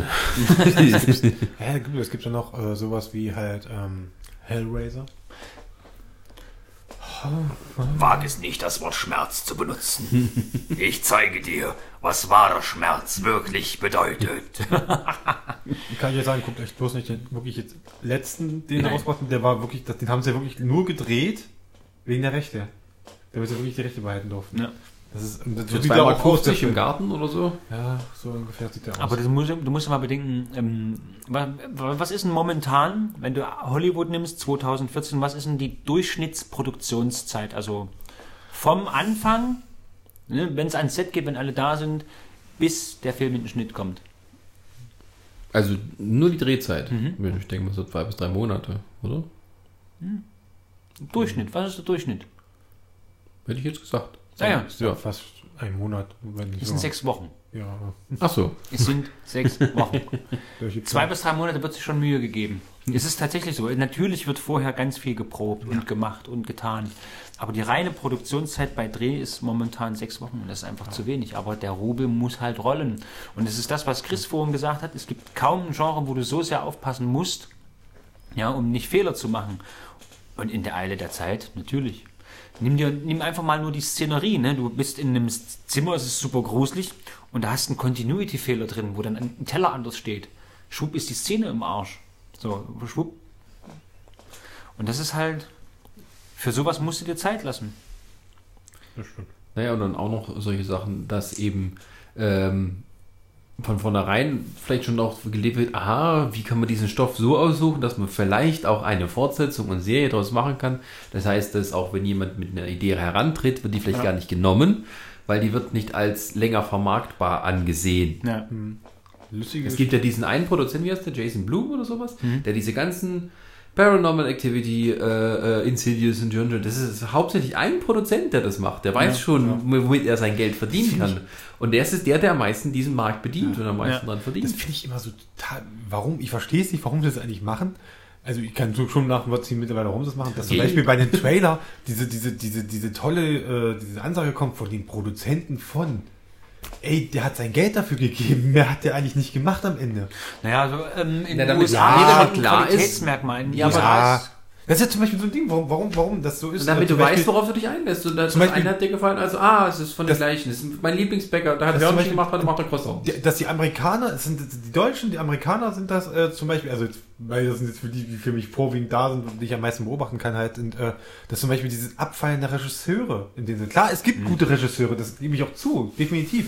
Es gibt ja noch sowas wie halt Hellraiser. Wag es nicht, das Wort Schmerz zu benutzen. Ich zeige dir, was wahrer Schmerz wirklich bedeutet. Ich kann jetzt sagen, guckt euch bloß nicht den wirklich jetzt letzten, den rausbrachten, der war wirklich, den haben sie ja wirklich nur gedreht wegen der Rechte. Damit sie wirklich die Rechte behalten durften. Ja. Das ist so 2,50 im Garten oder so? Ja, so ungefähr sieht der aus. Aber du musst mal bedenken, was ist denn momentan, wenn du Hollywood nimmst, 2014, was ist denn die Durchschnittsproduktionszeit? Also vom Anfang, ne, wenn es ans Set geht, wenn alle da sind, bis der Film in den Schnitt kommt. Also nur die Drehzeit? Ich denke mal so 2 bis 3 Monate, oder? Durchschnitt, was ist der Durchschnitt? Hätte ich jetzt gesagt. Ja. Fast ein Monat. Es sind 6 Wochen. Ja. Ach so. Es sind 6 Wochen. 2 bis 3 Monate wird sich schon Mühe gegeben. Es ist tatsächlich so. Natürlich wird vorher ganz viel geprobt und gemacht und getan. Aber die reine Produktionszeit bei Dreh ist momentan 6 Wochen. Und das ist einfach zu wenig. Aber der Rubel muss halt rollen. Und es ist das, was Chris vorhin gesagt hat. Es gibt kaum ein Genre, wo du so sehr aufpassen musst, ja, um nicht Fehler zu machen. Und in der Eile der Zeit, natürlich. Nimm einfach mal nur die Szenerie, ne? Du bist in einem Zimmer, es ist super gruselig und da hast einen Continuity-Fehler drin, wo dann ein Teller anders steht. Schwupp ist die Szene im Arsch. So, schwupp. Und das ist halt, für sowas musst du dir Zeit lassen. Das stimmt. Naja, und dann auch noch solche Sachen, dass eben von vornherein vielleicht schon auch gelebt wird, wie kann man diesen Stoff so aussuchen, dass man vielleicht auch eine Fortsetzung und Serie daraus machen kann. Das heißt, dass auch wenn jemand mit einer Idee herantritt, wird die vielleicht gar nicht genommen, weil die wird nicht als länger vermarktbar angesehen. Ja. Es gibt ja diesen einen Produzenten, wie heißt der, Jason Blum oder sowas, der diese ganzen Paranormal Activity, Insidious und John, das ist hauptsächlich ein Produzent, der das macht. Der weiß schon, womit er sein Geld verdienen kann. Und der ist der am meisten diesen Markt bedient und am meisten dran verdient. Das finde ich immer so total, warum, ich verstehe es nicht, warum sie das eigentlich machen. Also ich kann schon nachvollziehen mittlerweile, warum sie das machen. Dass zum Beispiel bei den Trailer diese tolle diese Ansage kommt von den Produzenten von der hat sein Geld dafür gegeben. Mehr hat der eigentlich nicht gemacht am Ende. Naja, also in den damit USA klar Qualitätsmerkmal. In den Ja, USA ist das ist ja zum Beispiel so ein Ding, warum das so ist. Und damit du Beispiel, weißt, worauf du dich einlässt. Und das zum Beispiel, eine hat dir gefallen, also, es ist von der gleichen. Das ist mein Lieblingsbäcker, da hat er nicht gemacht, macht er Croissant. Dass die Amerikaner, sind die Deutschen, die Amerikaner sind das zum Beispiel, also weil das sind jetzt für die für mich vorwiegend da sind und die ich am meisten beobachten kann, halt, und, dass zum Beispiel dieses Abfallen der Regisseure in dem Sinne. Klar, es gibt gute Regisseure, das gebe ich auch zu, definitiv.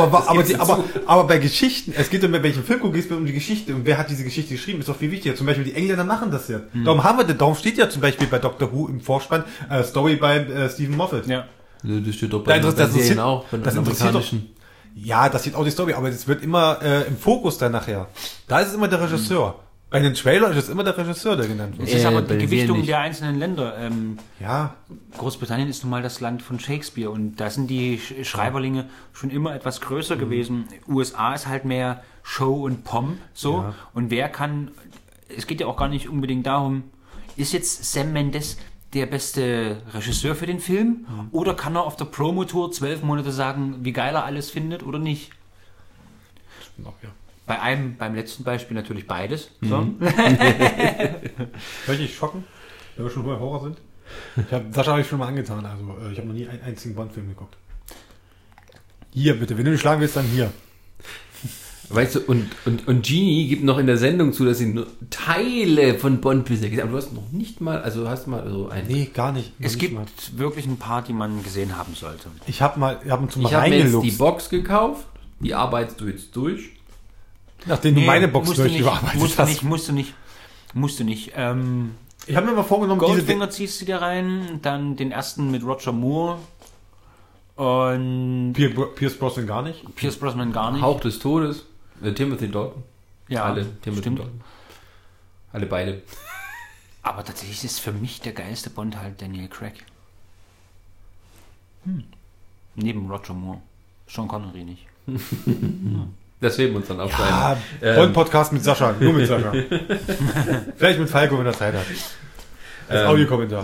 Aber bei Geschichten, es geht um welchen Film du gehst, um die Geschichte und wer hat diese Geschichte geschrieben, ist doch viel wichtiger. Zum Beispiel die Engländer machen das ja. Darum steht ja zum Beispiel bei Doctor Who im Vorspann Story bei Stephen Moffat. Ja. Das steht doch bei den Serien auch, bei den amerikanischen. Ja, das sieht auch die Story, aber das wird immer im Fokus dann nachher. Da ist es immer der Regisseur. Bei den Trailern ist es immer der Regisseur, der genannt wird. Es ist aber die Gewichtung der einzelnen Länder. Ja. Großbritannien ist nun mal das Land von Shakespeare und da sind die Schreiberlinge schon immer etwas größer gewesen. USA ist halt mehr Show und Pomp, so. Ja. Und wer kann, es geht ja auch gar nicht unbedingt darum, ist jetzt Sam Mendes der beste Regisseur für den Film oder kann er auf der Promotour 12 Monate sagen, wie geil er alles findet oder nicht? Noch, ja. Beim letzten Beispiel natürlich beides. So. Soll ich dich schocken, wenn wir schon vorher Horror sind? Sascha habe ich schon mal angetan, also ich habe noch nie einen einzigen Bond-Film geguckt. Hier bitte, wenn du nicht schlagen willst, dann hier. Weißt du, und Genie gibt noch in der Sendung zu, dass sie nur Teile von Bond bisher gesehen haben. Aber du hast noch nicht mal, also hast mal so ein... Nee, gar nicht. Es gibt wirklich ein paar, die man gesehen haben sollte. Ich habe mir jetzt die Box gekauft, die arbeitest du jetzt durch. Nachdem du meine Box durchgearbeitet hast. Musst du nicht. Ich habe mir mal vorgenommen, Goldfinger ziehst du dir rein, dann den ersten mit Roger Moore und Pierce Brosnan gar nicht. Pierce Brosnan gar nicht. Hauch des Todes, Timothy Dalton. Ja, alle Timothy stimmt. Dalton. Alle beide. Aber tatsächlich ist für mich der geilste Bond halt Daniel Craig. Neben Roger Moore. Sean Connery nicht. Das heben wir uns dann auf. Bond-Podcast mit Sascha, nur mit Sascha. Vielleicht mit Falco, wenn er Zeit hat. Als Audiokommentar.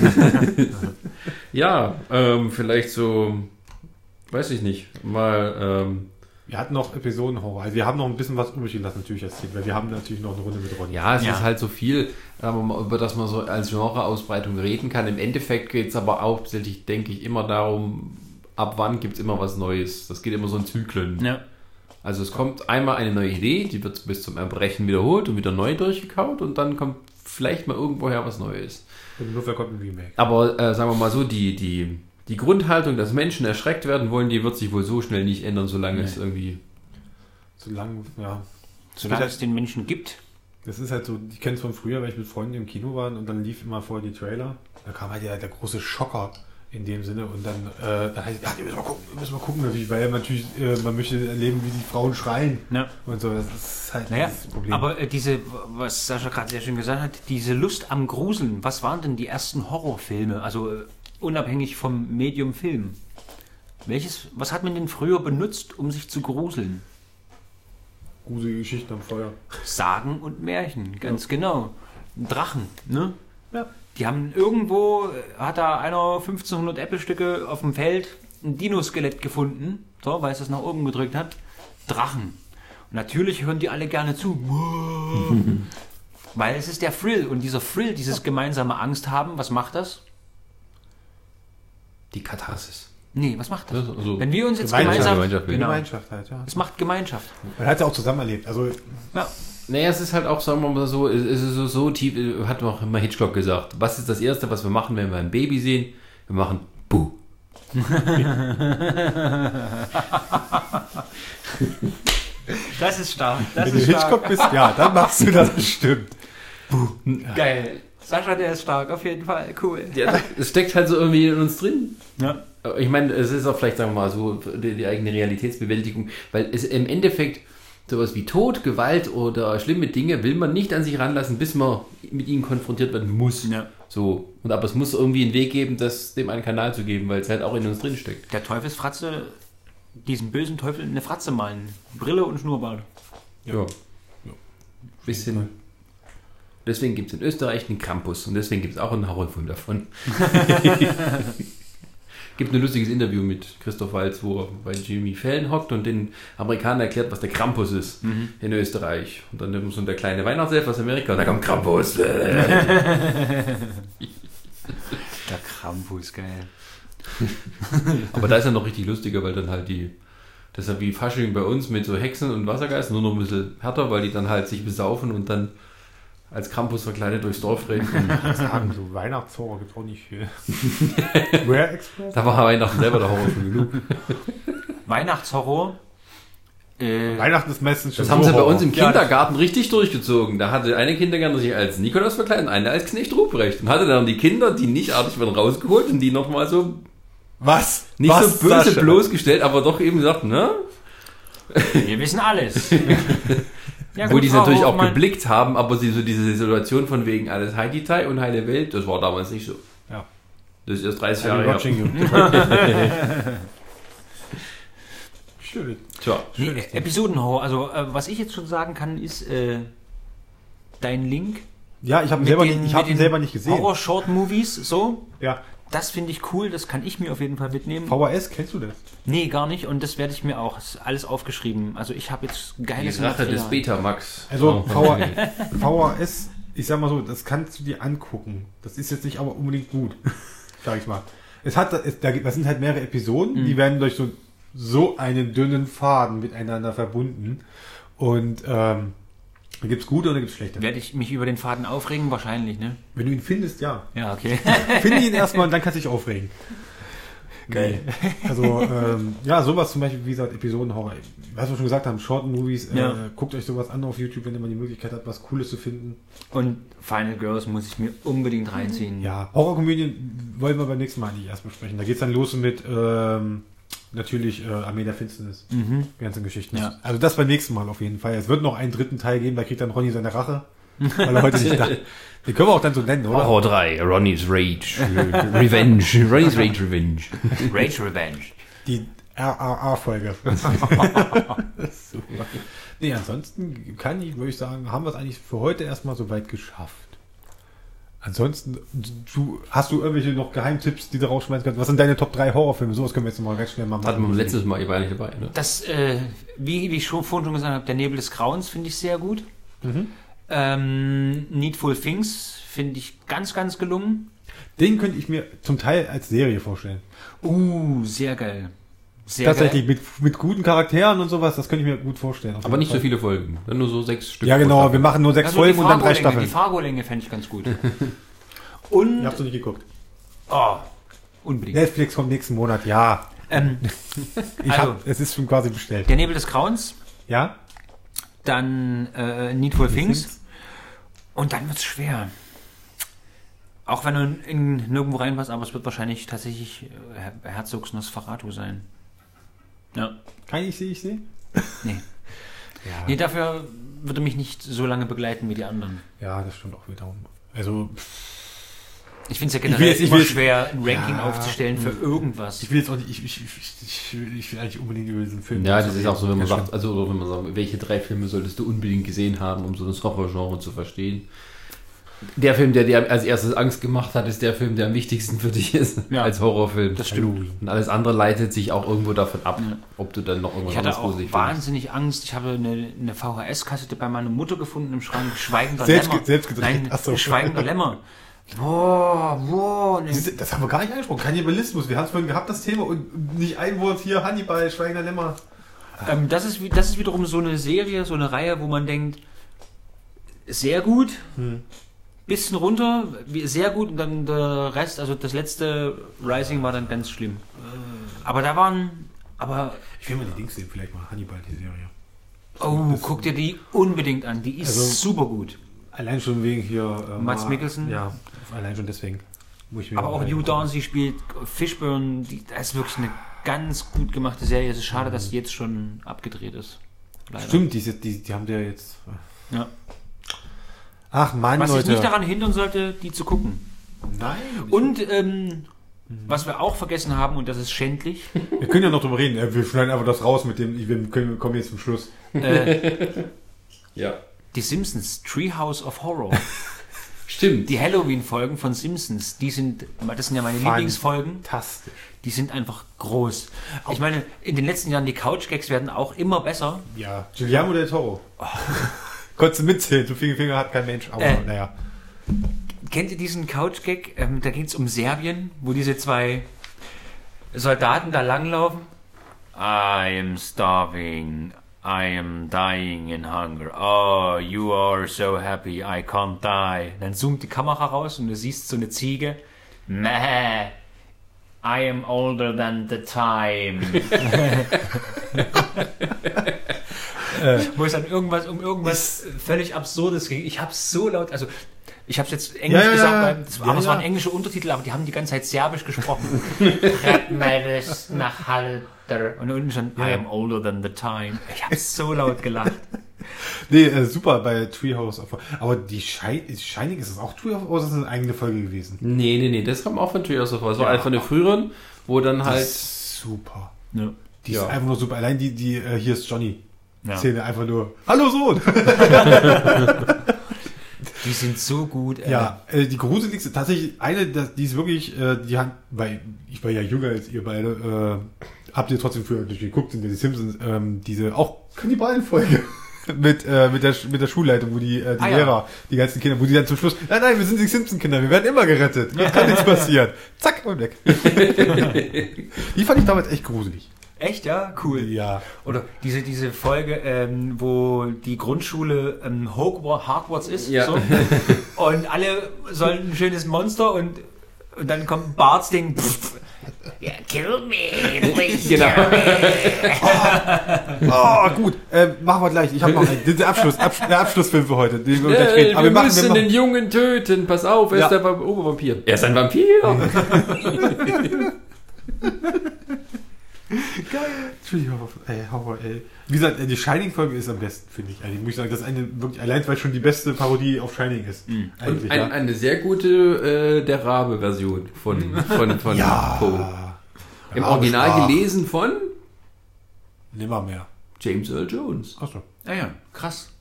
Ja, vielleicht so, weiß ich nicht, mal, Wir hatten noch Episodenhorror. Also wir haben noch ein bisschen was übrig gelassen natürlich erzählt, weil wir haben natürlich noch eine Runde mit Ronny. ja, es ist halt so viel, über das man so als Genre-Ausbreitung reden kann. Im Endeffekt geht es aber hauptsächlich, denke ich, immer darum, ab wann gibt es immer was Neues. Das geht immer so in Zyklen. Ja. Also es kommt einmal eine neue Idee, die wird bis zum Erbrechen wiederholt und wieder neu durchgekaut und dann kommt vielleicht mal irgendwoher was Neues. Und nur kommt ein Remake. Aber sagen wir mal so, die Grundhaltung, dass Menschen erschreckt werden wollen, die wird sich wohl so schnell nicht ändern, solange es irgendwie... Solange Es den Menschen gibt. Das ist halt so, ich kenne es von früher, weil ich mit Freunden im Kino war und dann lief immer vorher die Trailer. Da kam halt der große Schocker in dem Sinne und dann heißt es, ja, müssen wir gucken, weil natürlich, man möchte erleben, wie die Frauen schreien und so. Das ist halt das Problem. Aber was Sascha gerade sehr schön gesagt hat, diese Lust am Gruseln, was waren denn die ersten Horrorfilme? Also unabhängig vom Medium Film. Was hat man denn früher benutzt, um sich zu gruseln? Gruselige Geschichten am Feuer. Sagen und Märchen, ganz genau. Drachen, ne? Ja. Die haben irgendwo, hat da einer 1500 Äpfelstücke auf dem Feld ein Dino-Skelett gefunden, so, weil es das nach oben gedrückt hat. Drachen. Und natürlich hören die alle gerne zu. Weil es ist der Thrill. Und dieser Thrill, dieses gemeinsame Angst haben, was macht das? Die Katharsis. Nee, was macht das? Also Wenn wir uns jetzt Gemeinschaft. Genau. Gemeinschaft halt, ja. Es macht Gemeinschaft. Man hat ja auch zusammen erlebt. Also, Ja. Naja, es ist halt auch, sagen wir mal so, es ist so tief, hat auch immer Hitchcock gesagt. Was ist das Erste, was wir machen, wenn wir ein Baby sehen? Wir machen Buh. Das ist stark. Das wenn du ist Hitchcock bist, ja, dann machst du das bestimmt. Geil. Sascha, der ist stark, auf jeden Fall. Cool. Ja, es steckt halt so irgendwie in uns drin. Ja. Ich meine, es ist auch vielleicht, sagen wir mal, so die eigene Realitätsbewältigung, weil es im Endeffekt sowas wie Tod, Gewalt oder schlimme Dinge will man nicht an sich ranlassen, bis man mit ihnen konfrontiert werden muss. Ja. So. Und aber es muss irgendwie einen Weg geben, dem einen Kanal zu geben, weil es halt auch in uns drin steckt. Der Teufelsfratze, diesen bösen Teufel in eine Fratze malen. Brille und Schnurrbart. Ja. Bisschen. Deswegen gibt es in Österreich den Krampus und deswegen gibt es auch einen Horrorfilm davon. Gibt ein lustiges Interview mit Christoph Waltz, wo er bei Jimmy Fallon hockt und den Amerikanern erklärt, was der Krampus ist in Österreich. Und dann nimmt so der kleine Weihnachtself aus Amerika und da kommt Krampus. Der Krampus, geil. Aber da ist er noch richtig lustiger, weil dann halt das ist ja wie Fasching bei uns mit so Hexen und Wassergeistern, nur noch ein bisschen härter, weil die dann halt sich besaufen und dann als Krampus verkleidet durchs Dorf rennen. Sagen, so Weihnachtshorror gibt es auch nicht viel. Rare Express? Da war Weihnachten selber der Horror schon genug. Weihnachtshorror. Weihnachten ist meistens schon Das haben sie bei Horror. uns im Kindergarten richtig durchgezogen. Da hatte eine Kindergärtnerin sich als Nikolaus verkleidet und eine als Knecht Ruprecht. Und hatte dann die Kinder, die nicht artig waren, rausgeholt und die nochmal so Was? nicht Was, so böse Sascha? bloßgestellt, aber doch eben gesagt, ne? Wir wissen alles. Ja, Wo die es Frau natürlich auch Hoffmann. geblickt haben, aber sie so diese Situation von wegen alles Heidi-Tai und heile Welt, das war damals nicht so. Ja. Das ist erst 30 I'm Jahre her. watching you. Schön. Tja. Nee, Episodenhorror. Also, was ich jetzt schon sagen kann, ist dein Link. Ja, ich habe ihn selber nicht gesehen. Horror-Short-Movies, so. Ja. Das finde ich cool, das kann ich mir auf jeden Fall mitnehmen. VHS, kennst du das? Nee, gar nicht. Und das werde ich mir auch. Ist alles aufgeschrieben. Also ich habe jetzt Die geiles Rache des Material. Betamax. Also Oh. VHS, ich sag mal so, das kannst du dir angucken. Das ist jetzt nicht aber unbedingt gut, sag ich mal. Das sind halt mehrere Episoden, die werden durch so einen dünnen Faden miteinander verbunden. Und da gibt es gute und da gibt es schlechte. Werde ich mich über den Faden aufregen? Wahrscheinlich, ne? Wenn du ihn findest, ja. Ja, okay. Finde ihn erstmal und dann kannst du dich aufregen. Geil. Nee. Also, ja, sowas zum Beispiel, wie gesagt, Episodenhorror. Was wir schon gesagt haben, Short Movies, Ja. guckt euch sowas an auf YouTube, wenn ihr mal die Möglichkeit habt, was Cooles zu finden. Und Final Girls muss ich mir unbedingt reinziehen. Ja, Horrorkomödien wollen wir beim nächsten Mal nicht erst besprechen. Da geht's dann los mit natürlich Armee der Finsternis. Die ganzen Geschichten. Ja. Also das beim nächsten Mal auf jeden Fall. Es wird noch einen dritten Teil geben, da kriegt dann Ronny seine Rache. Weil er heute nicht da. Den können wir auch dann so nennen, oder? Horror 3, Ronny's Rage. Revenge. Ronny's Rage Revenge. Rage Revenge. Die RRA-Folge. Super. Nee, ansonsten würde ich sagen, haben wir es eigentlich für heute erstmal soweit geschafft. Ansonsten, hast du irgendwelche noch Geheimtipps, die du rausschmeißen kannst? Was sind deine Top 3 Horrorfilme? Sowas können wir jetzt mal ganz schnell mal machen. Hatten wir letztes Mal, ich war nicht dabei, ne? Das, wie ich vorhin schon gesagt habe, der Nebel des Grauens finde ich sehr gut. Needful Things finde ich ganz, ganz gelungen. Den könnte ich mir zum Teil als Serie vorstellen. Sehr geil. Sehr Tatsächlich mit guten Charakteren und sowas, das könnte ich mir gut vorstellen. Aber nicht so viele Folgen, dann nur so 6 Stück. Ja genau, wir machen nur 6 Also Folgen und dann 3 Die Staffeln. Fargo-Länge fände ich ganz gut. Und, Ihr habt es nicht geguckt. unbedingt. Netflix kommt nächsten Monat, ja. Es ist schon quasi bestellt. Der Nebel des Grauens, Ja? dann Needful Things und dann wird's schwer. Auch wenn du nirgendwo reinpasst, aber es wird wahrscheinlich tatsächlich Herzogs Nosferatu sein. Ja. Kann ich sehe? Nee. Ja. Nee, dafür würde mich nicht so lange begleiten wie die anderen. Ja, das stimmt auch wieder. Also, Ich finde es ja generell ich immer will- schwer, ein Ranking Ja. aufzustellen für irgendwas. ich will jetzt auch nicht, ich will eigentlich unbedingt über diesen Film. Ja, das ist auch so, wenn man Ja, sagt, also wenn man sagt, welche 3 Filme solltest du unbedingt gesehen haben, um so das Horrorgenre zu verstehen. Der Film, der dir als erstes Angst gemacht hat, ist der Film, der am wichtigsten für dich ist, Ja. als Horrorfilm. Das stimmt. Und alles andere leitet sich auch irgendwo davon ab, ob du dann noch irgendwas Ich hatte anderes auch gruselig wahnsinnig Angst. Ich habe eine VHS-Kassette bei meiner Mutter gefunden im Schrank. Schweigender Selbst Lämmer. selbst gedreht. Nein, Ach so. Schweigender Lämmer. Boah. Nee. Das haben wir gar nicht angesprochen. Kannibalismus. Wir haben es vorhin gehabt, das Thema, und nicht ein Wort hier, Hannibal, Schweigender Lämmer. Das ist wiederum so eine Serie, so eine Reihe, wo man denkt, sehr gut, bisschen runter, sehr gut und dann der Rest, also das letzte Rising war dann ganz schlimm. Aber Ich will mal die Dings sehen, vielleicht mal Hannibal, die Serie. guck dir die unbedingt an, die ist Also- super gut. Allein schon wegen hier... Mads Mikkelsen? Ja, allein schon deswegen. Muss ich mir Aber auch mal Hugh reingucken. Dancy spielt Fishburne, das ist wirklich eine ganz gut gemachte Serie. Es ist schade, dass die jetzt schon abgedreht ist. Leider. Stimmt, die haben ja jetzt... Ja. Ach Mann, Was Leute. dich nicht daran hindern sollte, die zu gucken. Nein. Und was wir auch vergessen haben, und das ist schändlich, Wir können ja noch drüber reden. Wir schneiden einfach das raus mit dem... Wir kommen jetzt zum Schluss. Ja. die Simpsons, Treehouse of Horror. Stimmt. Die Halloween-Folgen von Simpsons, das sind ja meine Lieblingsfolgen. Fantastisch. Die sind einfach groß. Ich meine, in den letzten Jahren, die Couch-Gags werden auch immer besser. Ja. Guillermo del Toro. Konntest du mitzählen. So viele Finger hat kein Mensch. Aber naja. Kennt ihr diesen Couch-Gag? Da geht es um Serbien, wo diese 2 Soldaten da langlaufen. I am starving. I am dying in hunger. Oh, you are so happy. I can't die. Dann zoomt die Kamera raus und du siehst so eine Ziege. Meh. I am older than the time. Wo es dann um irgendwas völlig Absurdes ging. Ich habe so laut, also ich habe es jetzt Englisch gesagt, aber es waren englische Untertitel, aber die haben die ganze Zeit Serbisch gesprochen. nach Halter. Und unten schon, I am older than the time. Ich habe so laut gelacht. Nee, super bei Treehouse of Horror. Aber die Shining, ist das auch Treehouse of Horror? Oder ist das eine eigene Folge gewesen? Nee, das kam auch von Treehouse of Horror. Das war eine von den früheren, wo dann Das halt... ist super. Ja. Die ist einfach nur super. Allein die hier ist Johnny. Ja. Szene einfach nur, hallo Sohn! Die sind so gut. Ja, die gruseligste, tatsächlich eine, die ist wirklich, weil ich war ja jünger als ihr beide, habt ihr trotzdem früher geguckt, sind ja die Simpsons, diese auch Kannibalenfolge mit der Schulleitung, wo die Lehrer, die ganzen Kinder, wo die dann zum Schluss, nein, wir sind die Simpson-Kinder, wir werden immer gerettet, mir kann nichts passieren. Zack, und weg. Die fand ich damals echt gruselig. Echt, ja? Cool. Ja. Oder diese Folge, wo die Grundschule Hogwarts ist. Ja. So. Und alle sollen ein schönes Monster und dann kommt Barts Ding. Yeah, kill me, please. Genau. Oh, gut. Machen wir gleich. Ich habe noch einen. Der Abschlussfilm für heute. Den wir unterdrehen. Aber wir machen müssen den Jungen töten. Pass auf, er ist der Obervampir. Er ist ein Vampir. Geil. Horror, ey. Wie gesagt, die Shining-Folge ist am besten, finde ich. Eigentlich muss ich sagen, das ist eine wirklich, allein weil es schon die beste Parodie auf Shining ist. Und eine sehr gute der Rabe-Version von Poe. Im Original gelesen von Nimmermehr. James Earl Jones. Achso. Ja, krass.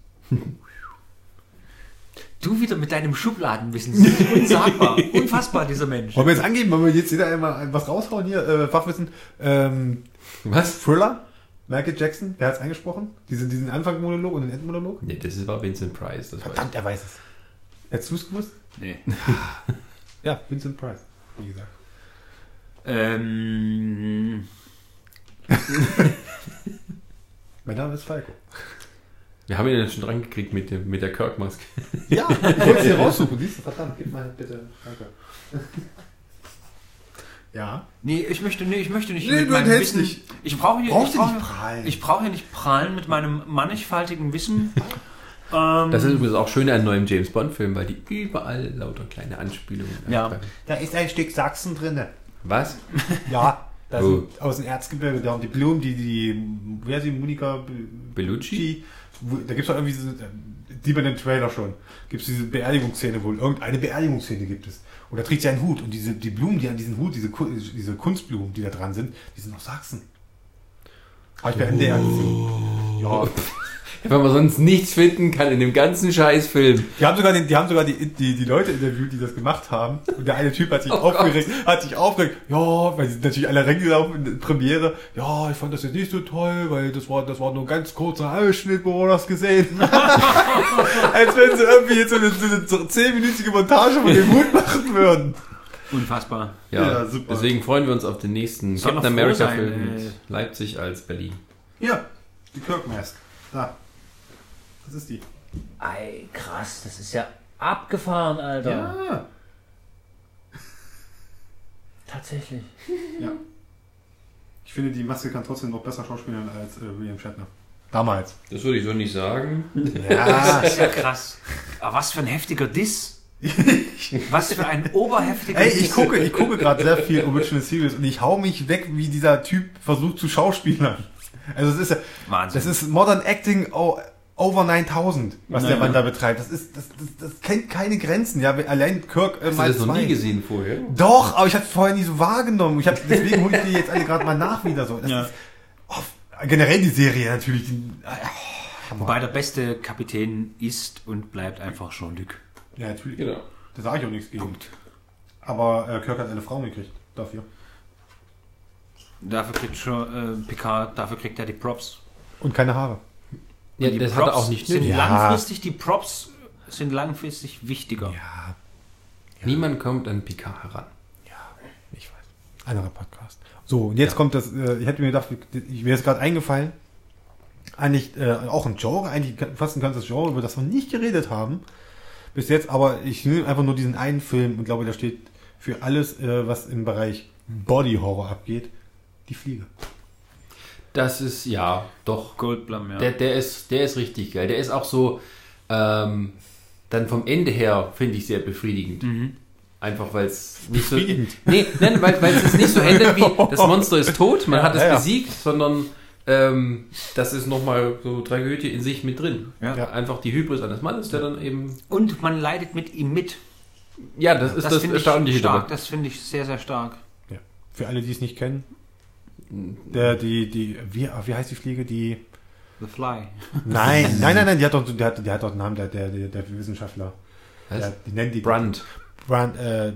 Du wieder mit deinem Schubladenwissen. Das ist unsagbar. Unfassbar, dieser Mensch. Wollen wir jetzt angeben, wollen wir jetzt jeder einmal was raushauen hier? Fachwissen. Was? Thriller? Michael Jackson, wer hat es eingesprochen? Diesen Anfangsmonolog und den Endmonolog? Nee, das war Vincent Price. Das Verdammt, er weiß es. Hättest du es gewusst? Nee. Ja, Vincent Price, wie gesagt. Mein Name ist Falco. Wir haben ihn jetzt schon dran gekriegt mit der Kirk-Maske. Ja, ich wollte es hier raussuchen. Siehst du, verdammt, gib mal bitte. Danke. Ja. Nee, ich möchte nicht Nee, mit du meinem hältst Wissen. nicht. Ich brauche hier Brauchst du nicht prahlen. Ich brauche hier nicht prahlen mit meinem mannigfaltigen Wissen. Das ist übrigens auch schön an einem neuen James Bond-Film, weil die überall lauter kleine Anspielungen Ja. haben. Da ist ein Stück Sachsen drin. Was? Ja, das Oh. sind aus dem Erzgebirge, da haben die Blumen, wer ist die, Monika Bellucci? Da gibt es doch irgendwie die bei dem Trailer schon, gibt es diese Beerdigungsszene wohl, irgendeine Beerdigungsszene gibt es. Und da trägt sie einen Hut und die Blumen, die an diesem Hut, diese Kunstblumen, die da dran sind, die sind aus Sachsen. Habe ich bei NDR gesehen. Ja. Wenn man sonst nichts finden kann in dem ganzen Scheißfilm. Die haben sogar die Leute interviewt, die das gemacht haben. Und der eine Typ hat sich aufgeregt. Ja, weil sie sind natürlich alle reingelaufen in der Premiere. Ja, ich fand das jetzt nicht so toll, weil das war nur ein ganz kurzer Ausschnitt, wo wir das gesehen. Als wenn sie irgendwie jetzt so eine 10-minütige Montage von dem Hut machen würden. Unfassbar. Ja, super. Deswegen freuen wir uns auf den nächsten Soll Captain noch froh America sein, Film mit Leipzig als Berlin. Hier, die Kirk Mask. Da. Das ist die. Ei, krass, das ist ja abgefahren, Alter. Ja. Tatsächlich. Ja. Ich finde, die Maske kann trotzdem noch besser schauspielern als William Shatner. Damals. Das würde ich so nicht sagen. Ja. Das ist ja krass. Aber was für ein heftiger Diss. Was für ein oberheftiger Ey, Diss. ich gucke gerade sehr viel Original Series und ich hau mich weg, wie dieser Typ versucht zu schauspielern. Also es ist ja, Wahnsinn. das ist Modern Acting over 9000, was der Mann da betreibt. Das kennt keine Grenzen. Ja, allein Kirk Hast du mal das noch zwei. nie gesehen vorher? Doch, aber ich habe es vorher nie so wahrgenommen. Deswegen hole ich die jetzt alle gerade mal nach wieder so. Das ist, generell die Serie natürlich. Wobei der beste Kapitän ist und bleibt einfach Jean-Luc. Ja, natürlich. Genau. Da sage ich auch nichts gegen. Aber Kirk hat eine Frau gekriegt dafür. Dafür kriegt schon Picard, dafür kriegt er die Props. Und keine Haare. Ja, Die das Props hat er auch nicht sind nötig. langfristig, die Props sind langfristig wichtiger. Ja, Niemand kommt an Picard heran. ich weiß. Anderer Podcast. So, und jetzt kommt das, ich hätte mir gedacht, mir ist gerade eingefallen, eigentlich auch ein Genre, eigentlich fast ein ganzes Genre, über das wir nicht geredet haben bis jetzt, aber ich nehme einfach nur diesen einen Film und glaube, der steht für alles, was im Bereich Body Horror abgeht, die Fliege. Das ist, ja, doch. Goldblum, ja. Der ist richtig geil. Der ist auch so, dann vom Ende her, finde ich, sehr befriedigend. Einfach, weil es nicht so... Nee, nein, weil es nicht so endet wie, das Monster ist tot, man hat es besiegt, sondern das ist nochmal so Tragödie in sich mit drin. Ja. Einfach die Hybris eines Mannes, der dann eben... Und man leidet mit ihm mit. Ja, das ist das finde ich Erstaunliche stark. dabei. Das finde ich sehr, sehr stark. Ja. Für alle, die es nicht kennen, wie heißt die Fliege? Die... The Fly. Nein, die hat doch einen Namen, der Wissenschaftler. Was? Die nennen die Brandt. Brandt. Der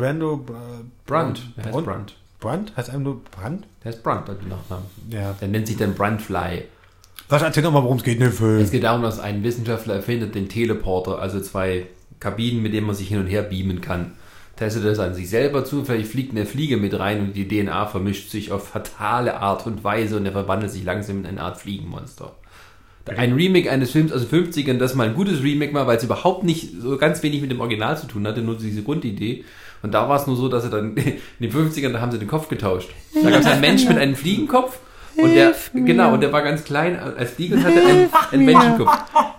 heißt Brandt. Brandt? Heißt einfach nur Brandt? Der heißt Brandt, hat den Nachnamen. Ja. Der nennt sich dann Brandfly. Sascha, erzähl doch mal, worum es geht in dem Film. Es geht darum, dass ein Wissenschaftler erfindet den Teleporter, also 2 Kabinen, mit denen man sich hin und her beamen kann. Testet das an sich selber zu, vielleicht fliegt eine Fliege mit rein und die DNA vermischt sich auf fatale Art und Weise und er verwandelt sich langsam in eine Art Fliegenmonster. Ein Remake eines Films aus den 50ern, das mal ein gutes Remake war, weil es überhaupt nicht so ganz wenig mit dem Original zu tun hatte, nur diese Grundidee. Und da war es nur so, dass er dann in den 50ern, da haben sie den Kopf getauscht. Da gab es einen Mensch mit einem Fliegenkopf und der war ganz klein als Fliege und hatte einen Menschenkopf.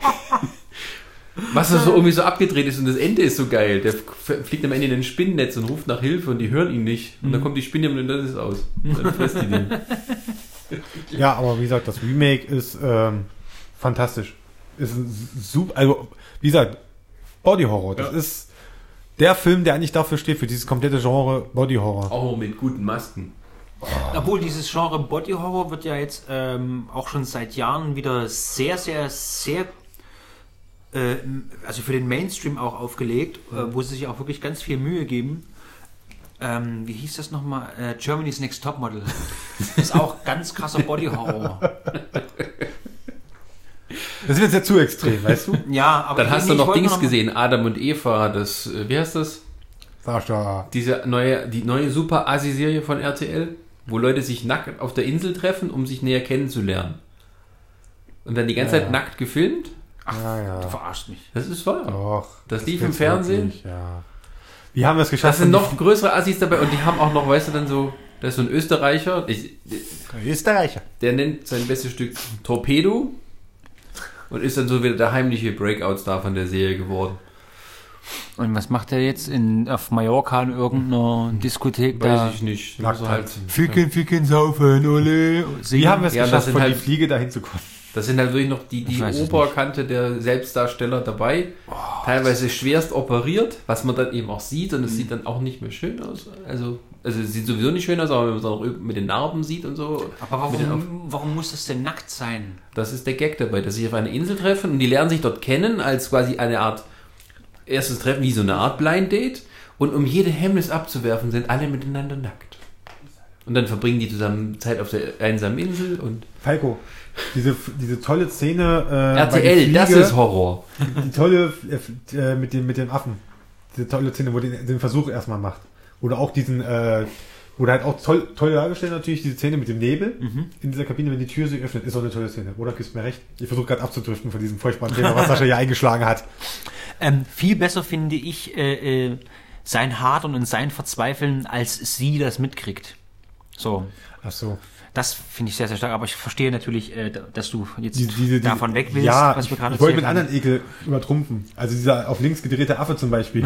Was so irgendwie so abgedreht ist und das Ende ist so geil. Der fliegt am Ende in ein Spinnennetz und ruft nach Hilfe und die hören ihn nicht. Und dann kommt die Spinne und dann ist es aus. Und dann frisst die den. Ja, aber wie gesagt, das Remake ist fantastisch. Ist ein super, also wie gesagt, Body Horror. Das ist der Film, der eigentlich dafür steht, für dieses komplette Genre Body Horror. Auch mit guten Masken. Obwohl dieses Genre Body Horror wird ja jetzt auch schon seit Jahren wieder sehr, sehr, sehr also für den Mainstream auch aufgelegt, wo sie sich auch wirklich ganz viel Mühe geben. Wie hieß das nochmal? Germany's Next Topmodel. Das ist auch ganz krasser Body Horror. Das ist jetzt ja zu extrem, weißt du? Ja, aber Dann hast du noch Dings gesehen, Adam und Eva, das, wie heißt das? Sascha. Die neue Super-Asi-Serie von RTL, wo Leute sich nackt auf der Insel treffen, um sich näher kennenzulernen. Und dann die ganze Zeit nackt gefilmt. Ja. Du verarschst mich. Das ist wahr. Doch. Das lief im Fernsehen. Wirklich, ja. Wie haben wir es geschafft? Das sind noch größere Assis dabei und die haben auch noch, weißt du, dann so, da ist so ein Österreicher, Österreicher. der nennt sein bestes Stück Torpedo und ist dann so wieder der heimliche Breakout-Star von der Serie geworden. Und was macht er jetzt auf Mallorca in irgendeiner Diskothek? Weiß ich nicht. Nackt Also halt. Ficken, saufen, ole. Wie haben wir es Ja, das geschafft, sind von halt- die Fliege dahin zu kommen? Das sind halt wirklich noch die weiß es Oberkante der Selbstdarsteller dabei. Teilweise schwerst operiert, was man dann eben auch sieht und es sieht dann auch nicht mehr schön aus. Also es sieht sowieso nicht schön aus, aber wenn man es auch mit den Narben sieht und so. Aber warum muss das denn nackt sein? Das ist der Gag dabei, dass sie sich auf einer Insel treffen und die lernen sich dort kennen als quasi eine Art erstes Treffen, wie so eine Art Blind Date. Und um jede Hemmnis abzuwerfen, sind alle miteinander nackt. Und dann verbringen die zusammen Zeit auf der einsamen Insel und Falco, diese tolle Szene bei RTL, die das Fliege, ist Horror. die tolle mit dem Affen. Diese tolle Szene, wo den Versuch erstmal macht. Oder auch diesen, oder halt auch toll dargestellt natürlich, diese Szene mit dem Nebel in dieser Kabine, wenn die Tür sich öffnet, ist auch eine tolle Szene. Oder gibst mir recht? Ich versuche gerade abzudriften von diesem furchtbaren Thema, was Sascha hier eingeschlagen hat. Viel besser finde ich sein Hadern und sein Verzweifeln, als sie das mitkriegt. So. Ach so. Das finde ich sehr, sehr stark, aber ich verstehe natürlich, dass du jetzt Diese davon weg willst, ja, was wir gerade ich wollte mit erzählt haben. anderen Ekel übertrumpfen. Also dieser auf links gedrehte Affe zum Beispiel.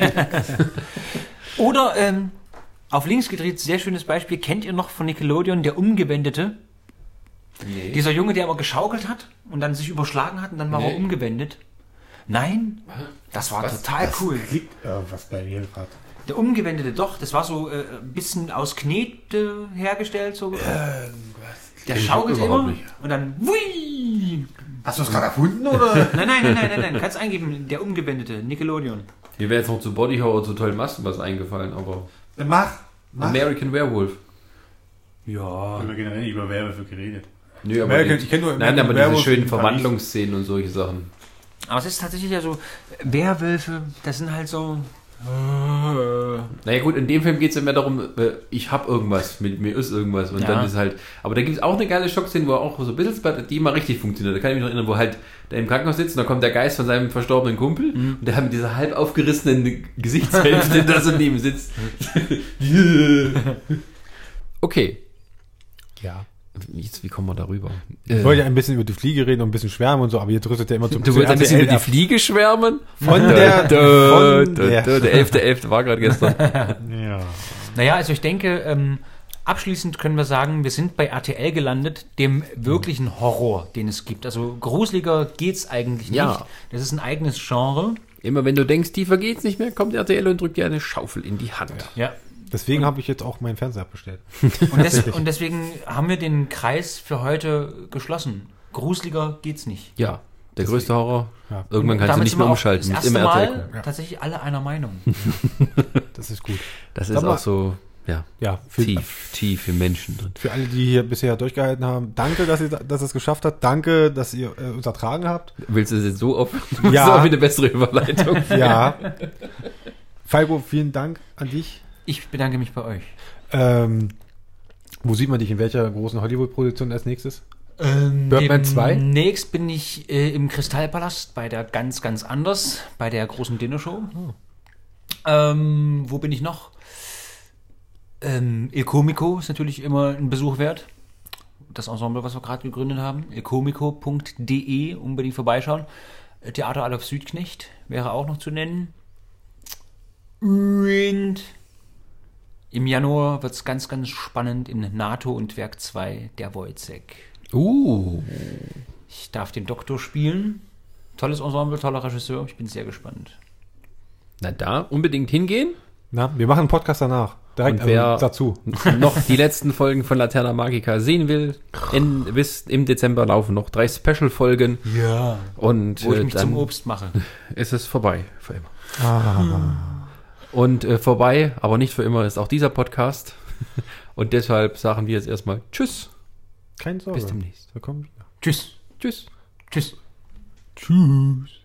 Oder auf links gedreht, sehr schönes Beispiel, kennt ihr noch von Nickelodeon, der Umgewendete? Nee. Dieser Junge, der aber geschaukelt hat und dann sich überschlagen hat und dann war er umgewendet. Nein? Das war total cool. Liegt was bei mir gerade. Der Umgewendete, doch, das war so ein bisschen aus Knete hergestellt. So. Der schaukelt immer und dann wui! Hast du das gerade erfunden, oder? Nein, kannst eingeben, der Umgewendete, Nickelodeon. Mir wäre jetzt noch zu Body Horror, zu tollen Masken was eingefallen, aber Mach. American Werewolf. Ja. Wir generell nicht über Werwölfe geredet. Nö, aber American- die, ich kenn nur nein, aber American diese Werewolf schönen in Paris. Verwandlungsszenen und solche Sachen. Aber es ist tatsächlich ja so, Werwölfe, das sind halt so... Naja gut, in dem Film geht es ja mehr darum, ich hab irgendwas, mit mir ist irgendwas und Ja. dann ist halt, aber da gibt es auch eine geile Schockszene, wo auch so ein bisschen, die mal richtig funktioniert. Da kann ich mich noch erinnern, wo halt der im Krankenhaus sitzt und da kommt der Geist von seinem verstorbenen Kumpel und der hat mit dieser halb aufgerissenen Gesichtshälfte, da so neben sitzt. Okay, Ja. jetzt, wie kommen wir darüber? Ich wollte ja ein bisschen über die Fliege reden und ein bisschen schwärmen und so, aber ihr drückt ja immer zum Du willst ein bisschen über die RTL Fliege schwärmen? Von der... Der 11.11. war gerade gestern. Ja. Naja, also ich denke, abschließend können wir sagen, wir sind bei RTL gelandet, dem wirklichen Horror, den es gibt. Also gruseliger geht's eigentlich nicht. Ja. Das ist ein eigenes Genre. Immer wenn du denkst, tiefer geht's nicht mehr, kommt RTL und drückt dir eine Schaufel in die Hand. Ja. Deswegen habe ich jetzt auch meinen Fernseher abbestellt. Und deswegen haben wir den Kreis für heute geschlossen. Gruseliger geht's nicht. Ja, der größte Horror. Ja. Irgendwann kannst du Damit nicht sind mehr wir auch umschalten. Das Ist erste immer RTL Mal gucken. tatsächlich alle einer Meinung. Das ist gut. Das Sag ist mal- auch so, ja, Ja, tief im Menschen drin. Für alle, die hier bisher durchgehalten haben, danke, dass ihr es geschafft habt. Danke, dass ihr uns ertragen habt. Willst du es jetzt so auf? Ja. Das ist auch wieder eine bessere Überleitung. Ja. Falco, vielen Dank an dich. Ich bedanke mich bei euch. Wo sieht man dich? In welcher großen Hollywood-Produktion als nächstes? Birdman 2? Demnächst bin ich im Kristallpalast bei der ganz, ganz anders, bei der großen Dinnershow. Wo bin ich noch? Il Comico ist natürlich immer ein Besuch wert. Das Ensemble, was wir gerade gegründet haben. ilcomico.de, unbedingt vorbeischauen. Theater Adolf Südknecht wäre auch noch zu nennen. Und Im Januar wird es ganz, ganz spannend in NATO und Werk 2, der Wojciech. Ich darf den Doktor spielen. Tolles Ensemble, toller Regisseur. Ich bin sehr gespannt. Na da, unbedingt hingehen. Na, wir machen einen Podcast danach. Direkt Und wer dazu. noch die letzten Folgen von Laterna Magica sehen will, bis im Dezember laufen noch 3 Special-Folgen. Ja. Und Wo ich mich dann zum Obst mache. ist es vorbei für immer. Und vorbei, aber nicht für immer, ist auch dieser Podcast. Und deshalb sagen wir jetzt erstmal Tschüss. Keine Sorge. Bis demnächst. Wir kommen wieder. Tschüss. Tschüss. Tschüss. Tschüss.